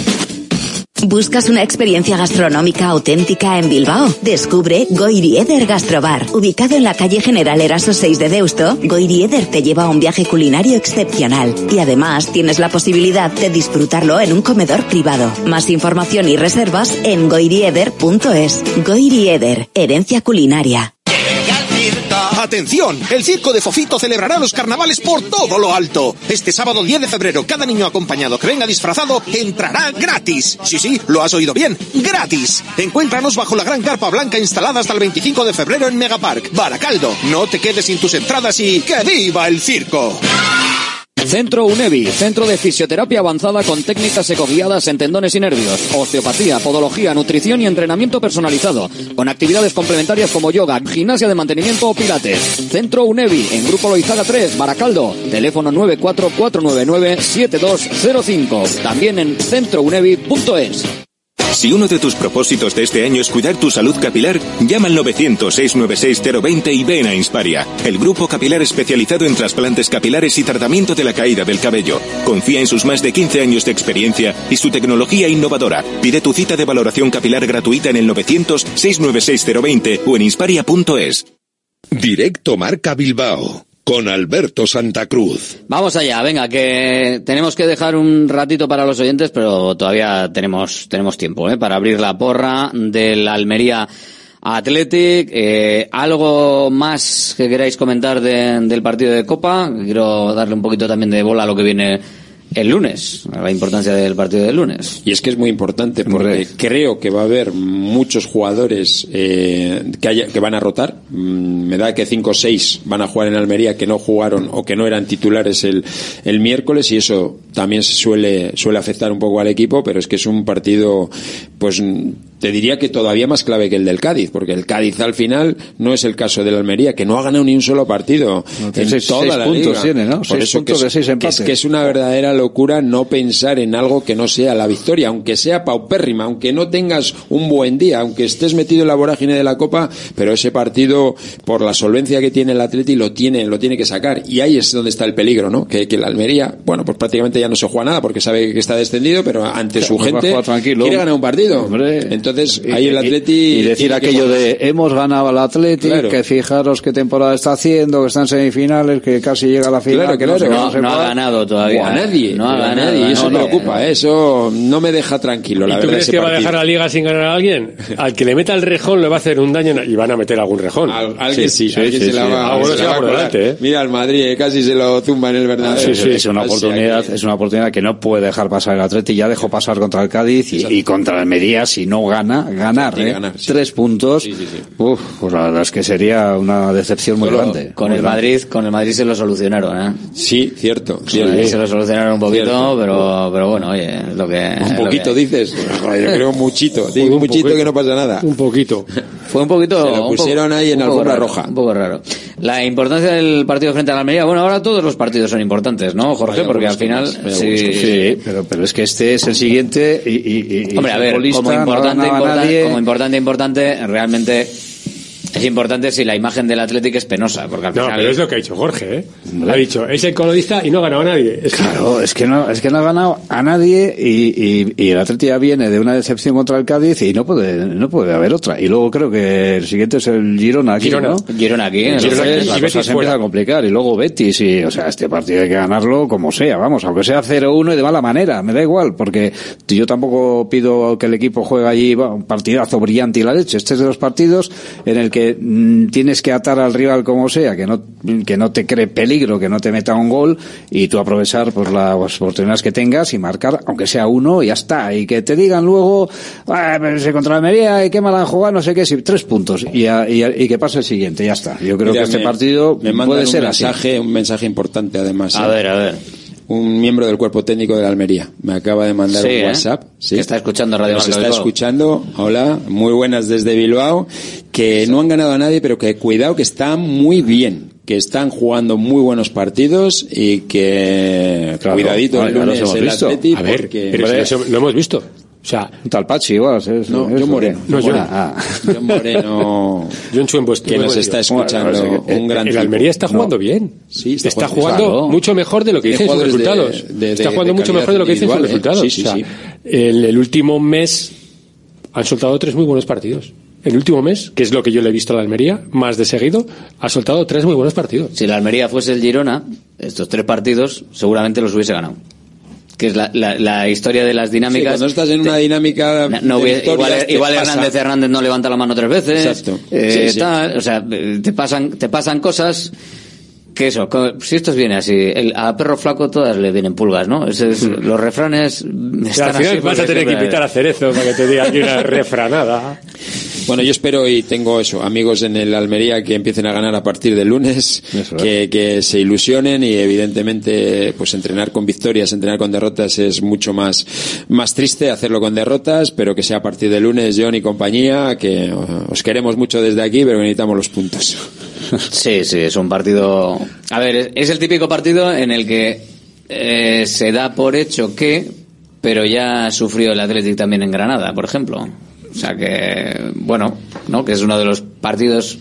¿Buscas una experiencia gastronómica auténtica en Bilbao? Descubre Goiri Eder Gastrobar. Ubicado en la calle General Eraso seis de Deusto, Goiri Eder te lleva a un viaje culinario excepcional. Y además tienes la posibilidad de disfrutarlo en un comedor privado. Más información y reservas en goirieder punto es. Goiri Eder, herencia culinaria. ¡Atención! El Circo de Fofito celebrará los carnavales por todo lo alto. Este sábado diez de febrero, cada niño acompañado que venga disfrazado entrará gratis. Sí, sí, lo has oído bien, gratis. Encuéntranos bajo la gran carpa blanca instalada hasta el veinticinco de febrero en Megapark, Baracaldo. No te quedes sin tus entradas y ¡que viva el circo! Centro UNEVI, centro de fisioterapia avanzada con técnicas ecoguiadas en tendones y nervios, osteopatía, podología, nutrición y entrenamiento personalizado, con actividades complementarias como yoga, gimnasia de mantenimiento o pilates. Centro UNEVI, en Grupo Loizaga tres, Baracaldo, teléfono nueve cuatro cuatro nueve nueve siete dos cero cinco, también en centro unevi punto es. Si uno de tus propósitos de este año es cuidar tu salud capilar, llama al novecientos, seiscientos noventa y seis cero veinte y ven a Insparia, el grupo capilar especializado en trasplantes capilares y tratamiento de la caída del cabello. Confía en sus más de quince años de experiencia y su tecnología innovadora. Pide tu cita de valoración capilar gratuita en el novecientos, seiscientos noventa y seis cero veinte o en insparia punto es. Directo Marca Bilbao con Alberto Santa Cruz. Vamos allá, venga, que tenemos que dejar un ratito para los oyentes, pero todavía tenemos tenemos tiempo, ¿eh? Para abrir la porra del Almería Athletic. Eh, ¿Algo más que queráis comentar de, del partido de Copa? Quiero darle un poquito también de bola a lo que viene el lunes, a la importancia del partido del lunes. Y es que es muy importante porque Hombre. creo que va a haber muchos jugadores eh, que, haya, que van a rotar. Mm, me da que cinco o seis van a jugar en Almería que no jugaron o que no eran titulares el, el miércoles, y eso también suele, suele afectar un poco al equipo, pero es que es un partido, pues te diría que todavía más clave que el del Cádiz, porque el Cádiz al final no es el caso del Almería, que no ha ganado ni un solo partido no, en seis, toda seis la puntos liga. Tiene, ¿no? Por seis eso puntos que es, de seis empates. Que es, que es una verdadera locura no pensar en algo que no sea la victoria, aunque sea paupérrima, aunque no tengas un buen día, aunque estés metido en la vorágine de la Copa, pero ese partido, por la solvencia que tiene el Atleti, lo tiene, lo tiene que sacar, y ahí es donde está el peligro, ¿no? Que, que el Almería, bueno, pues prácticamente ya no se juega nada porque sabe que está descendido, pero ante su pues gente quiere ganar un partido. Hombre. Entonces ahí el Atleti y, y decir aquello de hemos ganado al Atleti, claro. que fijaros qué temporada está haciendo, que está en semifinales, que casi llega a la final. Claro, claro, que no, no, no ha ganado todavía. O a nadie, no ha ganado. Nadie, y eso me preocupa, eso no me deja tranquilo. La ¿Y tú verdad, crees que partido. va a dejar la Liga sin ganar a alguien? Al que le meta el rejón le va a hacer un daño y van a meter algún rejón. Al, alguien sí, sí, alguien sí, se sí, la va, ah, bueno, se va por delante, ¿eh? Mira al Madrid, eh, casi se lo zumba en el Bernabéu. Sí, sí, es una oportunidad, es una oportunidad que no puede dejar pasar el Atleti. Ya dejó pasar contra el Cádiz y, y contra el Almería, si no gana, ganar, ¿eh? Ganar, sí. Tres puntos. Sí, sí, sí. Uf, pues la verdad es que sería una decepción muy Solo grande. Con muy el grande. Madrid, con el Madrid se lo solucionaron, ¿eh? Sí, cierto. Sí, sí. Se lo solucionaron un poquito, cierto. pero pero bueno, oye, lo que un poquito lo que... dices. Yo creo muchito. Digo un muchito poquito, que no pasa nada. Un poquito. Fue un poquito. Se lo pusieron poco, ahí en alfombra roja. Un poco raro. La importancia del partido frente a la Almería. Bueno, ahora todos los partidos son importantes, ¿no, Jorge? Vaya, porque al final sí, sí, pero pero es que este es el siguiente y, y, y hombre, a ver, como importante, no importante, como importante, importante, realmente. Es importante si la imagen del Athletic es penosa, porque al no, final... pero es lo que ha dicho Jorge, ¿eh? Ha dicho, es el colodista y no ha ganado a nadie. Es claro, que... es que no, es que no ha ganado a nadie y, y, y el Athletic ya viene de una decepción contra el Cádiz y no puede, no puede haber otra. Y luego creo que el siguiente es el Girona aquí, Girona, ¿no? Girona aquí. Girona Girona aquí, la cosa se empieza a complicar. Y luego Betis y, o sea, este partido hay que ganarlo como sea, vamos, aunque sea cero uno y de mala manera, me da igual, porque yo tampoco pido que el equipo juegue allí bueno, un partidazo brillante y la leche. Este es de los partidos en el que mmm, tienes que atar al rival como sea, que no que no te cree peligro, que no te meta un gol y tú aprovechar por las oportunidades que tengas y marcar, aunque sea uno y ya está, y que te digan luego ah, se contra la Almería y qué mal han jugado, no sé qué, si tres puntos y, a, y, a, y que pase el siguiente, ya está. Yo creo Mira, que este me, partido me puede ser un mensaje, así. Un mensaje importante además. A ¿eh? ver, a ver. Un miembro del cuerpo técnico de la Almería me acaba de mandar sí, un ¿eh? WhatsApp. Sí. Que está escuchando Radio Nos Marca está Bilbao. escuchando. Hola, muy buenas desde Bilbao. Que no han ganado a nadie, pero que cuidado, que están muy bien. Que están jugando muy buenos partidos y que claro, cuidadito vale, el lunes el Atleti. A ver, porque... pero si eso lo hemos visto. O sea, un tal Pachi igual. Es, no, es John Moreno. No, John, ah. John Moreno. John Chuenbues, que nos está escuchando. Bueno, un gran el Almería está jugando no. bien. Sí, está, está jugando, jugando claro. mucho mejor de lo que dicen sus resultados. De, de, está jugando de mucho mejor de lo que dicen sus resultados. Sí, sí, o sea, sí. El, el último mes han soltado tres muy buenos partidos. El último mes, que es lo que yo le he visto a la Almería, más de seguido, ha soltado tres muy buenos partidos. Si la Almería fuese el Girona, estos tres partidos seguramente los hubiese ganado. Que es la, la, la historia de las dinámicas. Sí, cuando estás en una dinámica no, no, de igual, igual Hernández Hernández no levanta la mano tres veces. Exacto. Eh, sí, sí. Está, o sea, te pasan, te pasan cosas que eso, si esto viene así, el, a perro flaco todas le vienen pulgas, ¿no? Es, es, mm. Los refranes están al final así vas a tener que invitar a Cerezo para que te diga aquí una refranada. Bueno, yo espero y tengo eso, amigos en el Almería que empiecen a ganar a partir del lunes, que, que se ilusionen y evidentemente pues entrenar con victorias, entrenar con derrotas es mucho más, más triste hacerlo con derrotas, pero que sea a partir del lunes, John y compañía, que os queremos mucho desde aquí, pero que necesitamos los puntos. Sí, sí, es un partido... A ver, es el típico partido en el que eh, se da por hecho que, pero ya sufrió el Athletic también en Granada, por ejemplo. O sea que, bueno, ¿no? Que es uno de los partidos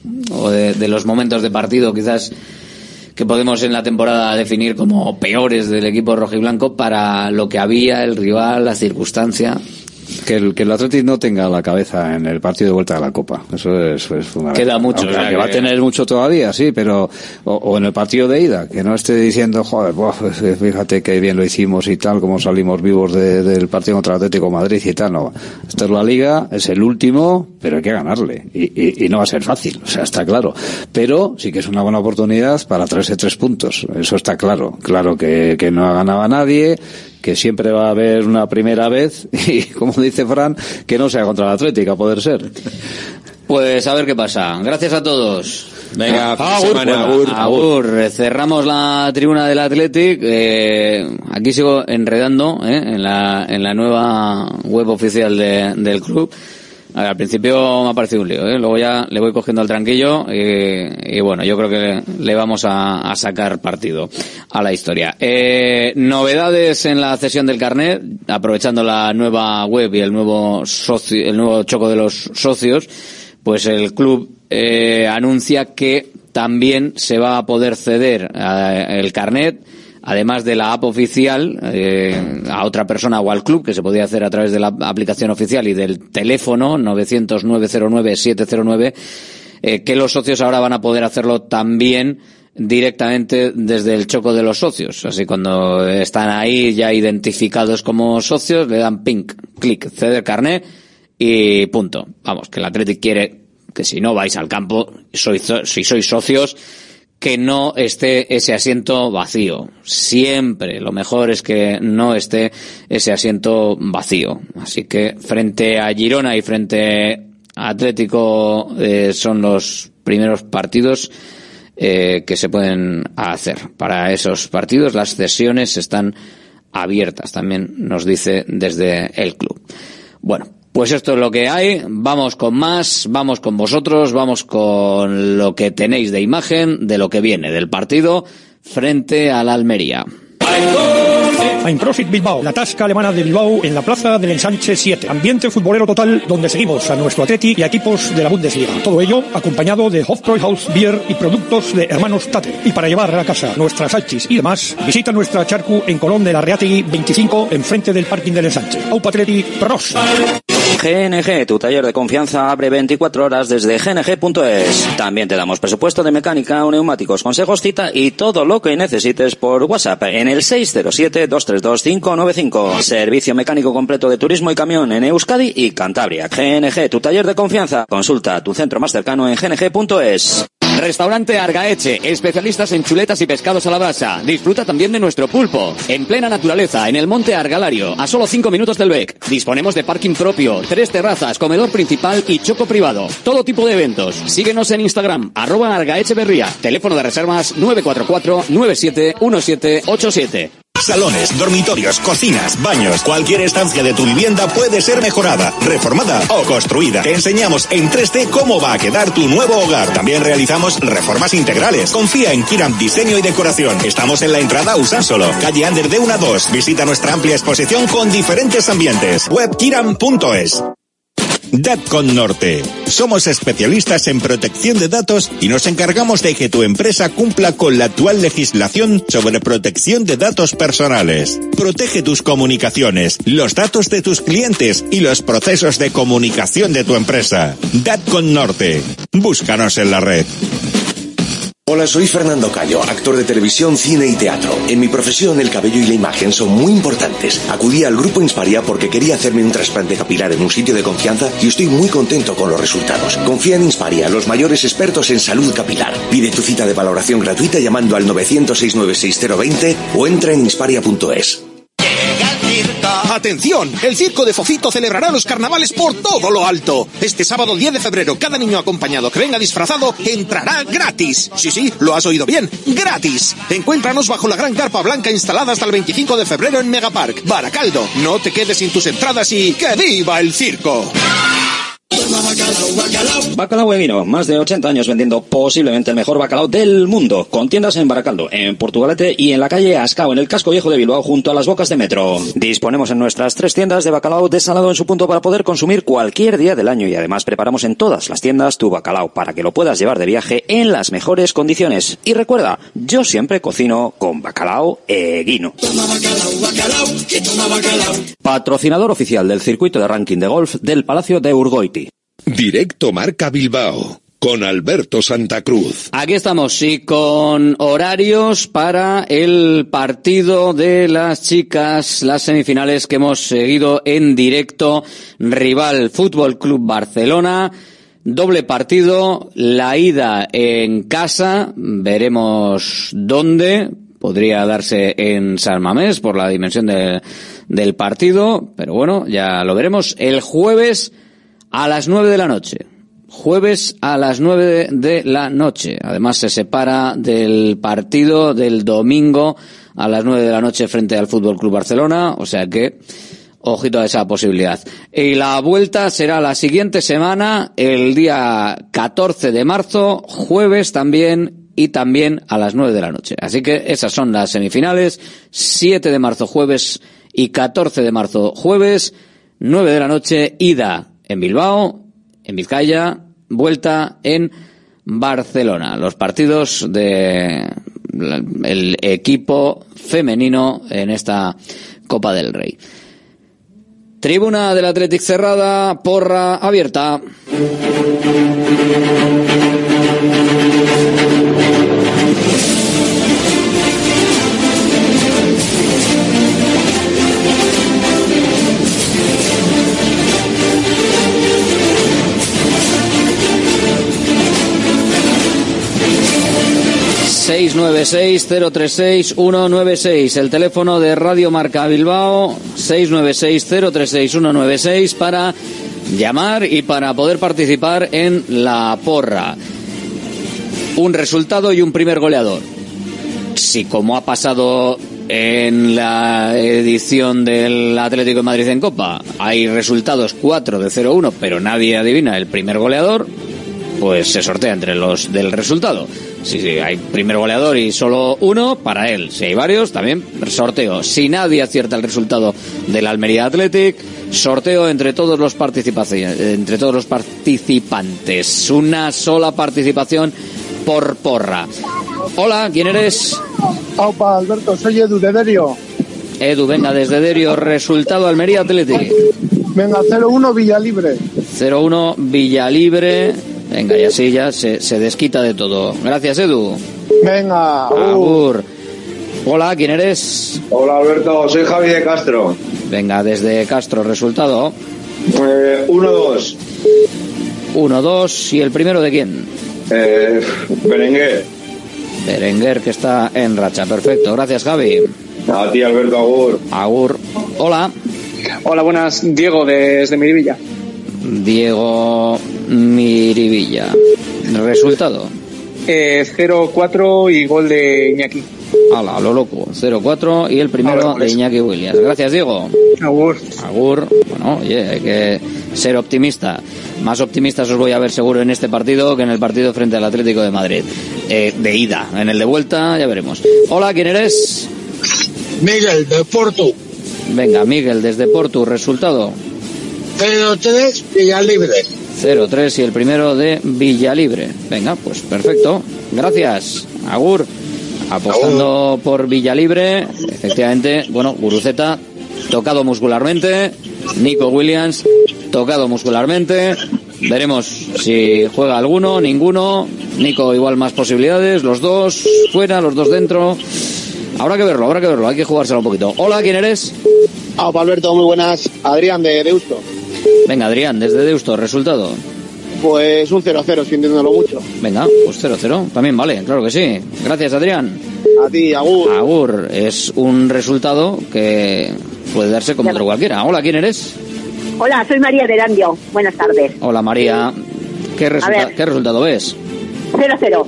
o de, de los momentos de partido quizás que podemos en la temporada definir como peores del equipo rojiblanco para lo que había, el rival, la circunstancia. Que el, que el Athletic no tenga la cabeza en el partido de vuelta de la Copa. Eso es, es fundamental. Queda mucho. Aunque, o sea, que que va a tener mucho todavía, sí, pero... O, o en el partido de ida, que no esté diciendo, joder, pues, fíjate que bien lo hicimos y tal, como salimos vivos de, del partido contra el Atlético de Madrid y tal. No. Esto es la Liga, es el último, pero hay que ganarle. Y, y, y no va a ser fácil, o sea, está claro. Pero sí que es una buena oportunidad para traerse tres puntos. Eso está claro. Claro que, que no ha ganado a nadie, que siempre va a haber una primera vez y, como dice Fran, que no sea contra la Atlética, a poder ser. Pues a ver qué pasa. Gracias a todos. Venga, agur, agur, agur. Cerramos la tribuna del Athletic. Eh, aquí sigo enredando ¿eh? en la en la nueva web oficial de, del club. A ver, al principio me ha parecido un lío, ¿eh? Luego ya le voy cogiendo el tranquillo y, y bueno, yo creo que le vamos a, a sacar partido a la historia. Eh, novedades en la cesión del carnet, aprovechando la nueva web y el nuevo socio, el nuevo choco de los socios, pues el club eh, anuncia que también se va a poder ceder eh, el carnet, además de la app oficial, eh, a otra persona o al club, que se podía hacer a través de la aplicación oficial y del teléfono novecientos, nueve cero nueve, siete cero nueve, eh, que los socios ahora van a poder hacerlo también directamente desde el choco de los socios. Así cuando están ahí ya identificados como socios, le dan ping, clic, ceder carnet y punto. Vamos, que el Athletic quiere que si no vais al campo, sois, si sois socios, que no esté ese asiento vacío. Siempre lo mejor es que no esté ese asiento vacío. Así que frente a Girona y frente a Atlético eh, son los primeros partidos eh, que se pueden hacer. Para esos partidos las cesiones están abiertas, también nos dice desde el club. Bueno, pues esto es lo que hay. Vamos con más, vamos con vosotros, vamos con lo que tenéis de imagen de lo que viene del partido frente al Almería. Einprosit Bilbao, la tasca alemana de Bilbao en la plaza del Ensanche siete. Ambiente futbolero total donde seguimos a nuestro Atleti y a equipos de la Bundesliga. Todo ello acompañado de Hofbräuhaus Bier y productos de Hermanos Tate. Y para llevar a casa nuestras salchis y demás, visita nuestra charcu en Colón de la Reategui veinticinco, enfrente del parking del Ensanche. Aupa Atleti, pros. G N G, tu taller de confianza, abre veinticuatro horas desde g n g punto es. También te damos presupuesto de mecánica, neumáticos, consejos, cita y todo lo que necesites por WhatsApp en el seis cero siete, dos tres dos, cinco nueve cinco. Servicio mecánico completo de turismo y camión en Euskadi y Cantabria. G N G, tu taller de confianza. Consulta tu centro más cercano en g n g punto es. Restaurante Argaeche, especialistas en chuletas y pescados a la brasa. Disfruta también de nuestro pulpo. En plena naturaleza, en el monte Argalario, a solo cinco minutos del B E C. Disponemos de parking propio, tres terrazas, comedor principal y choco privado. Todo tipo de eventos. Síguenos en Instagram, arroba Argaeche Berría. Teléfono de reservas nueve cuatro cuatro, nueve siete uno siete ocho siete. Salones, dormitorios, cocinas, baños, cualquier estancia de tu vivienda puede ser mejorada, reformada o construida. Te enseñamos en tres D cómo va a quedar tu nuevo hogar. También realizamos reformas integrales. Confía en Kiram Diseño y Decoración. Estamos en la entrada Usánsolo, calle Ander de uno a dos. Visita nuestra amplia exposición con diferentes ambientes. web kiram punto es. Datcon Norte. Somos especialistas en protección de datos y nos encargamos de que tu empresa cumpla con la actual legislación sobre protección de datos personales. Protege tus comunicaciones, los datos de tus clientes y los procesos de comunicación de tu empresa. Datcon Norte. Búscanos en la red. Hola, soy Fernando Cayo, actor de televisión, cine y teatro. En mi profesión, el cabello y la imagen son muy importantes. Acudí al Grupo Insparia porque quería hacerme un trasplante capilar en un sitio de confianza y estoy muy contento con los resultados. Confía en Insparia, los mayores expertos en salud capilar. Pide tu cita de valoración gratuita llamando al novecientos, seis nueve seis cero veinte o entra en insparia punto es. ¡Atención! El Circo de Fofito celebrará los carnavales por todo lo alto. Este sábado diez de febrero, cada niño acompañado que venga disfrazado entrará gratis. Sí, sí, lo has oído bien, gratis. Encuéntranos bajo la gran carpa blanca instalada hasta el veinticinco de febrero en Megapark, Baracaldo. No te quedes sin tus entradas y ¡que viva el circo! Bacalao Eguino, más de ochenta años vendiendo posiblemente el mejor bacalao del mundo, con tiendas en Baracaldo, en Portugalete y en la calle Ascao, en el casco viejo de Bilbao, junto a las bocas de metro. Disponemos en nuestras tres tiendas de bacalao desalado en su punto para poder consumir cualquier día del año, y además preparamos en todas las tiendas tu bacalao para que lo puedas llevar de viaje en las mejores condiciones. Y recuerda, yo siempre cocino con Bacalao Eguino. Patrocinador oficial del circuito de ranking de golf del Palacio de Urgoiti. Directo Marca Bilbao, con Alberto Santa Cruz. Aquí estamos, y con horarios para el partido de las chicas, las semifinales que hemos seguido en directo. Rival Fútbol Club Barcelona, doble partido, la ida en casa, veremos dónde. Podría darse en San Mamés por la dimensión de, del partido, pero bueno, ya lo veremos. El jueves a las nueve de la noche. Jueves a las nueve de la noche. Además se separa del partido del domingo a las nueve de la noche frente al Fútbol Club Barcelona, o sea que ojito a esa posibilidad. Y la vuelta será la siguiente semana, el día catorce de marzo, jueves también, y también a las nueve de la noche. Así que esas son las semifinales, siete de marzo jueves y catorce de marzo jueves, nueve de la noche, ida en Bilbao, en Vizcaya, vuelta en Barcelona. Los partidos de el equipo femenino en esta Copa del Rey. Tribuna del Athletic cerrada, porra abierta. seis nueve seis, cero tres seis, uno nueve seis, el teléfono de Radio Marca Bilbao, seis nueve seis, cero tres seis, uno nueve seis, para llamar y para poder participar en la porra. Un resultado y un primer goleador. Si, como ha pasado en la edición del Atlético de Madrid en Copa, hay resultados cuatro de cero uno, pero nadie adivina el primer goleador, pues se sortea entre los del resultado. Si sí, sí, hay primer goleador y solo uno, para él. Si hay varios, también sorteo. Si nadie acierta el resultado del Almería Athletic, sorteo entre todos los participaciones, entre todos los participantes. Una sola participación por porra. Hola, ¿quién eres? Opa, Alberto, soy Edu de Derio. Edu, venga, desde Derio, resultado Almería Athletic. Venga, cero uno Villalibre. cero uno Villalibre. Venga, y así ya se, se desquita de todo. Gracias, Edu. Venga. Agur. Hola, ¿quién eres? Hola, Alberto, soy Javi de Castro. Venga, desde Castro, resultado. Eh, uno dos. uno dos, ¿y el primero de quién? Eh, Berenguer. Berenguer, que está en racha. Perfecto, gracias, Javi. A ti, Alberto, agur. Agur. Hola. Hola, buenas, Diego, desde Miribilla. Diego Miribilla. ¿Resultado? Eh, cero cuatro y gol de Iñaki. Hala, lo loco. cero cuatro y el primero de Iñaki Williams. Gracias, Diego. Agur. Agur. Bueno, oye, hay que ser optimista. Más optimistas os voy a ver seguro en este partido que en el partido frente al Atlético de Madrid. Eh, de ida. En el de vuelta ya veremos. Hola, ¿quién eres? Miguel, de Porto. Venga, Miguel, desde Porto. ¿Resultado? cero tres Villalibre. cero tres y el primero de Villalibre. Venga, pues perfecto. Gracias. Agur. Apostando Agur. por Villalibre. Efectivamente, bueno, Guruceta tocado muscularmente. Nico Williams tocado muscularmente. Veremos si juega alguno, ninguno. Nico igual más posibilidades. Los dos fuera, los dos dentro. Habrá que verlo, habrá que verlo. Hay que jugárselo un poquito. Hola, ¿quién eres? Ah, Alberto, muy buenas. Adrián de Deusto. Venga, Adrián, desde Deusto, ¿resultado? Pues un cero cero, sintiéndolo mucho. Venga, pues cero cero, también vale, claro que sí. Gracias, Adrián. A ti, agur. Agur, es un resultado que puede darse como otro cualquiera. Hola, ¿quién eres? Hola, soy María de Erandio. Buenas tardes. Hola, María. ¿Qué, resulta- ¿qué resultado ves? cero cero.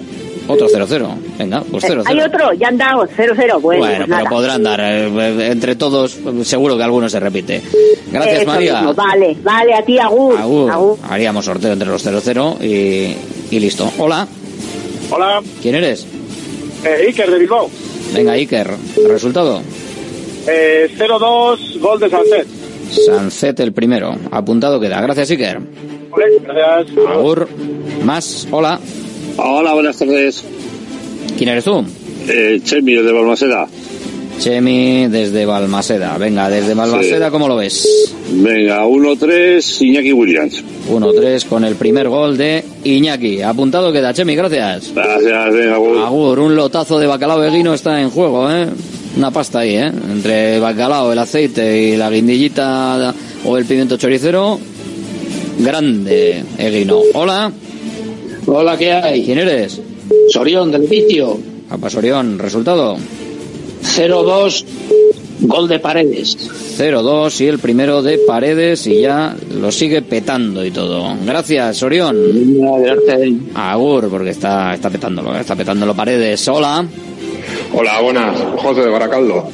Otro cero cero. Venga, pues cero cero. Hay otro, ya han dado cero cero. Bueno, bueno pues pero nada. podrán dar. Eh, entre todos, seguro que alguno se repite. Gracias, Eso María. mismo. Vale, vale, a ti, Agur. Agur. Agur. Haríamos sorteo entre los cero cero y, y listo. Hola. Hola, ¿Quién eres? eh, Iker de Bilbao. Venga, Iker. ¿Resultado? Eh, cero dos, gol de Sancet. Sancet el primero. Apuntado queda. Gracias, Iker. Vale, gracias. Agur. Más. Hola. Hola, buenas tardes. ¿Quién eres tú? Eh, Chemi, de Balmaseda. Chemi desde Balmaseda. Venga, desde Balmaseda, sí. ¿Cómo lo ves? Venga, uno tres, Iñaki Williams. uno tres con el primer gol de Iñaki. Apuntado queda, Chemi, gracias. Gracias, venga, Agur. Agur, un lotazo de bacalao veguino está en juego, ¿eh? Una pasta ahí, ¿eh? Entre el bacalao, el aceite y la guindillita o el pimiento choricero. Grande, Eguino. Hola. Hola, ¿qué hay? ¿Quién eres? Sorión, del vicio. Apa, Sorión, ¿resultado? cero dos, gol de Paredes. cero dos y el primero de Paredes y ya lo sigue petando y todo. Gracias, Sorión. Agur, porque está, está petándolo, está petándolo Paredes. Hola. Hola, buenas. José de Baracaldo.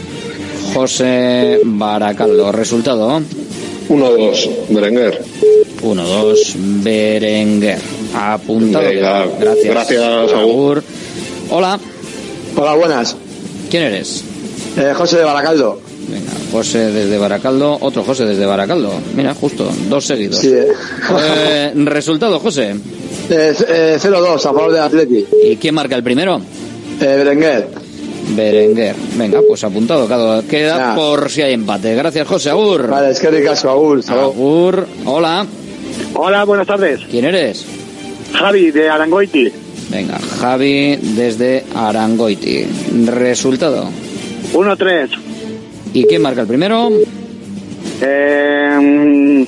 José Baracaldo, ¿resultado? uno dos, Berenguer. uno dos, Berenguer. Apuntado. Venga, gracias. Gracias, Agur. Hola. Hola, buenas. ¿Quién eres? Eh, José de Baracaldo. Venga, José desde Baracaldo, otro José desde Baracaldo. Mira, justo, dos seguidos. Sí, eh. eh, ¿Resultado, José? Eh, eh, cero dos, a favor del Atleti. ¿Y quién marca el primero? Eh, Berenguer. Berenguer. Venga, pues apuntado. Queda nah. por si hay empate. Gracias, José. Agur. Vale, es que ricasco, Agur. Agur. Hola. Hola, buenas tardes. ¿Quién eres? Javi, de Arangoiti. Venga, Javi desde Arangoiti. Resultado. uno tres. ¿Y quién marca el primero? Eh...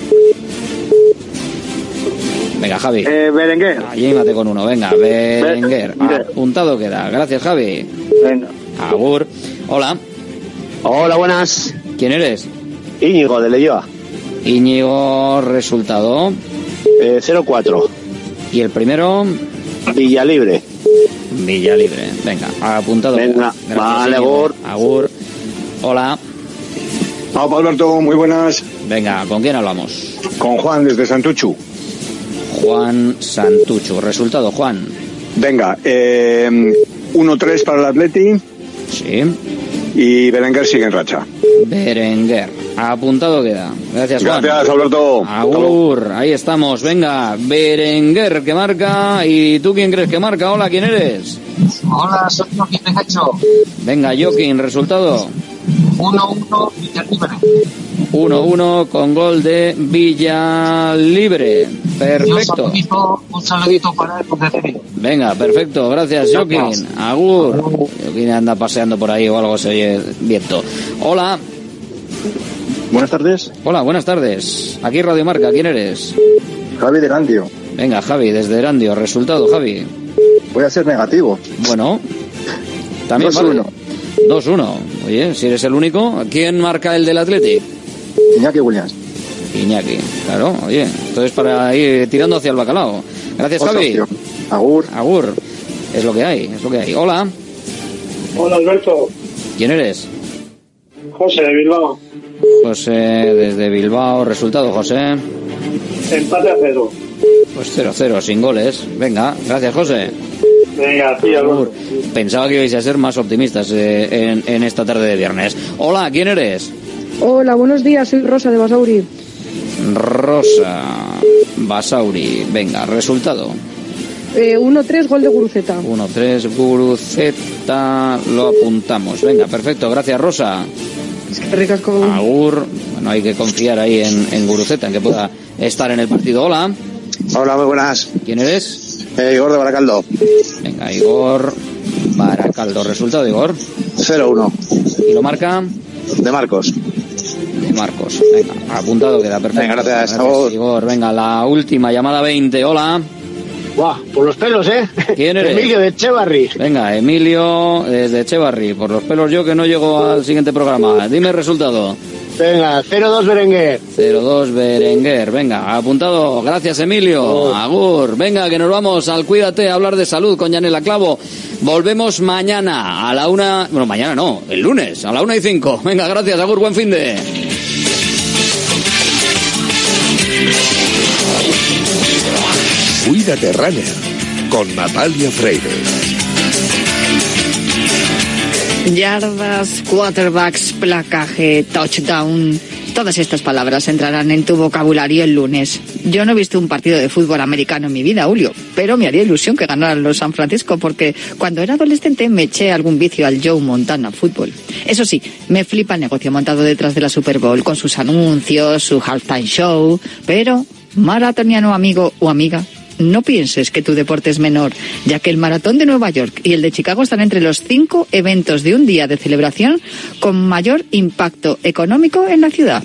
Venga, Javi. Eh, Berenguer. Allí mate con uno. Venga, Berenguer. Apuntado queda. Gracias, Javi. Venga. Agur. Hola. Hola, buenas. ¿Quién eres? Íñigo, de Leyoa. Íñigo, resultado. Eh, cero cuatro. ¿Y el primero? Villalibre. Villalibre. Venga, apuntado. Venga, gracias, vale, Agur. Agur. Hola. Hola, Alberto, muy buenas. Venga, ¿con quién hablamos? Con Juan, desde Santuchu. Juan Santuchu. Resultado, Juan. Venga, eh, uno tres para el Atleti. Sí. Y Berenguer sigue en racha. Berenguer. Apuntado queda. Gracias, Juan. Gracias, Alberto. Agur. Ahí estamos. Venga, Berenguer que marca. ¿Y tú quién crees que marca? Hola, ¿quién eres? Hola, soy Joaquín de Cacho. Venga, Joaquín, resultado. uno uno, Villalibre. uno uno con gol de Villalibre. Perfecto. Un saludito, un saludito para el concesionario. Venga, perfecto. Gracias, Joaquín. Agur. Joaquín anda paseando por ahí o algo, se oye viento. Hola. Buenas tardes. Hola, buenas tardes. Aquí Radio Marca. ¿Quién eres? Javi de Erandio. Venga, Javi, desde Erandio. Resultado, Javi. Voy a ser negativo. Bueno. También dos uno. dos uno. Oye, si eres el único, ¿quién marca el del Atleti? Iñaki Williams. Iñaki, claro, oye, entonces para ir tirando hacia el bacalao. Gracias, Javi. Agur. Agur. Es lo que hay, es lo que hay. Hola. Hola, Alberto. ¿Quién eres? José, de Bilbao. José, desde Bilbao. Resultado, José. Empate a cero. Pues cero cero, sin goles. Venga, gracias, José. Venga, tío, Agur. Pensaba que ibais a ser más optimistas eh, en, en esta tarde de viernes. Hola, ¿quién eres? Hola, buenos días, soy Rosa de Basauri. Rosa Basauri. Venga, resultado. Eh, uno tres, gol de Guruceta. uno tres, Guruceta. Lo apuntamos. Venga, perfecto. Gracias, Rosa. Es que ricasco. Agur. Bueno, hay que confiar ahí en, en Guruceta, en que pueda estar en el partido. Hola. Hola, muy buenas. ¿Quién eres? Eh, Igor de Baracaldo. Venga, Igor Baracaldo. Resultado, Igor. cero uno. ¿Y lo marca? De Marcos. De Marcos. Venga, apuntado queda perfecto. Venga, gracias. Gracias, Igor. Venga, la última llamada veinte. Hola. Buah, por los pelos, ¿eh? ¿Quién eres? Emilio de Echevarri. Venga, Emilio desde Echevarri. Por los pelos yo que no llego al siguiente programa. Dime el resultado. Venga, cero dos Berenguer. cero dos Berenguer, venga, apuntado. Gracias, Emilio. Oh. Agur. Venga, que nos vamos al Cuídate a hablar de salud con Yanela Clavo. Volvemos mañana a la una... Bueno, mañana no, el lunes, a la una y cinco. Venga, gracias, agur, buen fin de... Cuídate, Runner, con Natalia Freire. Yardas, quarterbacks, placaje, touchdown. Todas estas palabras entrarán en tu vocabulario el lunes. Yo no he visto un partido de fútbol americano en mi vida, Julio, pero me haría ilusión que ganaran los San Francisco porque cuando era adolescente me eché algún vicio al Joe Montana Fútbol. Eso sí, me flipa el negocio montado detrás de la Super Bowl con sus anuncios, su halftime show, pero maratoniano amigo o amiga, no pienses que tu deporte es menor, ya que el Maratón de Nueva York y el de Chicago están entre los cinco eventos de un día de celebración con mayor impacto económico en la ciudad.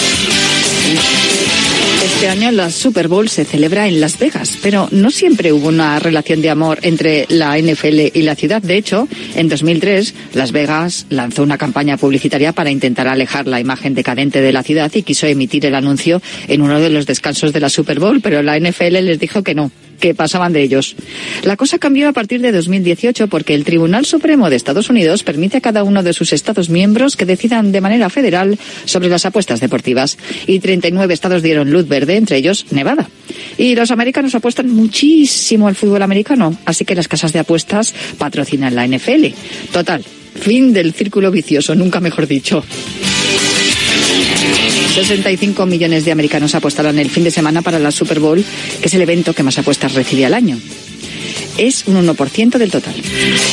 Este año la Super Bowl se celebra en Las Vegas, pero no siempre hubo una relación de amor entre la N F L y la ciudad. De hecho, en dos mil tres, Las Vegas lanzó una campaña publicitaria para intentar alejar la imagen decadente de la ciudad y quiso emitir el anuncio en uno de los descansos de la Super Bowl, pero la N F L les dijo que no, que pasaban de ellos. La cosa cambió a partir de dos mil dieciocho porque el Tribunal Supremo de Estados Unidos permite a cada uno de sus estados miembros que decidan de manera federal sobre las apuestas deportivas. Y treinta y nueve estados dieron luz verde, entre ellos Nevada. Y los americanos apuestan muchísimo al fútbol americano, así que las casas de apuestas patrocinan la N F L. Total, fin del círculo vicioso, nunca mejor dicho. sesenta y cinco millones de americanos apostarán el fin de semana para la Super Bowl, que es el evento que más apuestas recibe al año. Es un uno por ciento del total.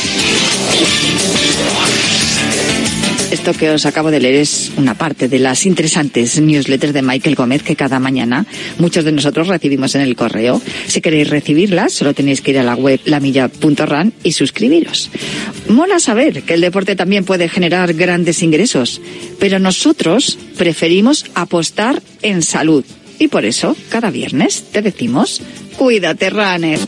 Esto que os acabo de leer es una parte de las interesantes newsletters de Michael Gómez que cada mañana muchos de nosotros recibimos en el correo. Si queréis recibirlas, solo tenéis que ir a la web lamilla punto ran y suscribiros. Mola saber que el deporte también puede generar grandes ingresos, pero nosotros preferimos apostar en salud. Y por eso, cada viernes te decimos, cuídate, runner.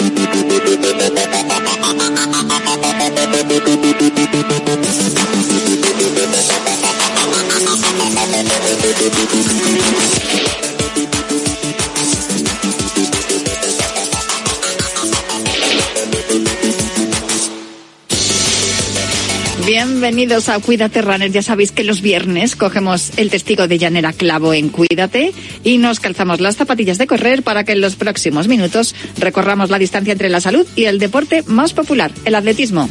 Bienvenidos a Cuídate, Runner. Ya sabéis que los viernes cogemos el testigo de Yanela Clavo en Cuídate y nos calzamos las zapatillas de correr para que en los próximos minutos recorramos la distancia entre la salud y el deporte más popular, el atletismo.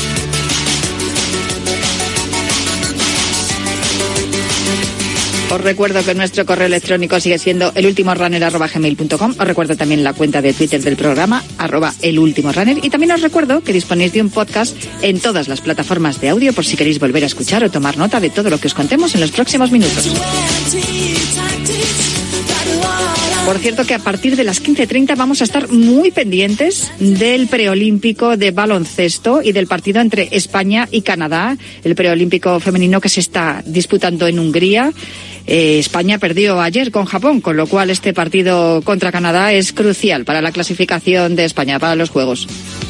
Os recuerdo que nuestro correo electrónico sigue siendo elultimorunner arroba gmail punto com. Os recuerdo también la cuenta de Twitter del programa, arroba elultimorunner. Y también os recuerdo que disponéis de un podcast en todas las plataformas de audio por si queréis volver a escuchar o tomar nota de todo lo que os contemos en los próximos minutos. Por cierto que a partir de las quince treinta vamos a estar muy pendientes del preolímpico de baloncesto y del partido entre España y Canadá, el preolímpico femenino que se está disputando en Hungría. Eh, España perdió ayer con Japón, con lo cual este partido contra Canadá es crucial para la clasificación de España para los Juegos.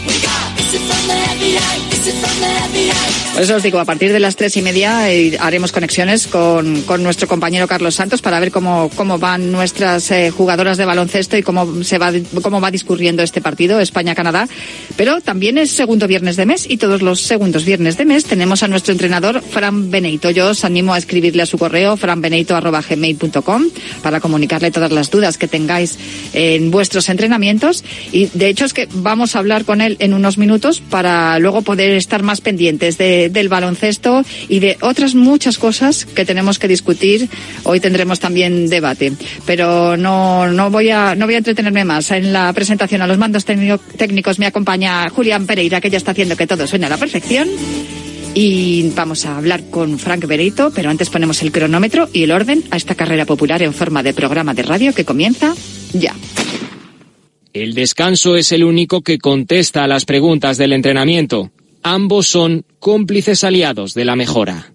Por eso os digo, a partir de las tres y media eh, haremos conexiones con, con nuestro compañero Carlos Santos para ver cómo, cómo van nuestras eh, jugadoras de baloncesto y cómo se va, cómo va discurriendo este partido España-Canadá. Pero también es segundo viernes de mes y todos los segundos viernes de mes tenemos a nuestro entrenador Fran Benito. Yo os animo a escribirle a su correo franbenito arroba gmail punto com para comunicarle todas las dudas que tengáis en vuestros entrenamientos. Y de hecho es que vamos a hablar con él en unos minutos para luego poder estar más pendientes de, del baloncesto y de otras muchas cosas que tenemos que discutir. Hoy tendremos también debate, pero no, no voy a, no voy a entretenerme más. En la presentación a los mandos técnico, técnicos me acompaña Julián Pereira, que ya está haciendo que todo suene a la perfección. Y vamos a hablar con Frank Benito, pero antes ponemos el cronómetro y el orden a esta carrera popular en forma de programa de radio que comienza ya. El descanso es el único que contesta a las preguntas del entrenamiento. Ambos son cómplices aliados de la mejora.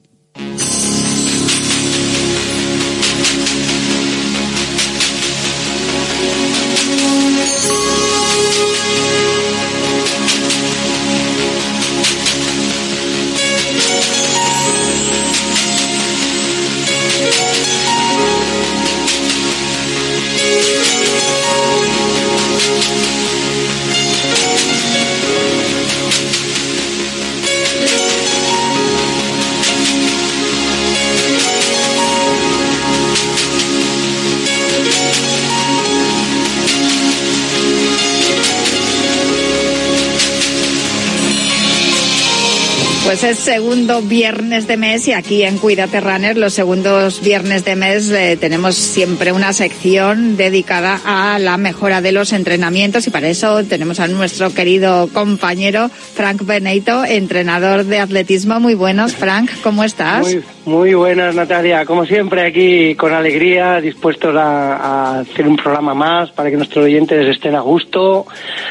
Pues es segundo viernes de mes y aquí en Cuídate Runner los segundos viernes de mes eh, tenemos siempre una sección dedicada a la mejora de los entrenamientos y para eso tenemos a nuestro querido compañero Frank Benito, entrenador de atletismo. Muy buenos, Frank, ¿cómo estás? Muy, muy buenas, Natalia. Como siempre aquí con alegría, dispuestos a, a hacer un programa más para que nuestros oyentes estén a gusto,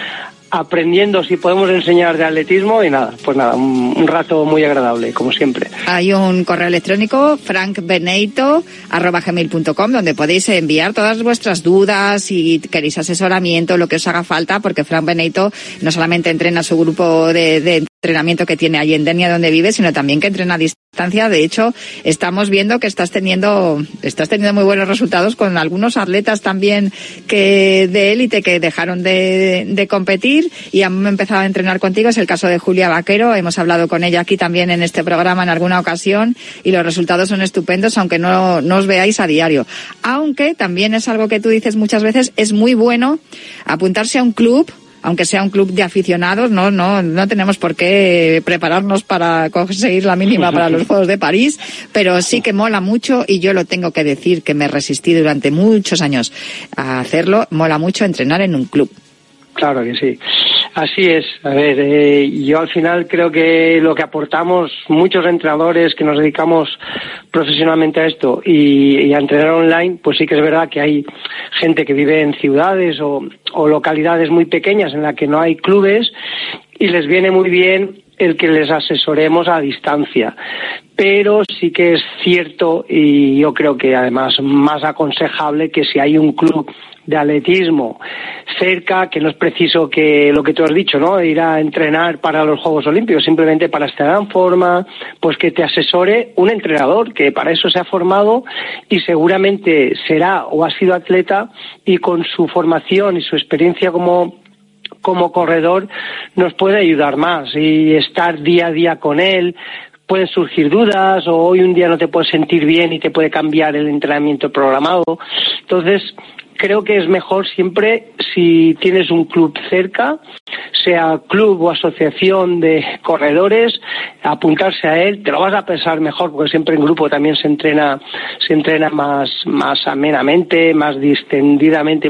aprendiendo si podemos enseñar de atletismo y nada, pues nada, un, un rato muy agradable, como siempre. Hay un correo electrónico, frank benito arroba gmail punto com, donde podéis enviar todas vuestras dudas y queréis asesoramiento, lo que os haga falta, porque Frank Benito no solamente entrena su grupo de, de entrenamiento que tiene allí en Denia donde vive, sino también que entrena a distancia. De hecho, estamos viendo que estás teniendo estás teniendo muy buenos resultados con algunos atletas también que de élite que dejaron de, de competir y han empezado a entrenar contigo. Es el caso de Julia Vaquero. Hemos hablado con ella aquí también en este programa en alguna ocasión y los resultados son estupendos, aunque no, no os veáis a diario. Aunque también es algo que tú dices muchas veces, es muy bueno apuntarse a un club, aunque sea un club de aficionados. No, no, no tenemos por qué prepararnos para conseguir la mínima para los Juegos de París, pero sí que mola mucho y yo lo tengo que decir que me resistí durante muchos años a hacerlo. Mola mucho entrenar en un club. Claro que sí. Así es. A ver, eh, yo al final creo que lo que aportamos muchos entrenadores que nos dedicamos profesionalmente a esto y, y a entrenar online, pues sí que es verdad que hay gente que vive en ciudades o, o localidades muy pequeñas en las que no hay clubes y les viene muy bien el que les asesoremos a distancia. Pero sí que es cierto y yo creo que además más aconsejable que si hay un club de atletismo cerca, que no es preciso que lo que tú has dicho, ¿no? Ir a entrenar para los Juegos Olímpicos, simplemente para estar en forma, pues que te asesore un entrenador que para eso se ha formado y seguramente será o ha sido atleta y con su formación y su experiencia como como corredor nos puede ayudar más y estar día a día con él. Pueden surgir dudas o hoy un día no te puedes sentir bien y te puede cambiar el entrenamiento programado. Entonces, creo que es mejor siempre si tienes un club cerca, sea club o asociación de corredores, apuntarse a él. Te lo vas a pensar mejor porque siempre en grupo también se entrena, se entrena más, más amenamente, más distendidamente,